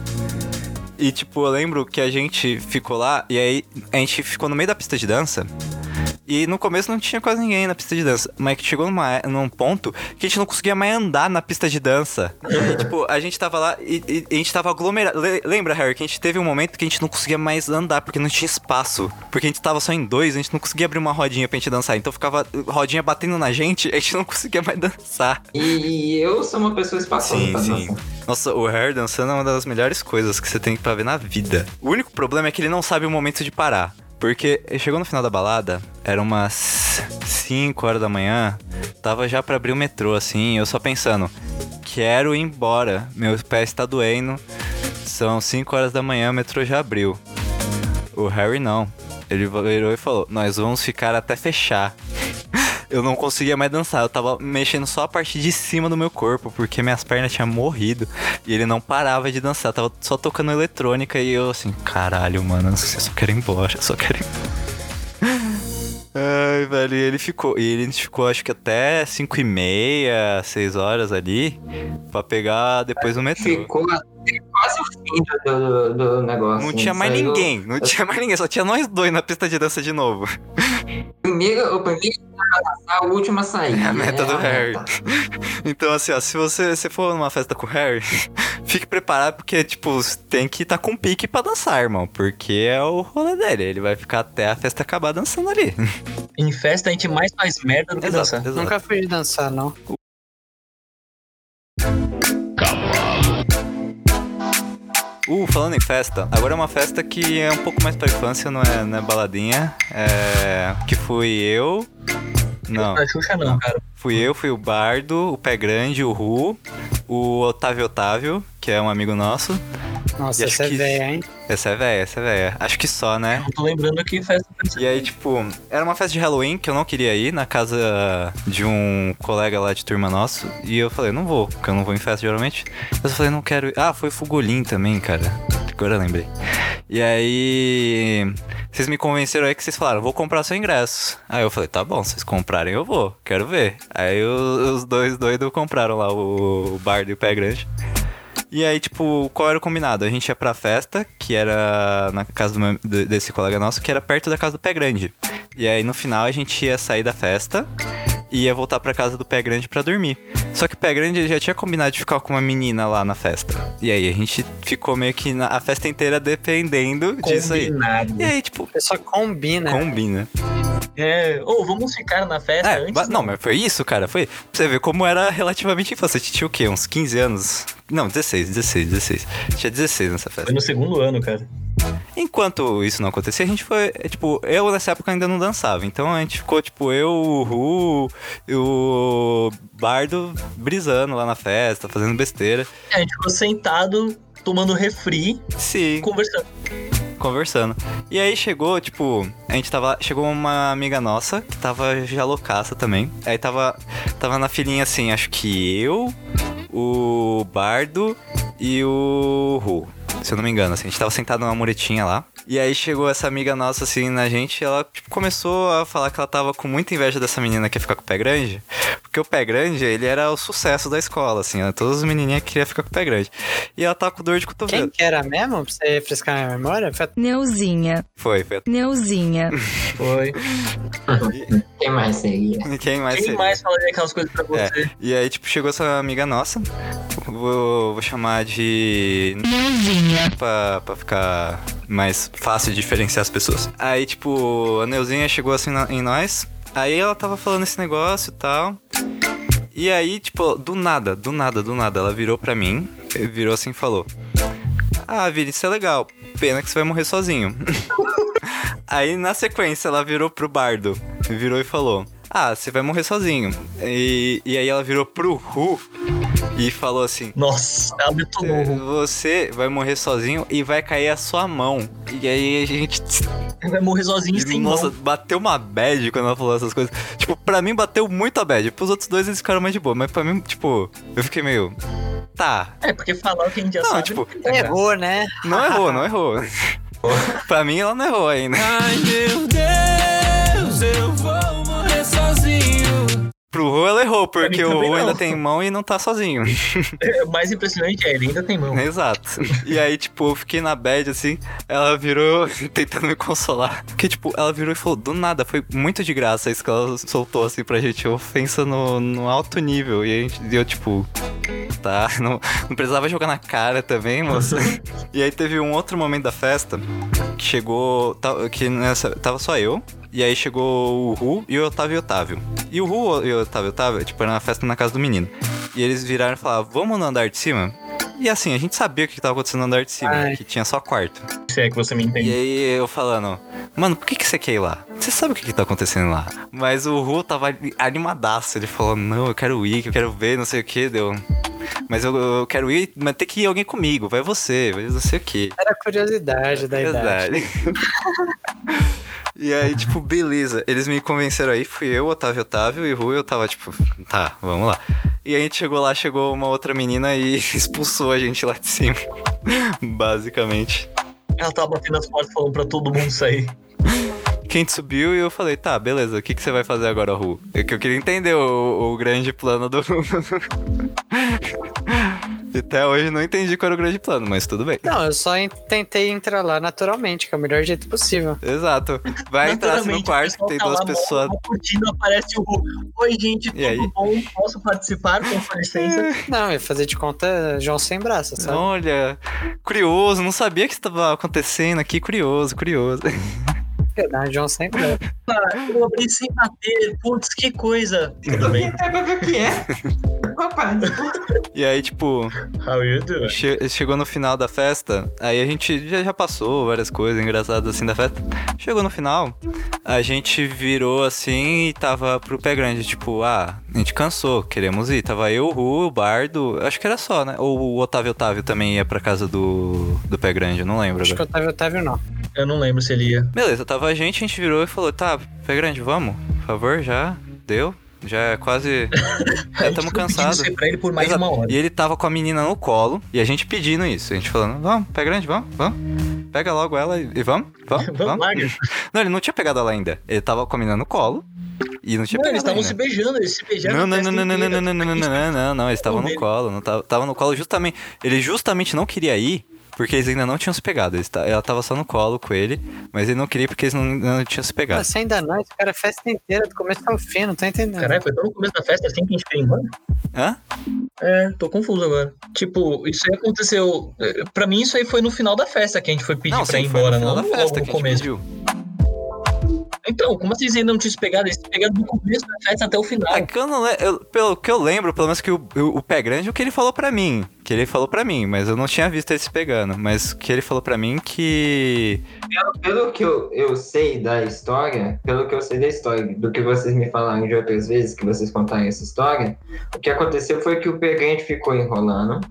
[SPEAKER 1] E, tipo, eu lembro que a gente ficou lá, e aí a gente ficou no meio da pista de dança. E no começo não tinha quase ninguém na pista de dança. Mas chegou num ponto que a gente não conseguia mais andar na pista de dança. E, tipo, a gente tava lá e a gente tava aglomerado. Lembra, Harry, que a gente teve um momento que a gente não conseguia mais andar, porque não tinha espaço. Porque a gente tava só em dois, a gente não conseguia abrir uma rodinha pra gente dançar. Então ficava rodinha batendo na gente, a gente não conseguia mais dançar.
[SPEAKER 6] E eu sou uma pessoa espaçosa pra dançar.
[SPEAKER 1] Nossa, o Harry dançando é uma das melhores coisas que você tem pra ver na vida. O único problema é que ele não sabe o momento de parar. Porque chegou no final da balada, era umas 5 horas da manhã, tava já pra abrir o metrô, assim, eu só pensando, quero ir embora, meu pé está doendo, são 5 horas da manhã, o metrô já abriu. O Harry não, ele virou e falou, nós vamos ficar até fechar. eu não conseguia mais dançar. Eu tava mexendo só a parte de cima do meu corpo, porque minhas pernas tinham morrido. E ele não parava de dançar, tava só tocando eletrônica. E eu assim, caralho, mano, eu só quero ir embora, eu só quero ir embora. Ai, velho, e ele ficou acho que até 5h30, 6 horas ali, pra pegar depois o metrô.
[SPEAKER 6] Ficou até quase o fim do negócio.
[SPEAKER 1] Não tinha mais ninguém, só tinha nós dois na pista de dança de novo.
[SPEAKER 6] O primeiro a dançar, o último a sair.
[SPEAKER 1] É a meta do Harry. Então, assim, ó, se você for numa festa com o Harry, fique preparado, porque, tipo, tem que estar com pique pra dançar, irmão, porque é o rolê dele, ele vai ficar até a festa acabar dançando ali.
[SPEAKER 4] Em festa a gente mais faz merda do que dançar.
[SPEAKER 2] Exato. Nunca fui de dançar, não.
[SPEAKER 1] Falando em festa, agora é uma festa que é um pouco mais pra infância, não é baladinha. Que fui eu. Não.
[SPEAKER 4] A Xuxa não, cara.
[SPEAKER 1] Fui o Bardo, o Pé Grande, o Ru, o Otávio, que é um amigo nosso.
[SPEAKER 2] Nossa, essa é velha, hein?
[SPEAKER 1] Essa é velha. Acho que só, né?
[SPEAKER 4] Eu tô lembrando que festa...
[SPEAKER 1] E aí, tipo, era uma festa de Halloween que eu não queria ir, na casa de um colega lá de turma nosso. E eu falei, não vou, porque eu não vou em festa geralmente. Mas eu falei, não quero ir. Ah, foi Fugolim também, cara. Agora eu lembrei. E aí, vocês me convenceram aí que vocês falaram, vou comprar seu ingresso. Aí eu falei, tá bom, se vocês comprarem eu vou, quero ver. Aí os dois doidos compraram lá, o Bardo e o Pé Grande. E aí, tipo, qual era o combinado? A gente ia pra festa, que era na casa desse colega nosso, que era perto da casa do Pé Grande. E aí, no final, a gente ia sair da festa e ia voltar pra casa do Pé Grande pra dormir. Só que o Pé Grande já tinha combinado de ficar com uma menina lá na festa. E aí, a gente ficou meio que a festa inteira dependendo disso aí. E aí, tipo...
[SPEAKER 2] Só combina.
[SPEAKER 1] Combina.
[SPEAKER 4] Vamos ficar na festa antes?
[SPEAKER 1] Não, mas foi isso, cara. Foi pra você ver como era relativamente infância. Você tinha o quê? Uns 15 anos? Não, 16. Tinha 16 nessa festa.
[SPEAKER 4] Foi no segundo ano, cara.
[SPEAKER 1] Enquanto isso não acontecia, a gente foi... Tipo, eu nessa época ainda não dançava. Então a gente ficou, tipo, eu, o Ru e o Bardo brisando lá na festa, fazendo besteira.
[SPEAKER 4] A gente ficou sentado, tomando refri.
[SPEAKER 1] Sim. Conversando. E aí chegou, tipo, chegou uma amiga nossa que tava já loucaça também. Aí tava na filinha assim, acho que eu, o Bardo e o Ru, se eu não me engano, assim. A gente tava sentado numa muretinha lá. E aí chegou essa amiga nossa, assim, na gente, e ela, tipo, começou a falar que ela tava com muita inveja dessa menina que ia ficar com o Pé Grande. Porque o Pé Grande, ele era o sucesso da escola, assim, né? Todas as menininhas queriam ficar com o Pé Grande. E ela tava com dor de cotovelo.
[SPEAKER 2] Quem que era mesmo, pra você refrescar a minha memória?
[SPEAKER 14] Neuzinha.
[SPEAKER 1] Foi.
[SPEAKER 14] Neuzinha.
[SPEAKER 4] Foi.
[SPEAKER 6] Quem mais seria?
[SPEAKER 4] Quem mais falaria aquelas coisas pra você?
[SPEAKER 1] E aí, tipo, chegou essa amiga nossa, vou chamar de...
[SPEAKER 14] Neuzinha.
[SPEAKER 1] Pra ficar mais fácil de diferenciar as pessoas. Aí, tipo, a Neuzinha chegou assim em nós. Aí ela tava falando esse negócio e tal. E aí, tipo, do nada, ela virou pra mim, virou assim e falou: ah, Vini, isso é legal, pena que você vai morrer sozinho. Aí, na sequência, ela virou pro Bardo, virou e falou: ah, você vai morrer sozinho. E aí ela virou pro Ru e falou assim:
[SPEAKER 4] nossa, ela detonou.
[SPEAKER 1] Você vai morrer sozinho e vai cair a sua mão. E aí a gente...
[SPEAKER 4] vai morrer sozinho sem mão.
[SPEAKER 1] Nossa, bateu uma bad quando ela falou essas coisas. Tipo, pra mim bateu muito a bad. Pros outros dois eles ficaram mais de boa. Mas pra mim, tipo, eu fiquei meio... Tá.
[SPEAKER 4] Porque falar o que a gente já sabe.
[SPEAKER 1] Tipo,
[SPEAKER 2] errou, né?
[SPEAKER 1] Não errou. Pra mim ela não errou ainda.
[SPEAKER 12] Ai, meu Deus, eu vou morrer sozinho.
[SPEAKER 1] Pro Ru ela errou, porque o Ru ainda tem mão e não tá sozinho.
[SPEAKER 4] O mais impressionante ele ainda tem mão.
[SPEAKER 1] Exato. E aí, tipo, eu fiquei na bad, assim, ela virou tentando me consolar. Porque, tipo, ela virou e falou, do nada, foi muito de graça isso que ela soltou, assim, pra gente, ofensa no alto nível. E a gente deu, tipo... Tá, não precisava jogar na cara também, moça. E aí teve um outro momento da festa que chegou, tava só eu. E aí chegou o Ru e o Otávio. E o Ru e o Otávio, tipo, era uma festa na casa do menino. E eles viraram e falaram, vamos no andar de cima? E assim, a gente sabia o que tava acontecendo no andar de cima, que tinha só quarto.
[SPEAKER 4] Se é que você me entende.
[SPEAKER 1] E aí eu falando, mano, por que você quer ir lá? Você sabe o que tá acontecendo lá. Mas o Ru tava animadaço, ele falou, não, eu quero ir, eu quero ver, não sei o que, deu... Mas eu quero ir, mas tem que ir alguém comigo, vai você, vai não sei o que.
[SPEAKER 2] Era curiosidade da idade.
[SPEAKER 1] E aí, tipo, beleza. Eles me convenceram aí, fui eu, Otávio e Rui, eu tava tipo, tá, vamos lá. E aí a gente chegou uma outra menina e expulsou a gente lá de cima. Basicamente.
[SPEAKER 4] Ela tava batendo as portas falando pra todo mundo sair.
[SPEAKER 1] Quem subiu e eu falei, tá, beleza, o que você vai fazer agora, Ru? É que eu queria entender o grande plano do... Até hoje não entendi qual era o grande plano, mas tudo bem.
[SPEAKER 2] Não, eu só tentei entrar lá naturalmente, que é o melhor jeito possível.
[SPEAKER 1] Exato. Vai entrar assim no quarto que tem duas pessoas.
[SPEAKER 4] Curtindo, aparece o Ru. Oi, gente, tudo bom? Posso participar? Com licença?
[SPEAKER 2] Não, eu ia fazer de conta João sem braço, sabe?
[SPEAKER 1] Olha, curioso, não sabia que isso tava acontecendo aqui, curioso.
[SPEAKER 2] João sem braço.
[SPEAKER 4] Eu abri sem bater, putz, que coisa. Tudo bem.
[SPEAKER 6] É pra ver o que é. Opa.
[SPEAKER 1] E aí, tipo,
[SPEAKER 4] how you do?
[SPEAKER 1] Chegou no final da festa, aí a gente já passou várias coisas engraçadas assim da festa. Chegou no final, a gente virou assim e tava pro Pé Grande, tipo, a gente cansou, queremos ir. Tava eu, o Ru, o Bardo, acho que era só, né? Ou o Otávio também ia pra casa do Pé Grande, eu não lembro.
[SPEAKER 2] Acho
[SPEAKER 1] agora.
[SPEAKER 2] que o Otávio não.
[SPEAKER 4] Eu não lembro se ele ia.
[SPEAKER 1] Beleza, tava a gente virou e falou, tá, Pé Grande, vamos? Por favor, já deu. Já é quase... Já estamos cansados.
[SPEAKER 4] Pra ele por mais de uma hora.
[SPEAKER 1] E ele tava com a menina no colo e a gente pedindo isso. A gente falando, vamos, Pé Grande, vamos. Pega logo ela e vamos. Não, ele não tinha pegado ela ainda. Ele tava com a menina no colo e não tinha pegado
[SPEAKER 4] eles estavam se beijando, eles se beijaram.
[SPEAKER 1] Não, eles estavam no colo. Tava no colo justamente... Ele justamente não queria ir porque eles ainda não tinham se pegado. Ela tava só no colo com ele, mas ele não queria porque eles não tinham se pegado.
[SPEAKER 2] Você ainda não, esse cara, a festa inteira, do começo ao fim, não tô entendendo.
[SPEAKER 4] Caralho, foi tão no começo da festa assim que a gente foi embora?
[SPEAKER 1] Hã?
[SPEAKER 4] É, tô confuso agora. Tipo, isso aí aconteceu... Pra mim, isso aí foi no final da festa que a gente foi pedir pra ir embora, não no festa, no começo. Pediu. Então, como vocês ainda não tinham se pegado? Eles se pegaram do começo da festa até o final.
[SPEAKER 1] É que eu não pelo que eu lembro, pelo menos que o Pé Grande, o que ele falou pra mim. Mas eu não tinha visto ele se pegando. Mas que ele falou pra mim que...
[SPEAKER 6] Pelo que eu sei da história, do que vocês me falaram de outras vezes, que vocês contaram essa história, o que aconteceu foi que o Pé Grande ficou enrolando,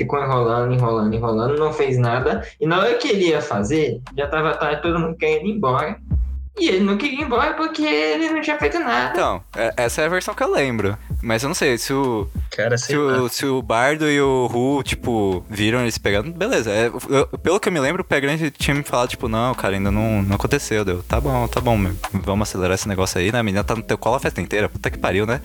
[SPEAKER 6] não fez nada. E na hora que ele ia fazer, já tava tarde, todo mundo querendo ir embora. E ele não queria ir embora porque ele não tinha feito nada.
[SPEAKER 1] Então, essa é a versão que eu lembro. Mas eu não sei, se o Bardo e o Ru, tipo, viram eles pegando, beleza. Pelo que eu me lembro, o Pé Grande tinha me falado, tipo, não, cara, ainda não aconteceu. Deu, tá bom, meu. Vamos acelerar esse negócio aí, né? A menina tá no teu colo a festa inteira. Puta que pariu, né?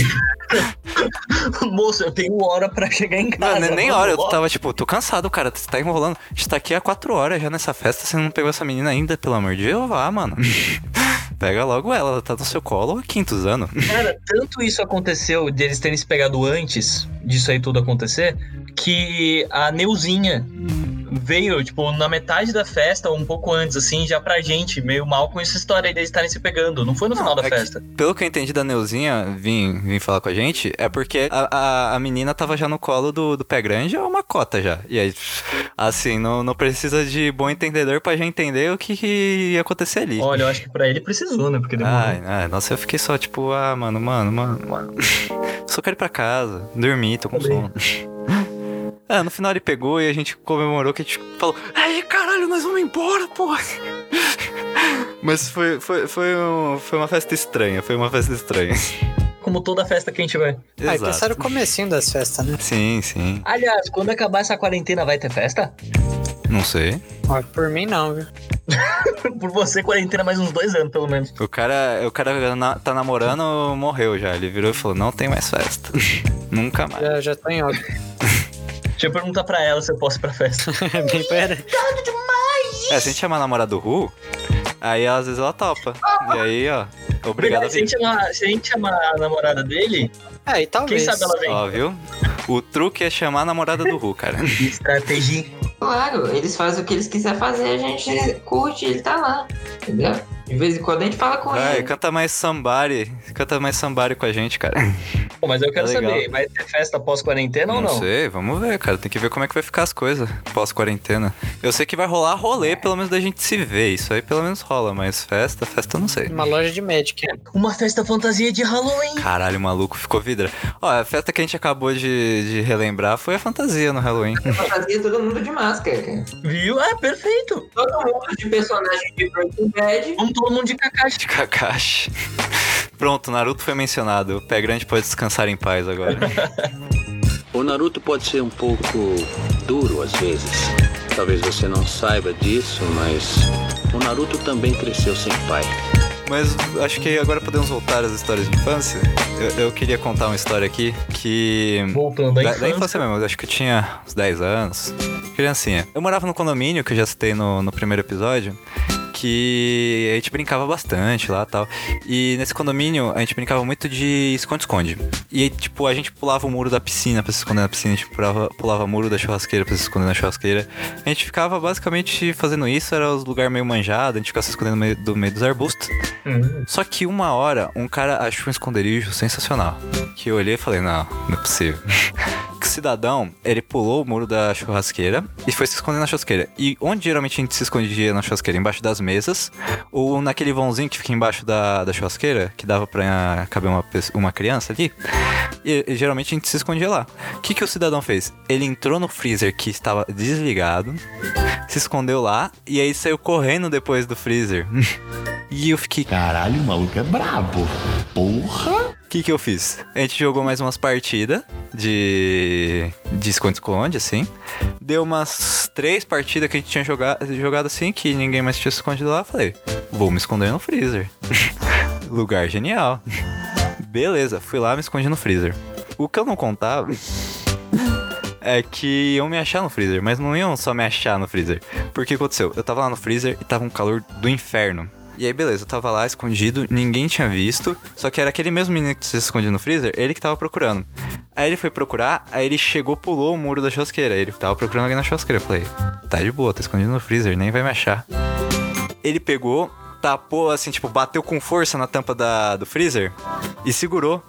[SPEAKER 4] Moço, eu tenho hora pra chegar em casa.
[SPEAKER 1] Não, nem hora, eu tava tipo, tô cansado, cara, você tá enrolando. A gente tá aqui há 4 horas já nessa festa, você não pegou essa menina ainda, pelo amor de Jeová, mano. Pega logo ela tá no seu colo há 500 anos.
[SPEAKER 4] Cara, tanto isso aconteceu, de eles terem se pegado antes disso aí tudo acontecer, que a Neuzinha veio, tipo, na metade da festa, ou um pouco antes, assim, já pra gente, meio mal com essa história aí deles estarem se pegando. Não foi no final da festa.
[SPEAKER 1] Pelo que eu entendi da Neuzinha vim falar com a gente, é porque a menina tava já no colo do Pé Grande, é uma cota já. E aí, assim, não precisa de bom entendedor pra já entender o que ia acontecer ali.
[SPEAKER 4] Olha, eu acho que pra ele precisou, né? Porque demorou.
[SPEAKER 1] Nossa, eu fiquei só, tipo, mano. Só quero ir pra casa, dormir, tô com sono. No final ele pegou e a gente comemorou, que a gente falou, ai, caralho, nós vamos embora, porra. Mas foi uma festa estranha,
[SPEAKER 4] Como toda festa que a gente vai.
[SPEAKER 2] Exato. Esse era o comecinho das festas, né?
[SPEAKER 1] Sim.
[SPEAKER 4] Aliás, quando acabar essa quarentena, vai ter festa?
[SPEAKER 1] Não sei.
[SPEAKER 2] Por mim não, viu?
[SPEAKER 4] Por você, quarentena mais uns 2 anos, pelo menos.
[SPEAKER 1] O cara tá namorando, morreu já. Ele virou e falou, não tem mais festa. Nunca mais.
[SPEAKER 2] Já tô em óbito.
[SPEAKER 4] Deixa eu perguntar pra ela se eu posso ir pra festa.
[SPEAKER 2] Bem pera.
[SPEAKER 1] Se a gente chamar a namorada do Ru, aí às vezes ela topa. E aí, ó, obrigado.
[SPEAKER 4] Se a gente chamar a namorada dele,
[SPEAKER 2] e talvez.
[SPEAKER 4] Quem sabe ela vem.
[SPEAKER 1] Ó, viu? O truque é chamar a namorada do Ru, cara.
[SPEAKER 4] Estratégia.
[SPEAKER 6] Claro, eles fazem o que eles quiserem fazer, a gente curte, ele tá lá, entendeu? De vez em quando a gente fala com ele.
[SPEAKER 1] Canta mais somebody com a gente, cara.
[SPEAKER 4] Pô, mas eu quero saber, vai ter festa pós-quarentena ou não?
[SPEAKER 1] Não sei, vamos ver, cara. Tem que ver como é que vai ficar as coisas pós-quarentena. Eu sei que vai rolar rolê, pelo menos da gente se ver. Isso aí pelo menos rola, mas festa eu não sei.
[SPEAKER 2] Uma loja de Magic.
[SPEAKER 4] Uma festa fantasia de Halloween.
[SPEAKER 1] Caralho, o maluco ficou vidra. Ó, a festa que a gente acabou de relembrar foi a fantasia no Halloween.
[SPEAKER 6] A fantasia todo mundo de máscara, cara.
[SPEAKER 4] Viu? Perfeito.
[SPEAKER 6] Todo mundo de personagem de Breaking Bad.
[SPEAKER 4] Vamos todo mundo de Kakashi.
[SPEAKER 1] De Kakashi. Pronto, Naruto foi mencionado. O Pé Grande pode descansar em paz agora.
[SPEAKER 15] O Naruto pode ser um pouco duro às vezes. Talvez você não saiba disso, mas o Naruto também cresceu sem pai.
[SPEAKER 1] Mas acho que agora podemos voltar às histórias de infância. Eu queria contar uma história aqui que...
[SPEAKER 4] Voltando à infância.
[SPEAKER 1] Da infância mesmo, eu acho que eu tinha uns 10 anos. Criancinha. Eu morava no condomínio, que eu já citei no primeiro episódio, que a gente brincava bastante lá e tal. E nesse condomínio a gente brincava muito de esconde-esconde. E tipo, a gente pulava o muro da piscina pra se esconder na piscina, a gente pulava o muro da churrasqueira pra se esconder na churrasqueira. A gente ficava basicamente fazendo isso, era os lugares meio manjados, a gente ficava se escondendo no meio dos arbustos. Só que uma hora, um cara achou um esconderijo sensacional. Que eu olhei e falei, não é possível. Que o cidadão, ele pulou o muro da churrasqueira e foi se esconder na churrasqueira. E onde geralmente a gente se escondia na churrasqueira? Embaixo das mesas, ou naquele vãozinho que fica embaixo da churrasqueira, que dava pra caber uma criança ali. E geralmente a gente se escondia lá. O que o cidadão fez? Ele entrou no freezer que estava desligado, se escondeu lá, e aí saiu correndo depois do freezer. E eu fiquei...
[SPEAKER 16] Caralho, o maluco é brabo. Porra!
[SPEAKER 1] O que eu fiz? A gente jogou mais umas partidas de esconde-esconde, assim. Deu umas 3 partidas que a gente tinha jogado assim, que ninguém mais tinha se escondido lá. Falei, vou me esconder no freezer. Lugar genial. Beleza, fui lá, me escondi no freezer. O que eu não contava... é que iam me achar no freezer, mas não iam só me achar no freezer. Porque o que aconteceu? Eu tava lá no freezer e tava um calor do inferno. E aí, beleza, eu tava lá escondido, ninguém tinha visto. Só que era aquele mesmo menino que se escondia no freezer, ele que tava procurando. Aí ele foi procurar, aí ele chegou, pulou o muro da churrasqueira. Ele tava procurando alguém na churrasqueira. Eu falei, tá de boa, tá escondido no freezer, nem vai me achar. Ele pegou, tapou assim, tipo, bateu com força na tampa do freezer e segurou.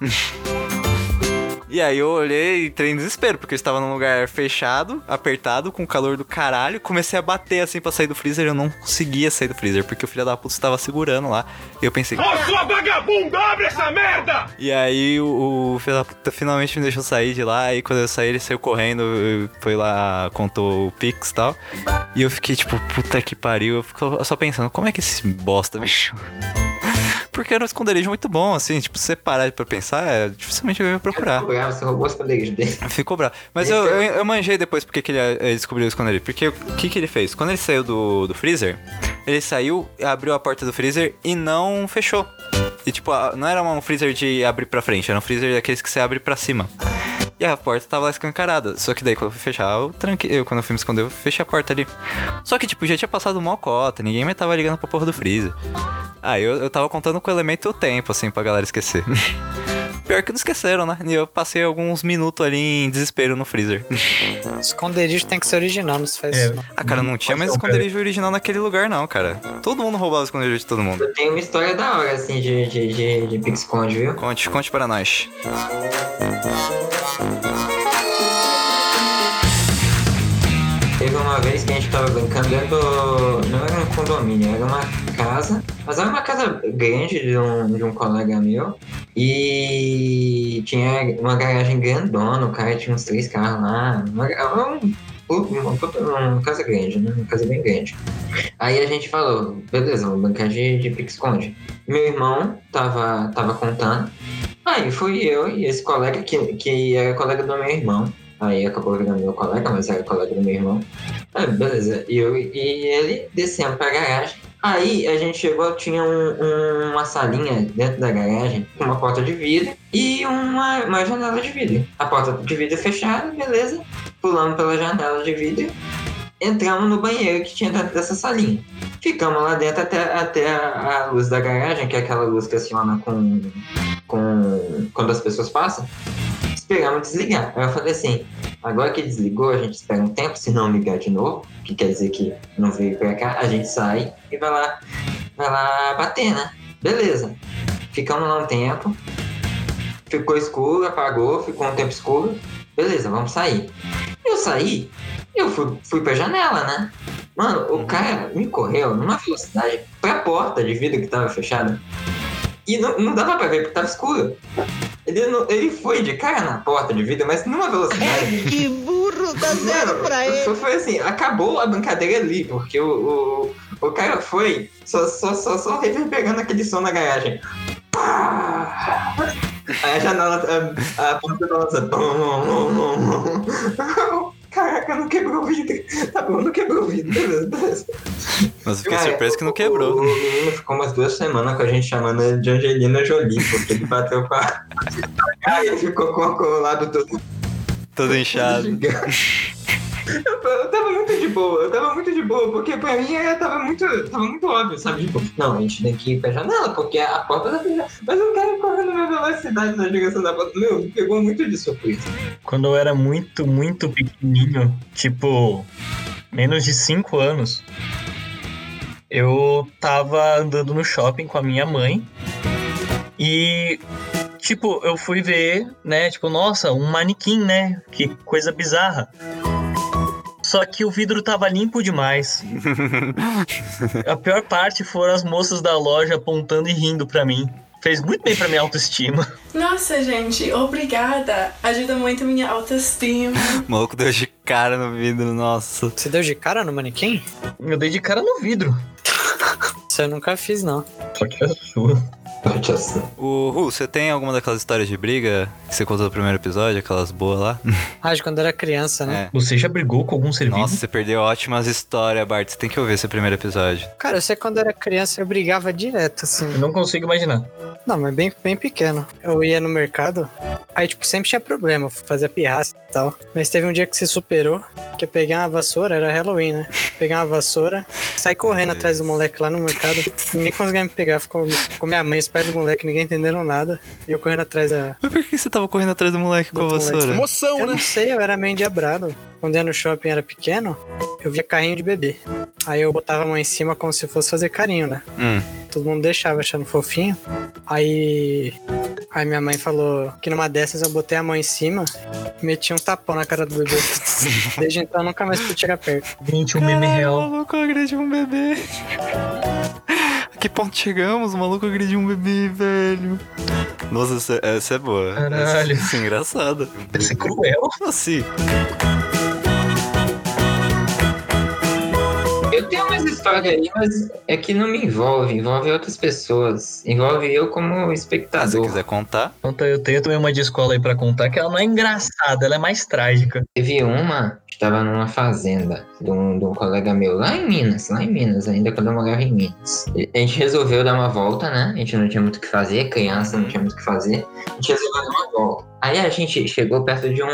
[SPEAKER 1] E aí eu olhei e entrei em desespero, porque eu estava num lugar fechado, apertado, com calor do caralho. Comecei a bater assim pra sair do freezer, eu não conseguia sair do freezer, porque o filho da puta estava segurando lá. E eu pensei...
[SPEAKER 17] Ô, sua vagabunda, abre essa merda!
[SPEAKER 1] E aí o filho da puta finalmente me deixou sair de lá, e quando eu saí ele saiu correndo, foi lá, contou o Pix e tal. E eu fiquei tipo, puta que pariu, eu fico só pensando, como é que esse bosta me achou? Porque era um esconderijo muito bom, assim, tipo, se você parar pra pensar, dificilmente eu ia procurar.
[SPEAKER 6] Ficou bravo, você roubou o esconderijo dele.
[SPEAKER 1] Ficou bravo. Mas eu manjei depois porque que ele descobriu o esconderijo. Porque o que ele fez? Quando ele saiu do freezer, ele saiu, abriu a porta do freezer e não fechou. E tipo, não era um freezer de abrir pra frente, era um freezer daqueles que você abre pra cima. E a porta tava lá escancarada. Só que daí quando eu fui fechar, quando eu fui me esconder, eu fechei a porta ali. Só que tipo, já tinha passado uma cota, ninguém mais tava ligando pra porra do freezer. Aí eu tava contando com o elemento e o tempo, assim, pra galera esquecer. Pior que não esqueceram, né? E eu passei alguns minutos ali em desespero no freezer.
[SPEAKER 2] Esconderijo tem que ser original, não se faz isso não.
[SPEAKER 1] Ah, cara, não tinha mais esconderijo original naquele lugar não, cara. Todo mundo roubava o esconderijo de todo mundo.
[SPEAKER 6] Tem uma história da hora, assim, de pique-esconde, viu?
[SPEAKER 1] Conte para nós.
[SPEAKER 6] Teve uma vez que a gente tava brincando dentro não era um condomínio, era uma casa, mas era uma casa grande de um colega meu. E tinha uma garagem grandona, o cara tinha uns 3 carros lá. Uma casa grande, né? Uma casa bem grande. Aí a gente falou, beleza, vamos brincar de pique-esconde. Meu irmão tava contando. Aí fui eu e esse colega que era colega do meu irmão. Aí acabou virando meu colega, mas era colega do meu irmão. Aí beleza, eu e ele descemos pra garagem. Aí a gente chegou, tinha uma salinha dentro da garagem, com uma porta de vidro e uma janela de vidro. A porta de vidro fechada, beleza. Pulamos pela janela de vidro, entramos no banheiro que tinha dentro dessa salinha. Ficamos lá dentro até a luz da garagem, que é aquela luz que aciona quando as pessoas passam. Esperamos desligar. Aí eu falei assim, agora que desligou, a gente espera um tempo, se não ligar de novo, que quer dizer que não veio pra cá, a gente sai e vai lá bater, né? Beleza. Ficamos lá um tempo, ficou escuro, apagou, ficou um tempo escuro, beleza, vamos sair. Eu saí, eu fui pra janela, né? Mano, o cara me correu numa velocidade pra porta de vidro que tava fechada. E não dava pra ver porque tava escuro. Ele foi de cara na porta de vidro, mas numa velocidade.
[SPEAKER 9] Que burro!
[SPEAKER 6] burro, dá zero pra ele. Foi assim, acabou a brincadeira ali, porque o cara foi só reverberando aquele som na garagem. Pá! Aí a janela, a porta nossa. Caraca, não quebrou o vidro. Tá bom, não quebrou o vidro. Beleza.
[SPEAKER 1] Mas eu fiquei surpreso que não quebrou.
[SPEAKER 6] O menino ficou umas 2 semanas com a gente chamando ele de Angelina Jolie, porque ele bateu com a... Aí ele ficou com o lado
[SPEAKER 1] todo inchado.
[SPEAKER 6] Eu tava muito de boa, porque pra mim tava muito óbvio, sabe? Tipo, não, a gente tem que ir pra janela, porque a porta tá fechada. Mas eu quero correr na minha velocidade na direção da porta. Meu, pegou muito de surpresa.
[SPEAKER 4] Quando eu era muito, muito pequenininho, tipo, menos de 5 anos, eu tava andando no shopping com a minha mãe e... Tipo, eu fui ver, né, tipo, nossa, um manequim, né, que coisa bizarra. Só que o vidro tava limpo demais. A pior parte foram as moças da loja apontando e rindo pra mim. Fez muito bem pra minha autoestima.
[SPEAKER 18] Nossa, gente, obrigada. Ajuda muito a minha autoestima.
[SPEAKER 1] O maluco deu de cara no vidro, nossa.
[SPEAKER 2] Você deu de cara no manequim?
[SPEAKER 4] Eu dei de cara no vidro.
[SPEAKER 2] Isso eu nunca fiz, não.
[SPEAKER 4] Só que é sua.
[SPEAKER 1] Ru, você tem alguma daquelas histórias de briga que você contou no primeiro episódio, aquelas boas lá?
[SPEAKER 2] Ah, de quando era criança, né?
[SPEAKER 4] Você já brigou com algum ser vivo?
[SPEAKER 1] Nossa, você perdeu ótimas histórias, Bart. Você tem que ouvir esse primeiro episódio.
[SPEAKER 2] Cara, eu sei que quando era criança eu brigava direto, assim.
[SPEAKER 4] Eu não consigo imaginar.
[SPEAKER 2] Não, mas bem pequeno. Eu ia no mercado, aí, tipo, sempre tinha problema, fazia pirraça e tal. Mas teve um dia que se superou, que eu peguei uma vassoura, era Halloween, né? Peguei uma vassoura, saí correndo atrás do moleque lá no mercado. Ninguém conseguia me pegar, ficou com minha mãe, os pais do moleque, ninguém entenderam nada. E eu correndo atrás da...
[SPEAKER 1] Mas por que você tava correndo atrás do moleque com a vassoura?
[SPEAKER 6] Emoção,
[SPEAKER 2] né? Eu não sei, eu era meio endiabrado. Quando eu ia no shopping era pequeno, eu via carrinho de bebê. Aí eu botava a mão em cima como se fosse fazer carinho, né? Todo mundo deixava achando fofinho. Aí minha mãe falou que numa dessas eu botei a mão em cima e meti um tapão na cara do bebê. Desde então eu nunca mais pude chegar perto.
[SPEAKER 4] Gente, um meme real.
[SPEAKER 1] O maluco agrediu um bebê. A que ponto chegamos? O maluco agrediu um bebê, velho. Nossa, essa é boa.
[SPEAKER 4] Caralho.
[SPEAKER 1] Essa é engraçada.
[SPEAKER 4] Essa é cruel.
[SPEAKER 1] Assim.
[SPEAKER 6] Eu tenho umas histórias aí, mas é que não me envolve outras pessoas. Envolve eu como espectador.
[SPEAKER 1] Se você quiser contar.
[SPEAKER 4] Conta, eu tenho também uma de escola aí pra contar, que ela não é engraçada, ela é mais trágica.
[SPEAKER 6] Teve uma que tava numa fazenda de um colega meu, lá em Minas, ainda quando eu morava em Minas. A gente resolveu dar uma volta, né? A gente não tinha muito o que fazer, criança não tinha muito o que fazer. A gente resolveu dar uma volta. Aí a gente chegou perto de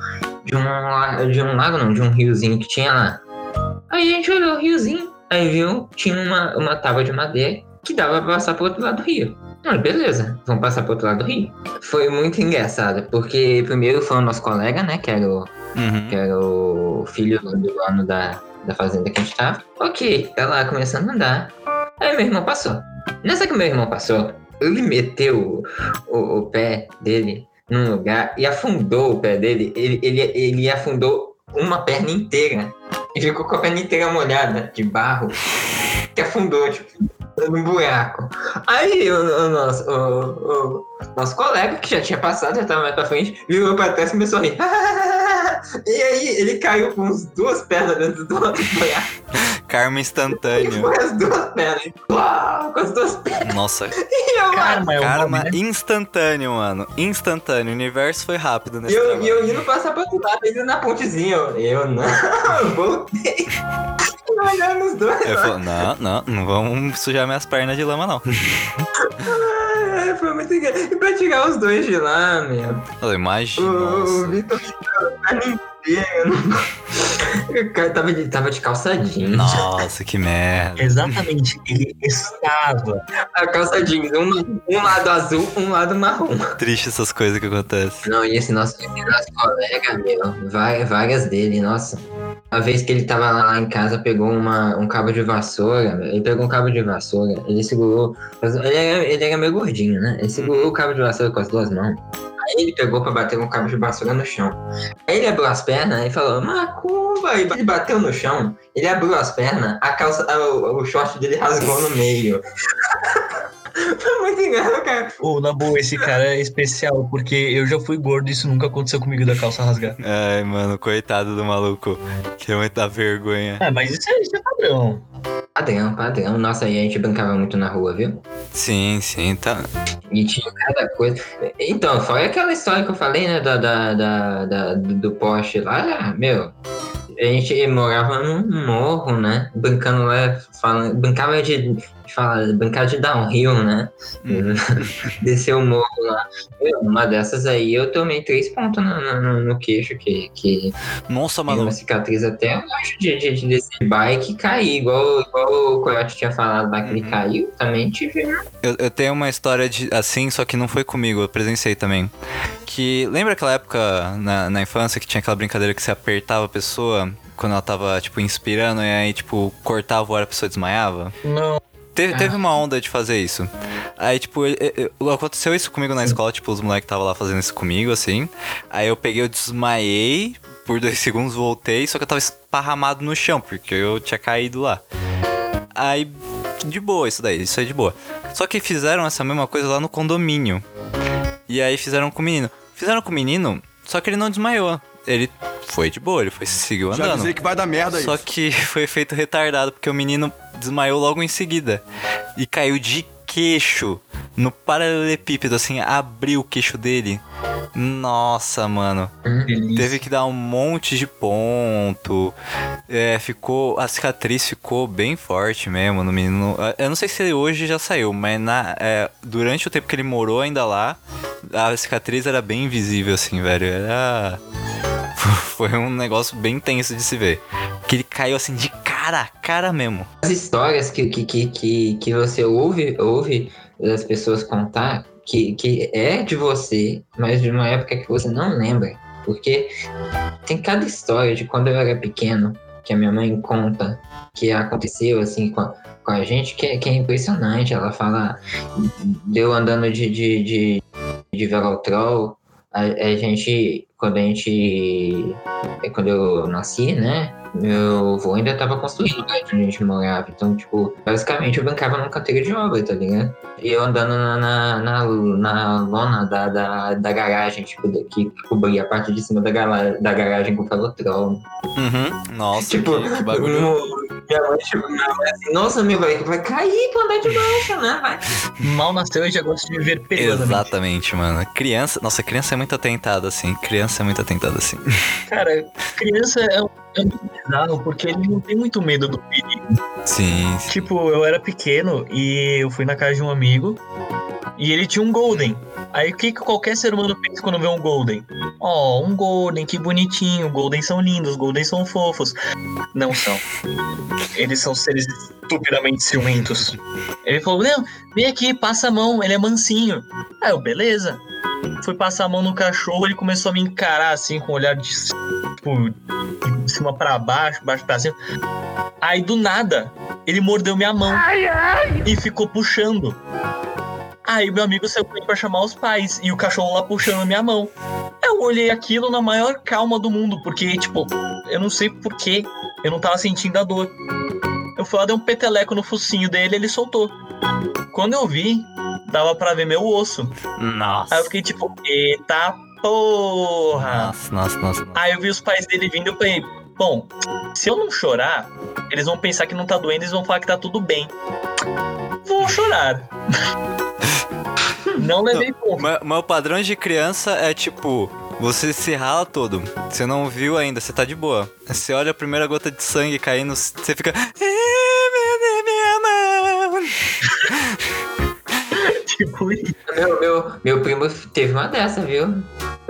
[SPEAKER 6] um riozinho que tinha lá. Aí a gente olhou o riozinho, aí viu, tinha uma tábua de madeira que dava pra passar pro outro lado do rio. Beleza, vamos passar pro outro lado do rio. Foi muito engraçado, porque primeiro foi o nosso colega, né, que era o filho do dono da fazenda que a gente tava. Ok, tá lá começando a andar. Aí meu irmão passou. Nessa que meu irmão passou, ele meteu o pé dele num lugar e afundou o pé dele. Ele afundou uma perna inteira. E ficou com a perna inteira molhada de barro, que afundou, tipo, num buraco. Aí o nosso colega, que já tinha passado, já tava mais pra frente, virou pra trás e começou a rir. E aí ele caiu com as 2 pernas dentro do outro buraco.
[SPEAKER 1] Karma instantâneo.
[SPEAKER 6] Com as 2 pernas. Uau, com as 2 pernas.
[SPEAKER 1] Nossa.
[SPEAKER 6] Karma
[SPEAKER 1] instantâneo, mano. Instantâneo. O universo foi rápido nesse
[SPEAKER 6] trabalho. E eu indo passar pra outro lado, indo na pontezinha. Eu não, voltei. Olhando os dois.
[SPEAKER 1] Eu falei, não vamos sujar minhas pernas de lama, não.
[SPEAKER 6] Foi muito engraçado. E pra tirar os 2 de lá, meu.
[SPEAKER 1] Eu imagino.
[SPEAKER 6] O Vitor tirou a perna inteira. O cara tava de calça jeans.
[SPEAKER 1] Nossa, que merda.
[SPEAKER 4] Exatamente, ele estava.
[SPEAKER 6] A calça jeans, um lado azul, um lado marrom.
[SPEAKER 1] Triste essas coisas que acontecem.
[SPEAKER 6] Não, e esse nosso colega, meu, várias dele, nossa. Uma vez que ele tava lá em casa, pegou um cabo de vassoura. Ele segurou. Ele era meio gordinho, né? Ele segurou o cabo de vassoura com as 2 mãos. Aí ele pegou pra bater um cabo de vassoura no chão. Aí ele abriu as pernas e falou, macumba! E ele bateu no chão, ele abriu as pernas, o short dele rasgou no meio. Foi muito engraçado, cara.
[SPEAKER 4] Ô, na boa, esse cara é especial, porque eu já fui gordo e isso nunca aconteceu comigo da calça rasgar.
[SPEAKER 1] Ai, mano, coitado do maluco. Que muita vergonha.
[SPEAKER 4] Mas isso é padrão.
[SPEAKER 6] Padrão. Nossa, aí a gente brincava muito na rua, viu?
[SPEAKER 1] Sim, tá.
[SPEAKER 6] E tinha cada coisa. Então, foi aquela história que eu falei, né? Do poste lá, meu. A gente morava num morro, né? Brincando lá, brincava de brincar de downhill, né? Descer o morro lá. Uma dessas aí eu tomei 3 pontos no queixo, que
[SPEAKER 1] nossa, maluco.
[SPEAKER 6] Uma cicatriz até hoje de descer bike e cair, igual o Coyote tinha falado lá que ele caiu, também tive.
[SPEAKER 1] Eu tenho uma história assim, só que não foi comigo, eu presenciei também. Que lembra aquela época na infância que tinha aquela brincadeira que você apertava a pessoa quando ela tava, tipo, inspirando e aí, tipo, cortava o ar e a pessoa desmaiava?
[SPEAKER 4] Não.
[SPEAKER 1] Teve uma onda de fazer isso. Aí, tipo, aconteceu isso comigo na escola, tipo, os moleques estavam lá fazendo isso comigo, assim. Aí eu desmaiei, por 2 segundos voltei, só que eu tava esparramado no chão, porque eu tinha caído lá. Aí, de boa isso aí de boa. Só que fizeram essa mesma coisa lá no condomínio. E aí fizeram com o menino, só que ele não desmaiou. Ele foi de boa, seguiu andando.
[SPEAKER 19] Já avisei que vai dar merda isso.
[SPEAKER 1] Só que foi efeito retardado, porque o menino desmaiou logo em seguida. E caiu de queixo no paralelepípedo, assim, abriu o queixo dele. Nossa, mano. Teve que dar um monte de ponto. A cicatriz ficou bem forte mesmo no menino. Eu não sei se hoje já saiu, mas durante o tempo que ele morou ainda lá, a cicatriz era bem visível, assim, velho. Foi um negócio bem tenso de se ver. Que ele caiu assim de cara a cara mesmo.
[SPEAKER 6] As histórias que você ouve das pessoas contar, que é de você, mas de uma época que você não lembra. Porque tem cada história de quando eu era pequeno, que a minha mãe conta, que aconteceu assim com a gente, que é impressionante. Ela fala, deu andando de Velotrol, a gente, quando eu nasci, né, meu avô ainda tava construindo onde a gente morava. Então, tipo, basicamente eu brincava num canteiro de obra, tá ligado? E eu andando na lona da garagem, tipo, que cobria a parte de cima da garagem com Velotrol.
[SPEAKER 1] Nossa,
[SPEAKER 6] tipo,
[SPEAKER 1] que bagulho.
[SPEAKER 6] Minha mãe assim, nossa, meu, vai cair pra andar de baixo, né? Vai.
[SPEAKER 4] Mal nasceu e já gosta de viver perigo.
[SPEAKER 1] Exatamente, mano. Criança é muito atentada, assim.
[SPEAKER 4] Cara, criança é muito bizarro, porque ele não tem muito medo do perigo.
[SPEAKER 1] Sim.
[SPEAKER 4] Tipo, eu era pequeno e eu fui na casa de um amigo e ele tinha um Golden. Aí o que qualquer ser humano pensa quando vê um Golden? Um Golden, que bonitinho. Golden são lindos, Golden são fofos. Não são. Eles são seres estupidamente ciumentos. Ele falou, não, vem aqui, passa a mão, ele é mansinho. Aí eu, beleza. Fui passar a mão no cachorro, ele começou a me encarar assim, com o olhar de cima pra baixo pra cima. Aí do nada, ele mordeu minha mão e ficou puxando. Aí meu amigo saiu pra chamar os pais e o cachorro lá puxando a minha mão. Eu olhei aquilo na maior calma do mundo, porque, tipo, eu não sei porquê, eu não tava sentindo a dor. Eu fui lá, dei um peteleco no focinho dele e ele soltou. Quando eu vi, dava pra ver meu osso.
[SPEAKER 1] Nossa.
[SPEAKER 4] Aí eu fiquei tipo, eita porra.
[SPEAKER 1] Nossa.
[SPEAKER 4] Aí eu vi os pais dele vindo e eu falei, bom, se eu não chorar, eles vão pensar que não tá doendo, eles vão falar que tá tudo bem. Vou chorar. Não levei ponto.
[SPEAKER 1] Mas o padrão de criança é tipo, você se rala todo. Você não viu ainda, você tá de boa. Você olha a primeira gota de sangue caindo, você fica... Minha mão.
[SPEAKER 6] Tipo isso. Meu primo teve uma dessa, viu?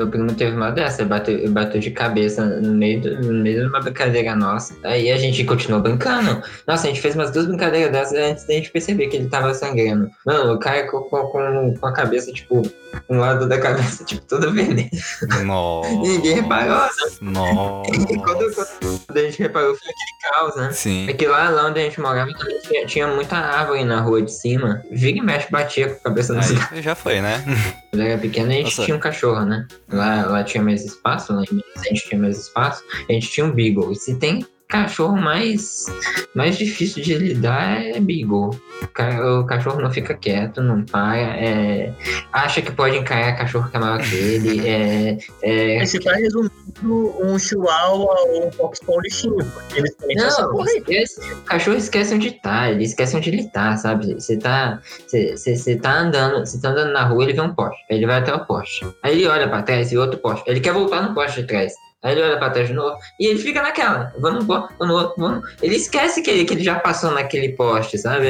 [SPEAKER 6] Bateu de cabeça no meio de uma brincadeira nossa. Aí a gente continuou brincando. Nossa, a gente fez umas 2 brincadeiras dessas antes da gente perceber que ele tava sangrando. Mano, o cara com a cabeça, tipo, um lado da cabeça, tipo, toda vermelha.
[SPEAKER 1] Nossa.
[SPEAKER 6] Ninguém reparou, né?
[SPEAKER 1] Nossa.
[SPEAKER 6] E quando a gente reparou, foi aquele caos, né?
[SPEAKER 1] Sim.
[SPEAKER 6] Porque lá onde a gente morava tinha muita árvore na rua de cima. Vira e mexe, batia com a cabeça no lugar.
[SPEAKER 1] Já foi, né?
[SPEAKER 6] Quando eu era pequeno, a gente tinha um cachorro, né? Lá tinha mais espaço, lá a gente tinha mais espaço. A gente tinha um Beagle. E se tem cachorro mais difícil de lidar é Beagle. O cachorro não fica quieto, não para, acha que pode encarar cachorro que é maior que ele.
[SPEAKER 4] Você tá resumindo um chihuahua ou um fox paulistinho, porque eles também são
[SPEAKER 6] o cachorro esquece onde tá, ele esquece onde ele tá, sabe? Você tá andando na rua, ele vê um poste, aí ele vai até o poste, aí ele olha pra trás e outro poste, ele quer voltar no poste de trás. Aí ele olha pra trás de novo e ele fica naquela. Vou no poste, vou no outro. Ele esquece que ele já passou naquele poste, sabe?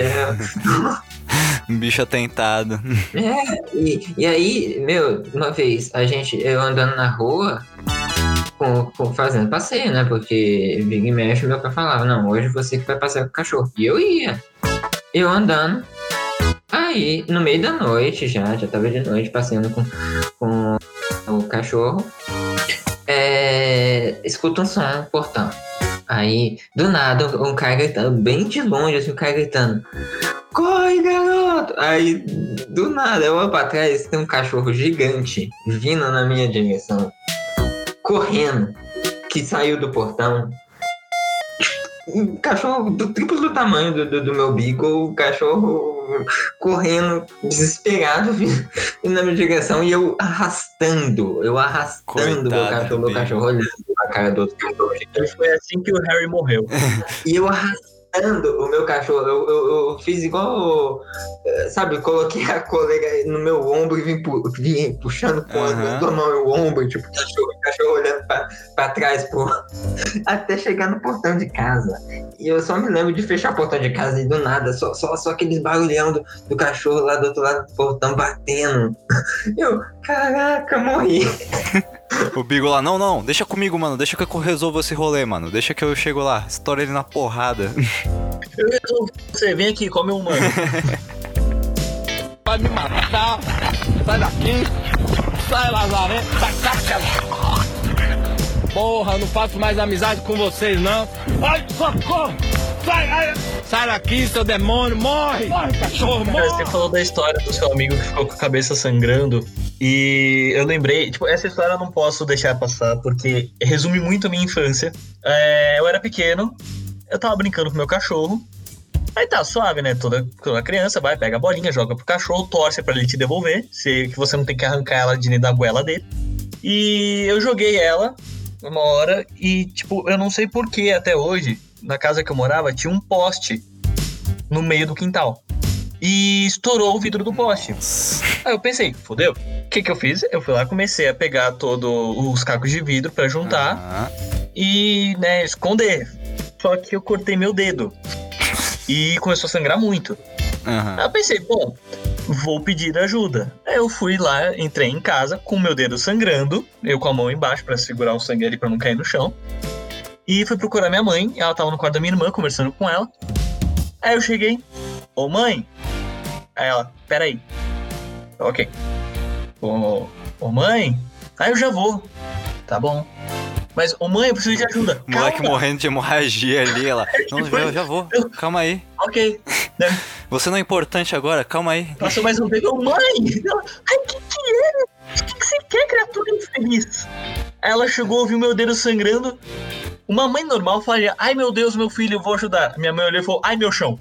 [SPEAKER 1] Um bicho atentado.
[SPEAKER 6] E aí, uma vez, eu andando na rua, fazendo passeio, né? Porque Big e mexe, meu pai falava, não, hoje você que vai passear com o cachorro. E eu ia. Eu andando. Aí, no meio da noite já tava de noite, passeando com o cachorro. Escuta um som no portão. Aí, do nada, um cara gritando, bem de longe, assim, um cara gritando, corre, garoto! Aí, do nada, eu olho pra trás, tem um cachorro gigante vindo na minha direção, correndo, que saiu do portão. Um cachorro do triplo do tamanho do meu Beagle, o cachorro correndo, desesperado, vindo na minha direção, e eu arrastando coitado, meu cachorro olhando a cara do outro cachorro.
[SPEAKER 4] Foi assim que o Harry morreu.
[SPEAKER 6] E eu arrastando o meu cachorro, eu fiz igual, sabe, coloquei a colega no meu ombro e vim puxando com as duas mãos meu ombro, tipo, o cachorro olhando pra trás, até chegar no portão de casa. E eu só me lembro de fechar o portão de casa e do nada, só aqueles barulhão do cachorro lá do outro lado do portão batendo. Eu, caraca, morri.
[SPEAKER 1] O Beagle lá, não, deixa comigo, mano, deixa que eu resolvo esse rolê, mano, deixa que eu chego lá, estouro ele na porrada.
[SPEAKER 4] Eu resolvo, você vem aqui, come um mano.
[SPEAKER 17] Vai me matar, sai daqui, sai Lazarento, sai. Porra, não faço mais amizade com vocês, não. Ai, socorro, sai daqui, seu demônio, morre, cachorro, morre.
[SPEAKER 4] Você falou da história do seu amigo que ficou com a cabeça sangrando. E eu lembrei, essa história eu não posso deixar passar, porque resume muito a minha infância. Eu era pequeno, eu tava brincando com meu cachorro, aí tá suave, né? Toda criança vai, pega a bolinha, joga pro cachorro, torce pra ele te devolver, que você não tem que arrancar ela de dentro da goela dele. E eu joguei ela uma hora e, eu não sei porquê até hoje, na casa que eu morava, tinha um poste no meio do quintal. E estourou o vidro do poste. Aí eu pensei, fodeu. O que eu fiz? Eu fui lá, comecei a pegar todos os cacos de vidro pra juntar e, esconder. Só que eu cortei meu dedo e começou a sangrar muito. Aí eu pensei, vou pedir ajuda. Aí eu fui lá, entrei em casa com meu dedo sangrando, eu com a mão embaixo pra segurar o sangue ali pra não cair no chão. E fui procurar minha mãe, ela tava no quarto da minha irmã, conversando com ela. Aí eu cheguei, ô mãe. Aí ela, peraí. Ok. Ô mãe? Aí eu já vou. Tá bom. Mas, ô mãe, eu preciso de ajuda.
[SPEAKER 1] O moleque morrendo de hemorragia ali, ela. Não, eu já vou. Calma aí.
[SPEAKER 4] Ok.
[SPEAKER 1] Você não é importante agora, calma aí.
[SPEAKER 4] Passou mais um tempo. Mãe! Ai, que é? O que você quer, criatura infeliz? Aí ela chegou, viu meu dedo sangrando. Uma mãe normal falaria, ai meu Deus, meu filho, eu vou ajudar. Minha mãe olhou e falou, ai meu chão.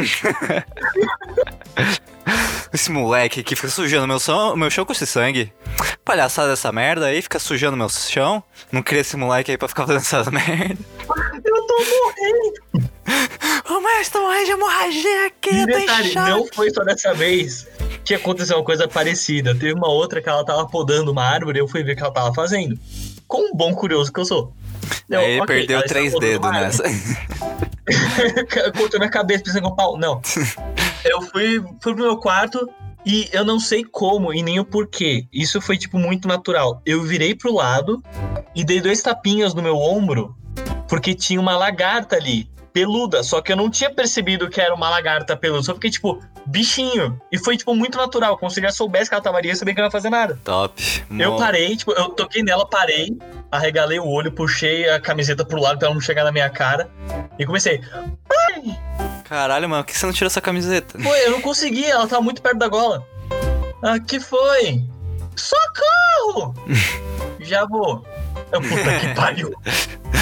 [SPEAKER 1] Esse moleque que fica sujando meu chão com esse sangue. Palhaçada essa merda aí, fica sujando meu chão. Não queria esse moleque aí pra ficar fazendo essas merda.
[SPEAKER 4] Eu tô morrendo.
[SPEAKER 1] Ô mãe, eu tô morrendo de hemorragia aqui,
[SPEAKER 4] detalhe, não foi só dessa vez que aconteceu uma coisa parecida. Teve uma outra que ela tava podando uma árvore e eu fui ver o que ela tava fazendo. Com um bom curioso que eu sou.
[SPEAKER 1] Aí perdeu 3 dedos nessa.
[SPEAKER 4] Cortou minha cabeça, pensando com o pau. Não. Eu fui pro meu quarto e eu não sei como e nem o porquê. Isso foi, muito natural. Eu virei pro lado e dei 2 tapinhas no meu ombro porque tinha uma lagarta ali, peluda. Só que eu não tinha percebido que era uma lagarta peluda. Só fiquei, bichinho. E foi, muito natural. Como se eu já soubesse que ela tava ali, eu sabia que não ia fazer nada.
[SPEAKER 1] Top.
[SPEAKER 4] Eu parei, eu toquei nela, parei, arregalei o olho, puxei a camiseta pro lado pra ela não chegar na minha cara e comecei. Ai!
[SPEAKER 1] Caralho, mano, por que você não tirou essa camiseta?
[SPEAKER 4] Foi, eu não consegui, ela tava muito perto da gola. Que foi? Socorro! Já vou. Puta que pariu.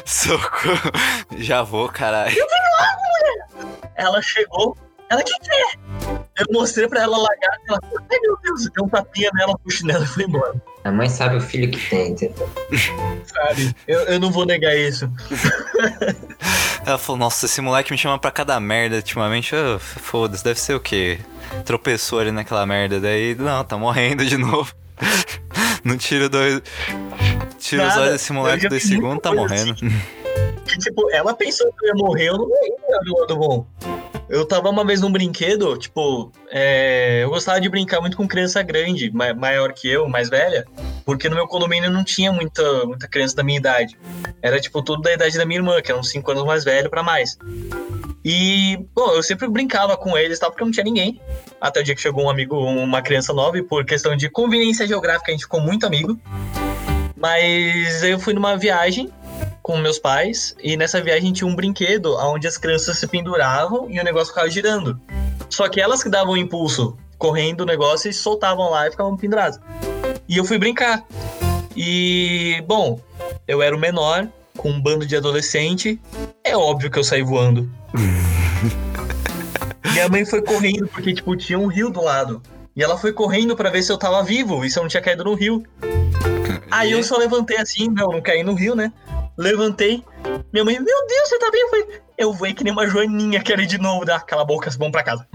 [SPEAKER 1] Socorro. Já vou, caralho.
[SPEAKER 4] Eu vim logo, mulher! Ela chegou. Ela, que é? Eu mostrei pra ela largar. Ela falou, ai meu Deus, deu um tapinha nela, puxei nela e foi embora.
[SPEAKER 6] A mãe sabe o filho que tem, entendeu?
[SPEAKER 4] Sabe, eu não vou negar isso.
[SPEAKER 1] Ela falou, nossa, esse moleque me chama pra cada merda ultimamente. Foda-se, deve ser o quê? Tropeçou ali naquela merda. Daí, não, tá morrendo de novo. Não tira Tira os olhos desse moleque 2 segundos, tá morrendo. Assim.
[SPEAKER 4] Que, tipo, ela pensou que eu ia morrer, eu não ia do bom. Eu tava uma vez num brinquedo, tipo, eu gostava de brincar muito com criança grande, maior que eu, mais velha, porque no meu condomínio não tinha muita criança da minha idade. Era, tipo, tudo da idade da minha irmã, que era uns 5 anos mais velho pra mais. E, bom, eu sempre brincava com eles, tá, porque não tinha ninguém. Até o dia que chegou um amigo, uma criança nova, e por questão de conveniência geográfica a gente ficou muito amigo. Mas eu fui numa viagem com meus pais, e nessa viagem tinha um brinquedo onde as crianças se penduravam e o negócio ficava girando. Só que elas que davam o impulso, correndo o negócio e soltavam lá e ficavam penduradas. E eu fui brincar. E, bom, eu era o menor, com um bando de adolescente, é óbvio que eu saí voando. Minha mãe foi correndo porque, tipo, tinha um rio do lado. E ela foi correndo pra ver se eu tava vivo e se eu não tinha caído no rio. Aí eu só levantei assim, não caí no rio, né? Levantei. Minha mãe, meu Deus, você tá bem? Eu voei que nem uma joaninha, quero ir de novo. Cala a boca, vamos pra casa.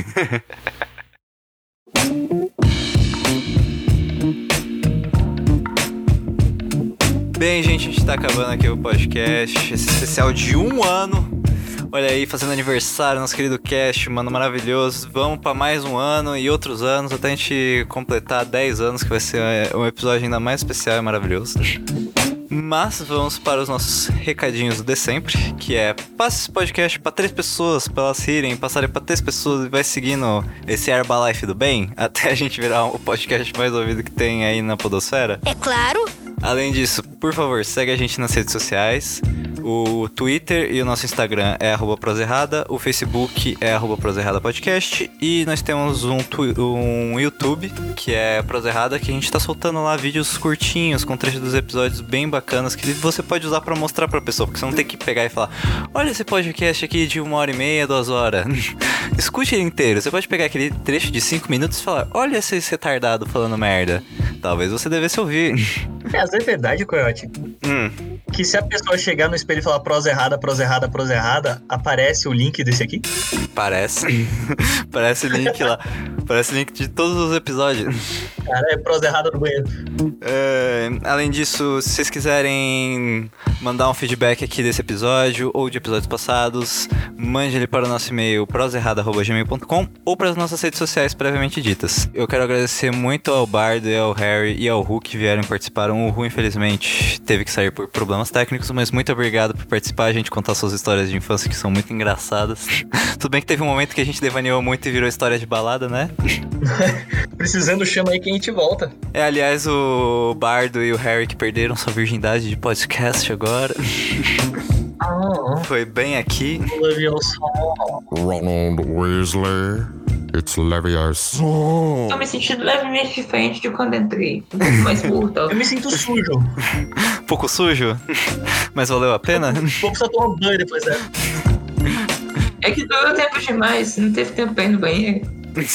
[SPEAKER 1] Bem, gente, a gente tá acabando aqui o podcast. Esse especial de 1 ano. Olha aí, fazendo aniversário, nosso querido cast, mano, maravilhoso. Vamos pra mais 1 ano e outros anos, até a gente completar 10 anos, que vai ser um episódio ainda mais especial e maravilhoso. Mas vamos para os nossos recadinhos de sempre, que é: passe esse podcast para 3 pessoas, para elas rirem, passarem para 3 pessoas e vai seguindo esse Herbalife do bem, até a gente virar o podcast mais ouvido que tem aí na podosfera.
[SPEAKER 14] É claro!
[SPEAKER 1] Além disso, por favor, segue a gente nas redes sociais. O Twitter e o nosso Instagram é @proserrada, o Facebook é @proserradapodcast e nós temos um YouTube que é Proserrada, que a gente tá soltando lá vídeos curtinhos com trechos dos episódios bem bacanas que você pode usar pra mostrar pra pessoa, porque você não tem que pegar e falar: olha esse podcast aqui de 1h30, 2 horas. Escute ele inteiro. Você pode pegar aquele trecho de 5 minutos e falar: olha esse retardado falando merda. Talvez você devesse ouvir.
[SPEAKER 4] Mas é verdade, Coyote. Que se a pessoa chegar no espelho e falar prosa errada, aparece o link desse aqui?
[SPEAKER 1] Parece. Parece o link lá. Parece o link de todos os episódios.
[SPEAKER 4] Cara, é prosa errada no banheiro.
[SPEAKER 1] Além disso, se vocês quiserem mandar um feedback aqui desse episódio ou de episódios passados, mande ele para o nosso e-mail proserrada@gmail.com ou para as nossas redes sociais previamente ditas. Eu quero agradecer muito ao Bardo e ao Harry e ao Hu que vieram e participaram. O Hu, infelizmente, teve que sair por problemas técnicos, mas muito obrigado por participar, a gente contar suas histórias de infância que são muito engraçadas. Tudo bem que teve um momento que a gente devaneou muito e virou história de balada, né?
[SPEAKER 4] Precisando, chama aí que a gente volta.
[SPEAKER 1] Aliás, o Bardo e o Harry que perderam sua virgindade de podcast agora. Foi bem aqui.
[SPEAKER 13] Ronald Weasley, it's Leviosa.
[SPEAKER 6] Tô me sentindo levemente diferente de quando entrei. Um pouco mais curto.
[SPEAKER 4] Eu me sinto sujo.
[SPEAKER 1] Pouco sujo? Mas valeu a pena?
[SPEAKER 4] Pouco só tomou banho depois dessa.
[SPEAKER 6] É que durou tempo demais, não teve tempo pra ir no banheiro.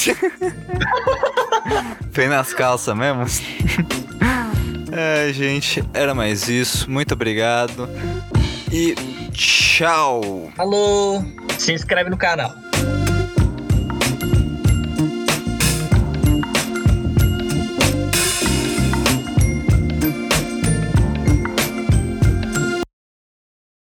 [SPEAKER 1] Foi nas calças mesmo? Gente, era mais isso. Muito obrigado. E tchau.
[SPEAKER 4] Alô. Se inscreve no canal.